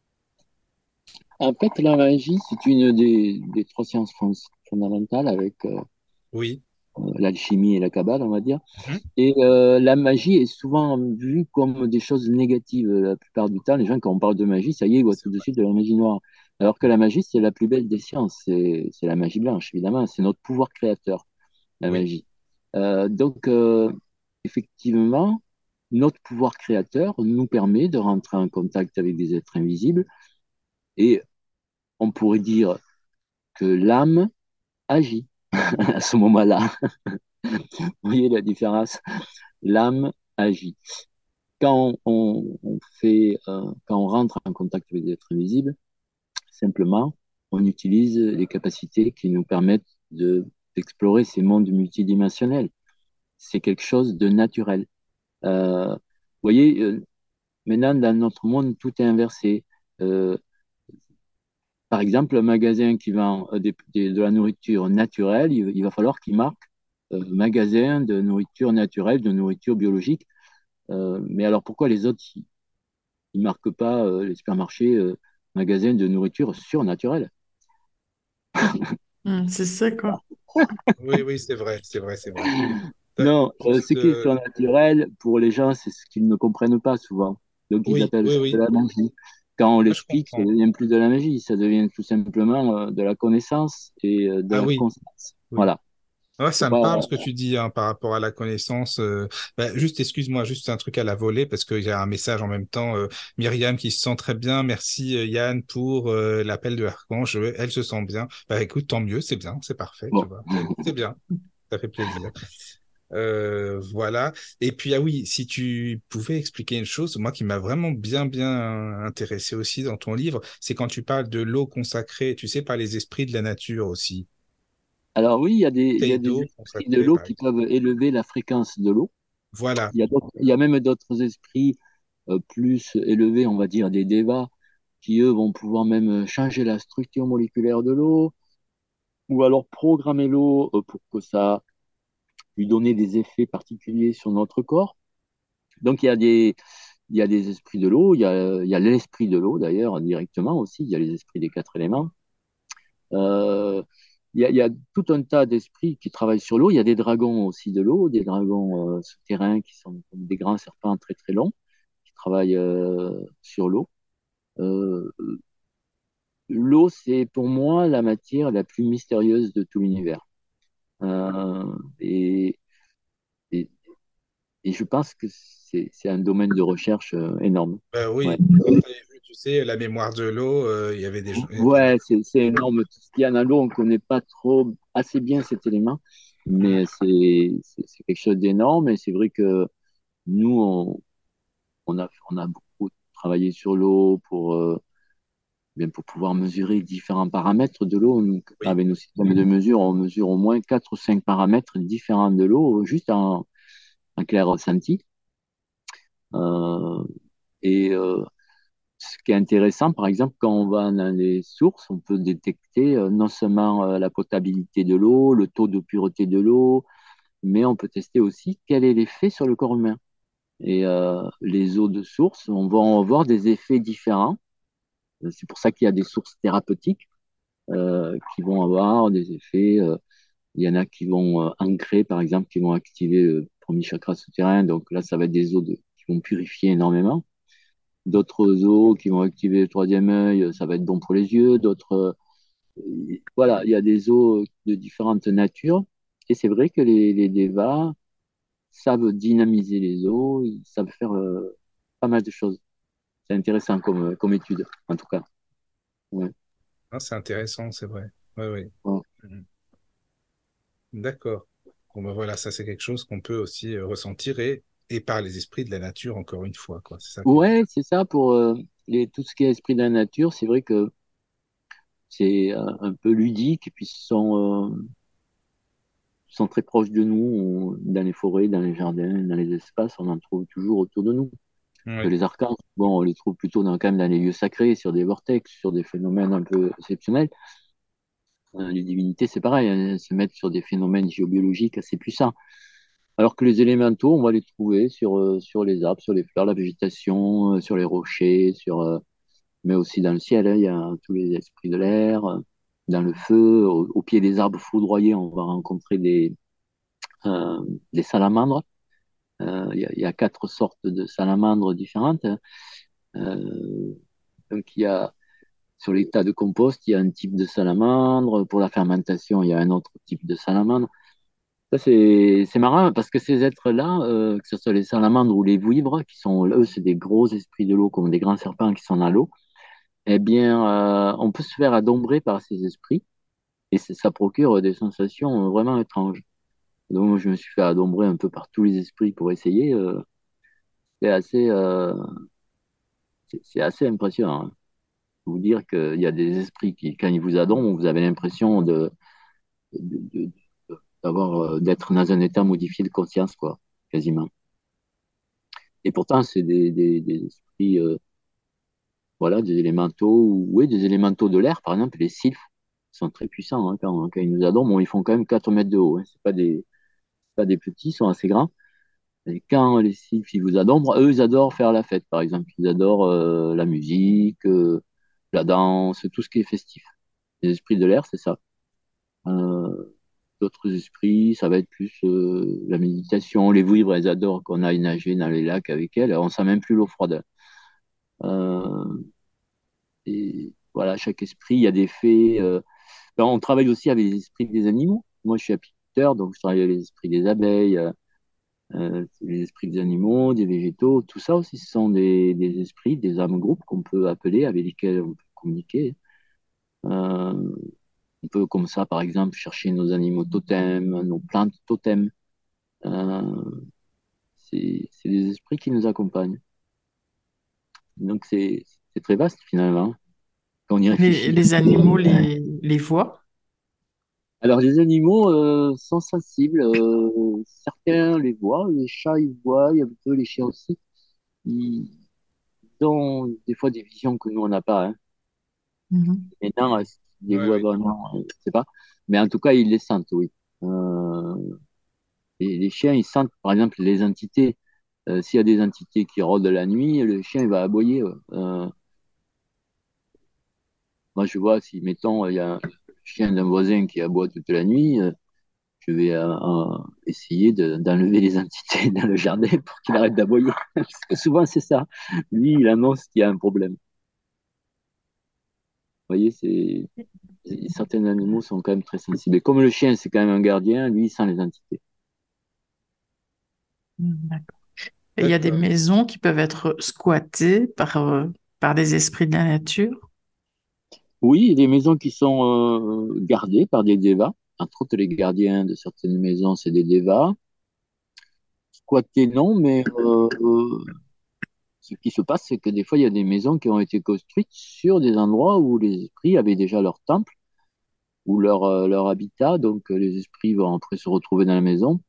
En fait, la magie, c'est une des, des trois sciences fon- fondamentales avec euh, Oui. l'alchimie et la kabbale, on va dire. Mhm. Et euh, la magie est souvent vue comme des choses négatives la plupart du temps. Les gens, quand on parle de magie, ça y est, ils voient C'est tout de vrai. suite de la magie noire. Alors que la magie, c'est la plus belle des sciences. C'est, c'est la magie blanche, évidemment. C'est notre pouvoir créateur, la Oui. magie. Euh, donc, euh, effectivement, notre pouvoir créateur nous permet de rentrer en contact avec des êtres invisibles. Et on pourrait dire que l'âme agit à ce moment-là. Vous voyez la différence? L'âme agit. Quand on, on fait, euh, quand on rentre en contact avec des êtres invisibles, simplement, on utilise les capacités qui nous permettent de, d'explorer ces mondes multidimensionnels. C'est quelque chose de naturel. Euh, vous voyez, euh, maintenant, dans notre monde, tout est inversé. Euh, Par exemple, un magasin qui vend euh, des- des- de la nourriture naturelle, il, il va falloir qu'il marque euh, magasin de nourriture naturelle, de nourriture biologique. Euh, mais alors pourquoi les autres, ils ne marquent pas euh, les supermarchés euh, magasin de nourriture surnaturelle? Hmm, c'est ça, quoi. Oui, oui, c'est vrai, c'est vrai, c'est vrai. Euh, Non, euh, ce Juste, qui est euh, surnaturel, pour les gens, c'est ce qu'ils ne comprennent pas souvent. Donc ils oui, appellent oui, ça de oui, la magie. Quand on moi je l'explique, ça comprends. devient plus de la magie, ça devient tout simplement euh, de la connaissance et euh, de Ah la oui, constance. oui. Voilà. Ouais, Faut ça me pas... parle ce que tu dis hein, par rapport à la connaissance. euh, bah, juste, excuse-moi, juste un truc à la volée parce qu'il y a un message en même temps. euh, Myriam qui se sent très bien. Merci euh, Yann pour euh, l'appel de Archange. Ouais, elle se sent bien. Bah écoute, tant mieux, c'est bien, c'est parfait, tu Bon. vois. C'est c'est bien, ça fait plaisir. Euh, voilà. Et puis, ah oui, si tu pouvais expliquer une chose, moi qui m'a vraiment bien, bien intéressé aussi dans ton livre, c'est quand tu parles de l'eau consacrée, tu sais, par les esprits de la nature aussi. Alors oui, il y a des, il y a Bouteille des d'eau esprits de consacrée, l'eau par qui exemple. peuvent élever la fréquence de l'eau. Voilà. Il y a d'autres- il y a même d'autres esprits euh, plus élevés, on va dire des devas, qui eux vont pouvoir même changer la structure moléculaire de l'eau, ou alors programmer l'eau euh, pour que ça lui donne des effets particuliers sur notre corps. Donc il y a des, il y a des esprits de l'eau, il y a, il y a l'esprit de l'eau d'ailleurs directement aussi, il y a les esprits des quatre éléments. Euh, il y a, il y a tout un tas d'esprits qui travaillent sur l'eau. Il y a des dragons aussi de l'eau, des dragons euh, souterrains qui sont comme des grands serpents très très longs qui travaillent euh, sur l'eau. Euh, L'eau, c'est pour moi la matière la plus mystérieuse de tout l'univers. Euh, et, et, et je pense que c'est c'est un domaine de recherche euh, énorme. Ben Ouais, oui, quand tu avais vu, tu sais, la mémoire de l'eau, euh, il y avait des gens. Enfin, ouais, c'est c'est énorme. Tout ce qu'il y a dans l'eau, on ne connaît pas trop assez bien cet élément, mais c'est c'est c'est quelque chose d'énorme. Et c'est vrai que nous, on, on a, on a beaucoup travaillé sur l'eau pour, euh, bien pour pouvoir mesurer différents paramètres de l'eau. Donc, oui, avec nos systèmes de mesure, on mesure au moins quatre ou cinq paramètres différents de l'eau, juste en, en clair ressenti. Euh, et euh, ce qui est intéressant, par exemple, quand on va dans les sources, on peut détecter euh, non seulement euh, la potabilité de l'eau, le taux de pureté de l'eau, mais on peut tester aussi quel est l'effet sur le corps humain. Et euh, les eaux de source, on va avoir des effets différents. C'est pour ça qu'il y a des sources thérapeutiques euh, qui vont avoir des effets. Euh, il y en a qui vont euh, ancrer, par exemple, qui vont activer le premier chakra souterrain. Donc là, ça va être des eaux de, qui vont purifier énormément. D'autres eaux qui vont activer le troisième œil, ça va être bon pour les yeux. D'autres, euh, voilà, il y a des eaux de différentes natures. Et c'est vrai que les, les devas savent dynamiser les eaux, ils savent faire euh, pas mal de choses. C'est intéressant comme, comme étude, en tout cas. Ouais. ah, c'est intéressant, c'est vrai. Oui, oui. Ouais. Mhm. D'accord. Bon, ben voilà, ça c'est quelque chose qu'on peut aussi euh, ressentir et, et par les esprits de la nature, encore une fois, quoi. C'est ça que. Ouais, c'est ça pour euh, les, tout ce qui est esprit de la nature. C'est vrai que c'est euh, un peu ludique et puis ce sont, euh, sont très proches de nous, on- dans les forêts, dans les jardins, dans les espaces, on en trouve toujours autour de nous. Que Oui. les archanges, bon, on les trouve plutôt dans, quand même dans les lieux sacrés, sur des vortex, sur des phénomènes un peu exceptionnels. Euh, les divinités, c'est pareil, hein, elles se mettent sur des phénomènes géobiologiques assez puissants. Alors que les élémentaux, on va les trouver sur, euh, sur les arbres, sur les fleurs, la végétation, euh, sur les rochers, sur, euh, mais aussi dans le ciel, hein, il y a tous les esprits de l'air, euh, dans le feu, au, au pied des arbres foudroyés, on va rencontrer des, euh, des salamandres. Euh, Il y a, il y a quatre sortes de salamandres différentes, hein. Euh, donc il y a sur les tas de compost, il y a un type de salamandre. Pour la fermentation, il y a un autre type de salamandre. Ça, c'est c'est marrant parce que ces êtres-là, euh, que ce soit les salamandres ou les vouivres, qui sont, eux, c'est des gros esprits de l'eau, comme des grands serpents qui sont dans l'eau, eh bien, euh, on peut se faire adombrer par ces esprits et c'est- ça procure des sensations euh, vraiment étranges. Donc, je me suis fait adombrer un peu par tous les esprits pour essayer. Euh, c'est assez, euh, c'est c'est assez impressionnant, hein. Vous dire qu'il y a des esprits qui, quand ils vous adombrent, vous avez l'impression de, de- de- de- d'avoir, euh, d'être dans un état modifié de conscience, quoi, quasiment. Et pourtant, c'est des, des, des esprits, euh, voilà, des élémentaux, ou- oui, des élémentaux de l'air, par exemple, les sylphes sont très puissants, hein, quand, quand ils nous adorent. Bon, ils font quand même quatre mètres de haut, hein. C'est pas des, pas des petits, ils sont assez grands. Et quand les sylphes, ils vous adorent, eux, ils adorent faire la fête, par exemple. Ils adorent euh, la musique, euh, la danse, tout ce qui est festif. Les esprits de l'air, c'est ça. Euh, D'autres esprits, ça va être plus euh, la méditation. Les vouivres, elles adorent qu'on aille nager dans les lacs avec elles. On sent même plus l'eau froide. Euh, et voilà, chaque esprit, il y a des faits. Euh, alors, on travaille aussi avec les esprits des animaux. Moi, je suis apiculteur, donc je travaille avec les esprits des abeilles, euh, euh, les esprits des animaux, des végétaux. Tout ça aussi, ce sont des, des esprits, des âmes groupes qu'on peut appeler, avec lesquels on peut communiquer. Euh, on peut, comme ça, par exemple, chercher nos animaux totems, nos plantes totems. Euh, c'est c'est des esprits qui nous accompagnent. Donc, c'est c'est très vaste, finalement, quand on y Les, réfléchit. les animaux les, les voient. Alors, les animaux euh, sont sensibles. Euh, certains les voient, les chats, ils voient, il y a un peu les chiens aussi. Ils ont des fois des visions que nous, on n'a pas, hein. Mhm. Maintenant, est-ce qu'ils les Ouais, voient oui. vraiment? Je ne sais pas. Mais en tout cas, ils les sentent, oui. Euh, et les chiens, ils sentent, par exemple, les entités. Euh, s'il y a des entités qui rôdent la nuit, le chien, il va aboyer, ouais. Euh, moi, je vois, si, mettons, il y a un chien d'un voisin qui aboie toute la nuit, euh, je vais euh, euh, essayer de- d'enlever les entités dans le jardin pour qu'il arrête d'aboyer. Parce que souvent, c'est ça. Lui, il annonce qu'il y a un problème. Vous voyez, c'est certains animaux sont quand même très sensibles. Et comme le chien, c'est quand même un gardien, lui, il sent les entités. Mhm, d'accord. Et il y a des D'accord. maisons qui peuvent être squattées par, euh, par des esprits de la nature. Oui, il y a des maisons qui sont euh, gardées par des dévas. Entre autres, les gardiens de certaines maisons, c'est des dévas. Squattés, non, mais euh, euh, ce qui se passe, c'est que des fois, il y a des maisons qui ont été construites sur des endroits où les esprits avaient déjà leur temple ou leur, euh, leur habitat. Donc, euh, les esprits vont après se retrouver dans la maison.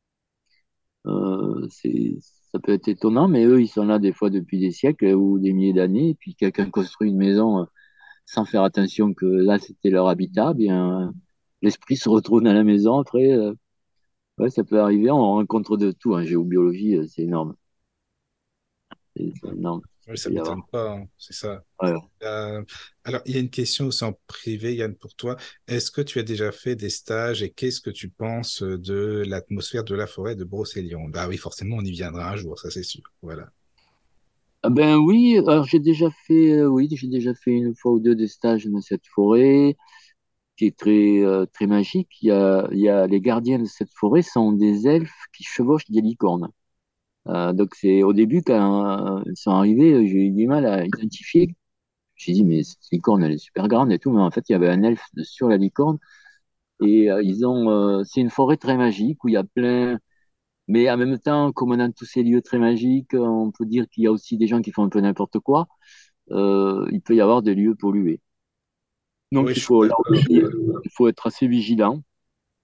Euh, c'est, ça peut être étonnant, mais eux, ils sont là des fois depuis des siècles ou des milliers d'années. Et puis, quelqu'un construit une maison euh, sans faire attention que là, c'était leur habitat. Eh bien, euh, l'esprit se retrouve dans la maison. Après, euh, ouais, ça peut arriver. On rencontre de tout en géobiologie. euh, C'est énorme. C'est c'est énorme. Oui, Il ça peut y m'étonne avoir. pas, hein, c'est ça. Ouais. Euh, alors, il y a une question aussi en privé, Yann, pour toi. Est-ce que tu as déjà fait des stages et qu'est-ce que tu penses de l'atmosphère de la forêt de Brocéliande? Ah oui, forcément, on y viendra un jour, ça c'est sûr. Voilà. Ah ben oui, alors j'ai déjà fait, euh, oui, j'ai déjà fait une fois ou deux des stages dans cette forêt qui est très, euh, très magique. Il y a, il y a les gardiens de cette forêt sont des elfes qui chevauchent des licornes. Euh, donc c'est au début quand euh, ils sont arrivés, j'ai eu du mal à identifier. J'ai dit mais cette licorne elle est super grande et tout, mais en fait il y avait un elfe de- sur la licorne et euh, ils ont, euh, c'est une forêt très magique où il y a plein. Mais en même temps, comme dans tous ces lieux très magiques, on peut dire qu'il y a aussi des gens qui font un peu n'importe quoi. Euh, il peut y avoir des lieux pollués. Oui, Donc, je il suis faut, là d'accord. aussi, il faut être assez vigilant.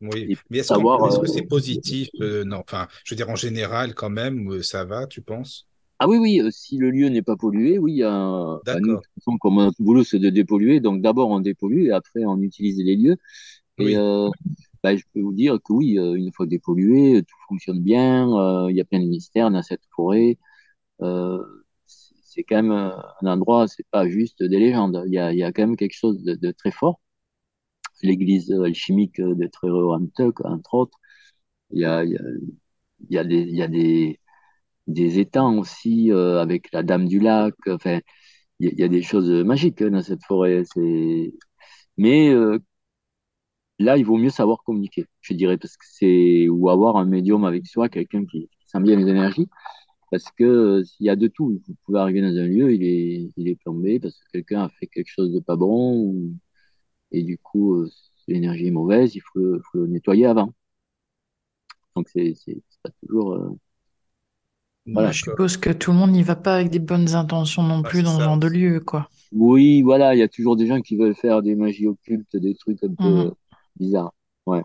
Oui, et mais est-ce qu'en savoir. est-ce que c'est euh, positif? Euh, non, enfin, je veux dire en général quand même, euh, ça va, tu penses? Ah oui, oui, euh, si le lieu n'est pas pollué, oui, il y a un- bah, nous, de D'accord. toute façon, comme notre boulot, c'est de dépolluer, donc d'abord on dépollue et après on utilise les lieux. Et Oui, euh, bah, je peux vous dire que oui, euh, une fois dépollué, tout fonctionne bien, euh, il y a plein de mystères dans cette forêt. Euh, c'est c'est quand même euh, un endroit, c'est pas juste des légendes, il y a, il y a quand même quelque chose de, de très fort. L'église alchimique de Trérorantec, entre autres, il y a, il y a, il y a des, il y a des, des étangs aussi euh, avec la Dame du Lac, enfin, il y, a il y a des choses magiques hein, dans cette forêt. C'est... Mais euh, là, il vaut mieux savoir communiquer, je dirais, parce que c'est ou avoir un médium avec soi, quelqu'un qui, qui sent bien les énergies, parce que euh, il y a de tout. Vous pouvez arriver dans un lieu, il est, il est plombé parce que quelqu'un a fait quelque chose de pas bon, ou- et du coup, euh, l'énergie est mauvaise, il faut, le- faut le nettoyer avant. Donc c'est, c'est, c'est pas toujours, euh, Bah, voilà. je d'accord. suppose que tout le monde n'y va pas avec des bonnes intentions non Ah, plus c'est dans ce ça genre de aussi. lieu, quoi. Oui, voilà, il y a toujours des gens qui veulent faire des magies occultes, des trucs un peu Mhm. bizarres. Ouais.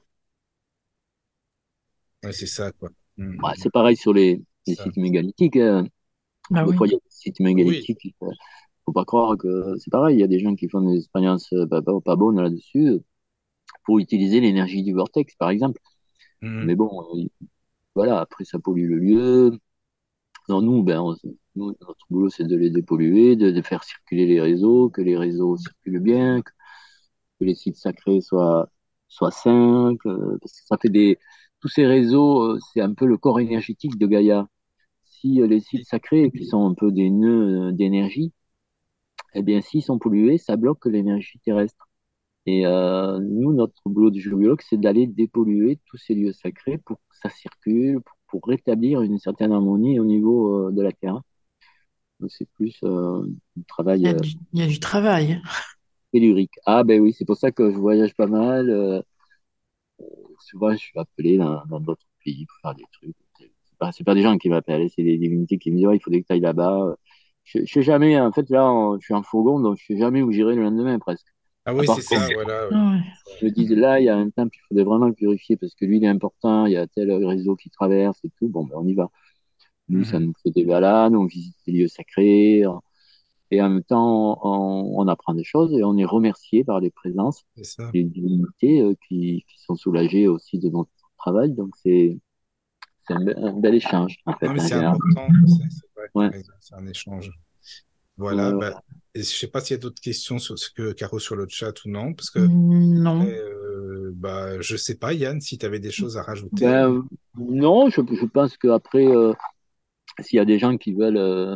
Ouais, c'est ça, quoi. Mm, Bah, mm, mm. c'est pareil sur les, les Ça. sites mégalithiques, hein. Bah Des oui. fois, il y a des sites Oui. mégalithiques. Il faut, faut pas croire que c'est pareil. Il y a des gens qui font des expériences euh, pas, pas, pas bonnes là-dessus euh, pour utiliser l'énergie du vortex, par exemple. Mm, Mais bon, euh, voilà, après, ça pollue le lieu. Non, nous, ben, on- nous, notre boulot, c'est de les dépolluer, de, de faire circuler les réseaux, que les réseaux circulent bien, que, que les sites sacrés soient, soient sains, que- parce que ça fait des... Tous ces réseaux, euh, c'est un peu le corps énergétique de Gaïa. Si euh, les sites oui. sacrés, qui sont un peu des nœuds euh, d'énergie, eh bien, s'ils sont pollués, ça bloque l'énergie terrestre. Et euh, nous, notre boulot de géologue, c'est d'aller dépolluer tous ces lieux sacrés pour que ça circule, pour, pour rétablir une certaine harmonie au niveau euh, de la Terre. Donc, c'est plus euh, un Il travail y a euh, du, il y a du travail. tellurique. Ah, ben oui, c'est pour ça que je voyage pas mal. Euh, souvent, je suis appelé dans dans d'autres pays pour faire des trucs. C'est pas, c'est pas des gens qui m'appellent, c'est des divinités qui me disent, ouais, il faudrait que tu ailles là-bas. Je, je sais jamais, en fait, là, en- je suis en fourgon, donc je sais jamais où j'irai le lendemain, presque. Ah À oui, part c'est que ça, voilà. Oui. Ah ouais. je me disent, là, il y a un temple, il faudrait vraiment le purifier parce que lui, il est important, il y a tel réseau qui traverse et tout. Bon, ben, on y va. Nous, ça Mhm. nous fait des balades, on visite des lieux sacrés, et en même temps, on, on apprend des choses et on est remercié par les présences, C'est ça. les divinités euh, qui, qui sont soulagées aussi de notre travail. Donc, c'est c'est un, be- un bel échange, en fait, Non, mais en c'est général. important. C'est c'est vrai, t'as Ouais, raison, c'est un échange. ouais, Voilà. Bah, ouais. et je sais pas s'il y a d'autres questions sur ce que Caro sur le chat ou non, parce que Mm, après, non. euh, bah, je sais pas, Yann, si tu avais des choses à rajouter. Ben, non, je, je pense qu'après, euh, s'il y a des gens qui veulent euh,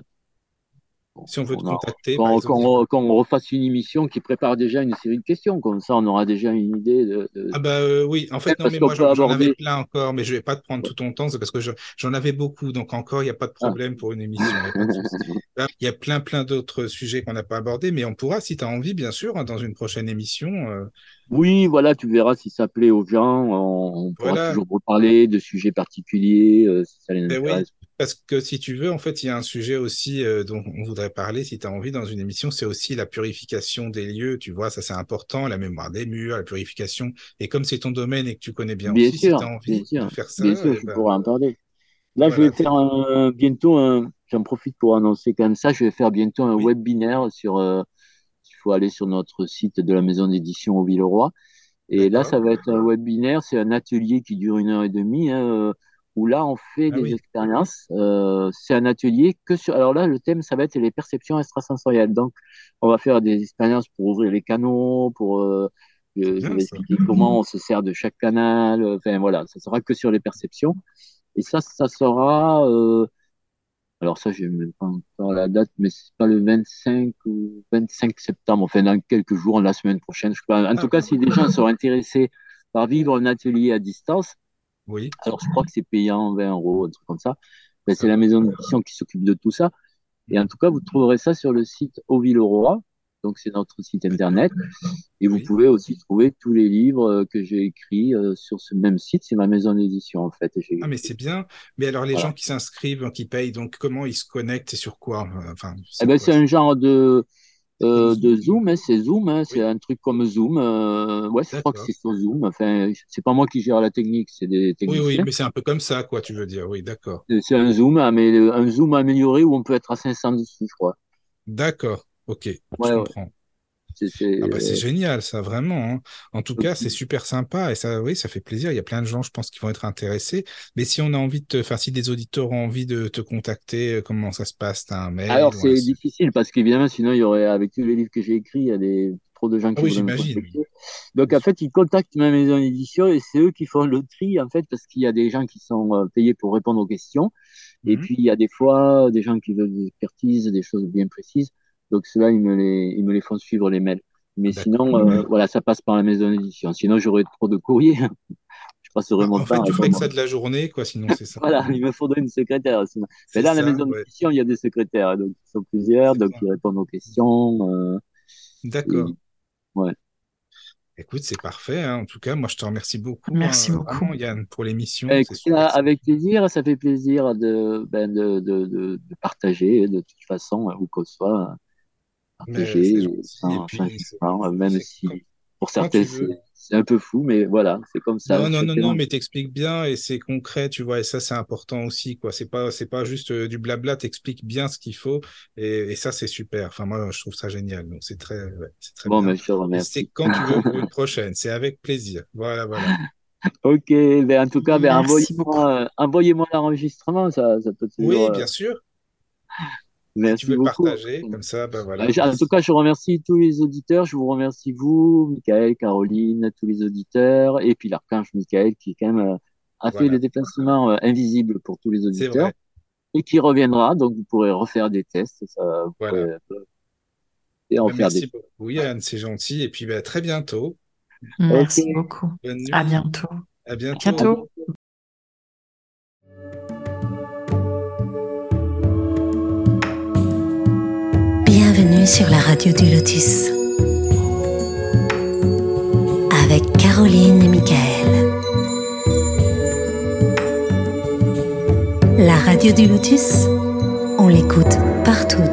Si on veut te qu'on a- contacter, par qu'on- exemple. qu'on- qu'on refasse une émission qui prépare déjà une série de questions. Comme ça, on aura déjà une idée de, de- Ah bah euh, oui, en fait non, parce mais qu'on moi peut j'en j'en avais aborder. plein encore, mais je vais pas te prendre tout ton temps, c'est parce que je- j'en avais beaucoup, donc encore il n'y a pas de Ah. problème pour une émission, il n'y a pas de souci. Là, il y a plein plein d'autres sujets qu'on n'a pas abordés, mais on pourra, si tu as envie, bien sûr, hein, dans une prochaine émission. euh, Oui, voilà, tu verras si ça plaît aux gens. On, on pourra voilà, toujours reparler de sujets particuliers euh, si ça les ben oui, intéresse. parce que si tu veux, en fait, il y a un sujet aussi euh, dont on voudrait parler, si tu as envie, dans une émission, c'est aussi la purification des lieux, tu vois, ça c'est important, la mémoire des murs, la purification. Et comme c'est ton domaine et que tu connais bien Bien aussi, si tu sûr, as bien envie de sûr, faire bien ça, sûr, eh je ben pourrais en parler. Là, je vais voilà, faire t'es- un, bientôt un. J'en profite pour annoncer comme ça. Je vais faire bientôt un oui, webinaire sur. Euh, il faut aller sur notre site de la maison d'édition au Villeroy. Et là, d'accord. ça va être un webinaire, c'est un atelier qui dure une heure et demie, hein, euh, où là, on fait Ah des oui. expériences. Euh, c'est un atelier que sur... Alors là, le thème, ça va être les perceptions extrasensorielles. Donc, on va faire des expériences pour ouvrir les canaux, pour... euh, C'est je, je bien vais ça. expliquer comment on se sert de chaque canal. euh, Enfin, voilà, ça sera que sur les perceptions. Et ça, ça sera... euh, alors ça, je n'ai même pas encore la date, mais c'est pas le vingt-cinq ou vingt-cinq septembre, enfin dans quelques jours, la semaine prochaine. Je sais pas. En Ah tout cas, si des gens sont intéressés par vivre un atelier à distance, oui, alors je crois que c'est payant vingt euros, un truc comme ça. Ben, c'est ça la va. maison d'édition qui s'occupe de tout ça. Et en Mhm. tout cas, vous trouverez ça sur le site Au Villeroy, donc c'est notre site D'accord. internet. Et vous Oui. pouvez aussi trouver tous les livres euh, que j'ai écrits euh, sur ce même site. C'est ma maison d'édition en fait. Et Ah, j'ai- mais c'est bien. Mais alors, les voilà. gens qui s'inscrivent, qui payent, donc comment ils se connectent et sur quoi? Euh, Enfin, Eh c'est ben, quoi c'est ça? un genre de Comme Euh, de Zoom. Zoom, hein, c'est Zoom, hein, c'est Oui, un truc comme Zoom. Euh, ouais, je crois que d'accord. c'est sur Zoom. Enfin, c'est pas moi qui gère la technique, c'est des Oui, oui, techniciens. mais c'est un peu comme ça, quoi, tu veux dire. Oui, d'accord. C'est c'est un Zoom, hein, mais un Zoom amélioré où on peut être à cinq cents dessus, je crois. D'accord. Ok, je Ouais, ouais. comprends. C'est, c'est, Ah bah c'est euh, génial, ça, vraiment, hein. En tout cas, c'est ok. super sympa et ça, oui, ça fait plaisir. Il y a plein de gens, je pense, qui vont être intéressés. Mais si on a envie de te, enfin, si des auditeurs ont envie de te contacter, euh, comment ça se passe? T'as un Alors, mail ou un... c'est difficile parce qu'évidemment, sinon, il y aurait, avec tous les livres que j'ai écrits, il y a des, trop de gens Ah qui oui, voudraient me j'imagine. contacter. Donc, Bien en sûr. fait, ils contactent ma maison d'édition et c'est eux qui font le tri, en fait, parce qu'il y a des gens qui sont euh, payés pour répondre aux questions. Et Mhm. puis, il y a des fois des gens qui veulent des expertises, des choses bien précises. Donc, ceux-là, ils me les, ils me les font suivre les mails. Mais sinon, D'accord. euh, voilà, ça passe par la maison d'édition. Sinon, j'aurais trop de courriers. Je passerai Bah, mon en fait, temps à tu ferais que répondre. ça de la journée, quoi, sinon c'est ça. Voilà, il me faudrait une secrétaire. Sinon. Mais C'est là, à la ça, maison ouais. d'édition, il y a des secrétaires. Donc, ils sont plusieurs, C'est donc ça. ils répondent aux questions. euh, D'accord. et, ouais. Écoute, c'est parfait, hein. En tout cas, moi, je te remercie beaucoup, Merci hein, beaucoup. vraiment, Yann, pour Ben, l'émission. C'est écoutez, super avec sympa. plaisir, ça fait plaisir de, ben, de, de, de, de partager de toute façon, où qu'on soit. Mais c'est Partager gentil. Et sans, sans puis, c'est jugement, même c'est quand, si pour quand certains tu c'est veux. c'est un peu fou, mais voilà, c'est comme ça. Non, non, non, non, Chacun. mais t'expliques bien et c'est concret, tu vois, et ça, c'est important aussi, quoi. C'est pas, c'est pas juste euh, du blabla, t'expliques bien ce qu'il faut et, et ça, c'est super. Enfin, moi, je trouve ça génial. Donc, c'est très, ouais, c'est très Bon, bien. mais je te Et c'est remercie. quand tu veux pour une prochaine. C'est avec plaisir. Voilà, voilà. Ok, ben en tout cas, ben Merci beaucoup. envoyez-moi, euh, envoyez-moi l'enregistrement, ça, ça peut toujours. Oui, euh, bien sûr. Si tu Merci veux le beaucoup. partager, comme ça, ben Euh, voilà, j- En tout merci. cas, je remercie tous les auditeurs. Je vous remercie vous, Michael, Caroline, tous les auditeurs, et puis l'archange Michael qui quand même euh, a fait le Voilà, déplacement euh, invisible pour tous les c'est auditeurs vrai. et qui reviendra. Donc, vous pourrez refaire des tests, ça, vous Voilà. pourrez et en Ben, faire des merci tests. beaucoup, Yann, c'est gentil. Et puis, ben, à très bientôt. Ok. Merci beaucoup. Bonne À nuit. bientôt. À À bientôt. bientôt. Bienvenue sur la radio du Lotus avec Caroline et Michael. La radio du Lotus, on l'écoute partout.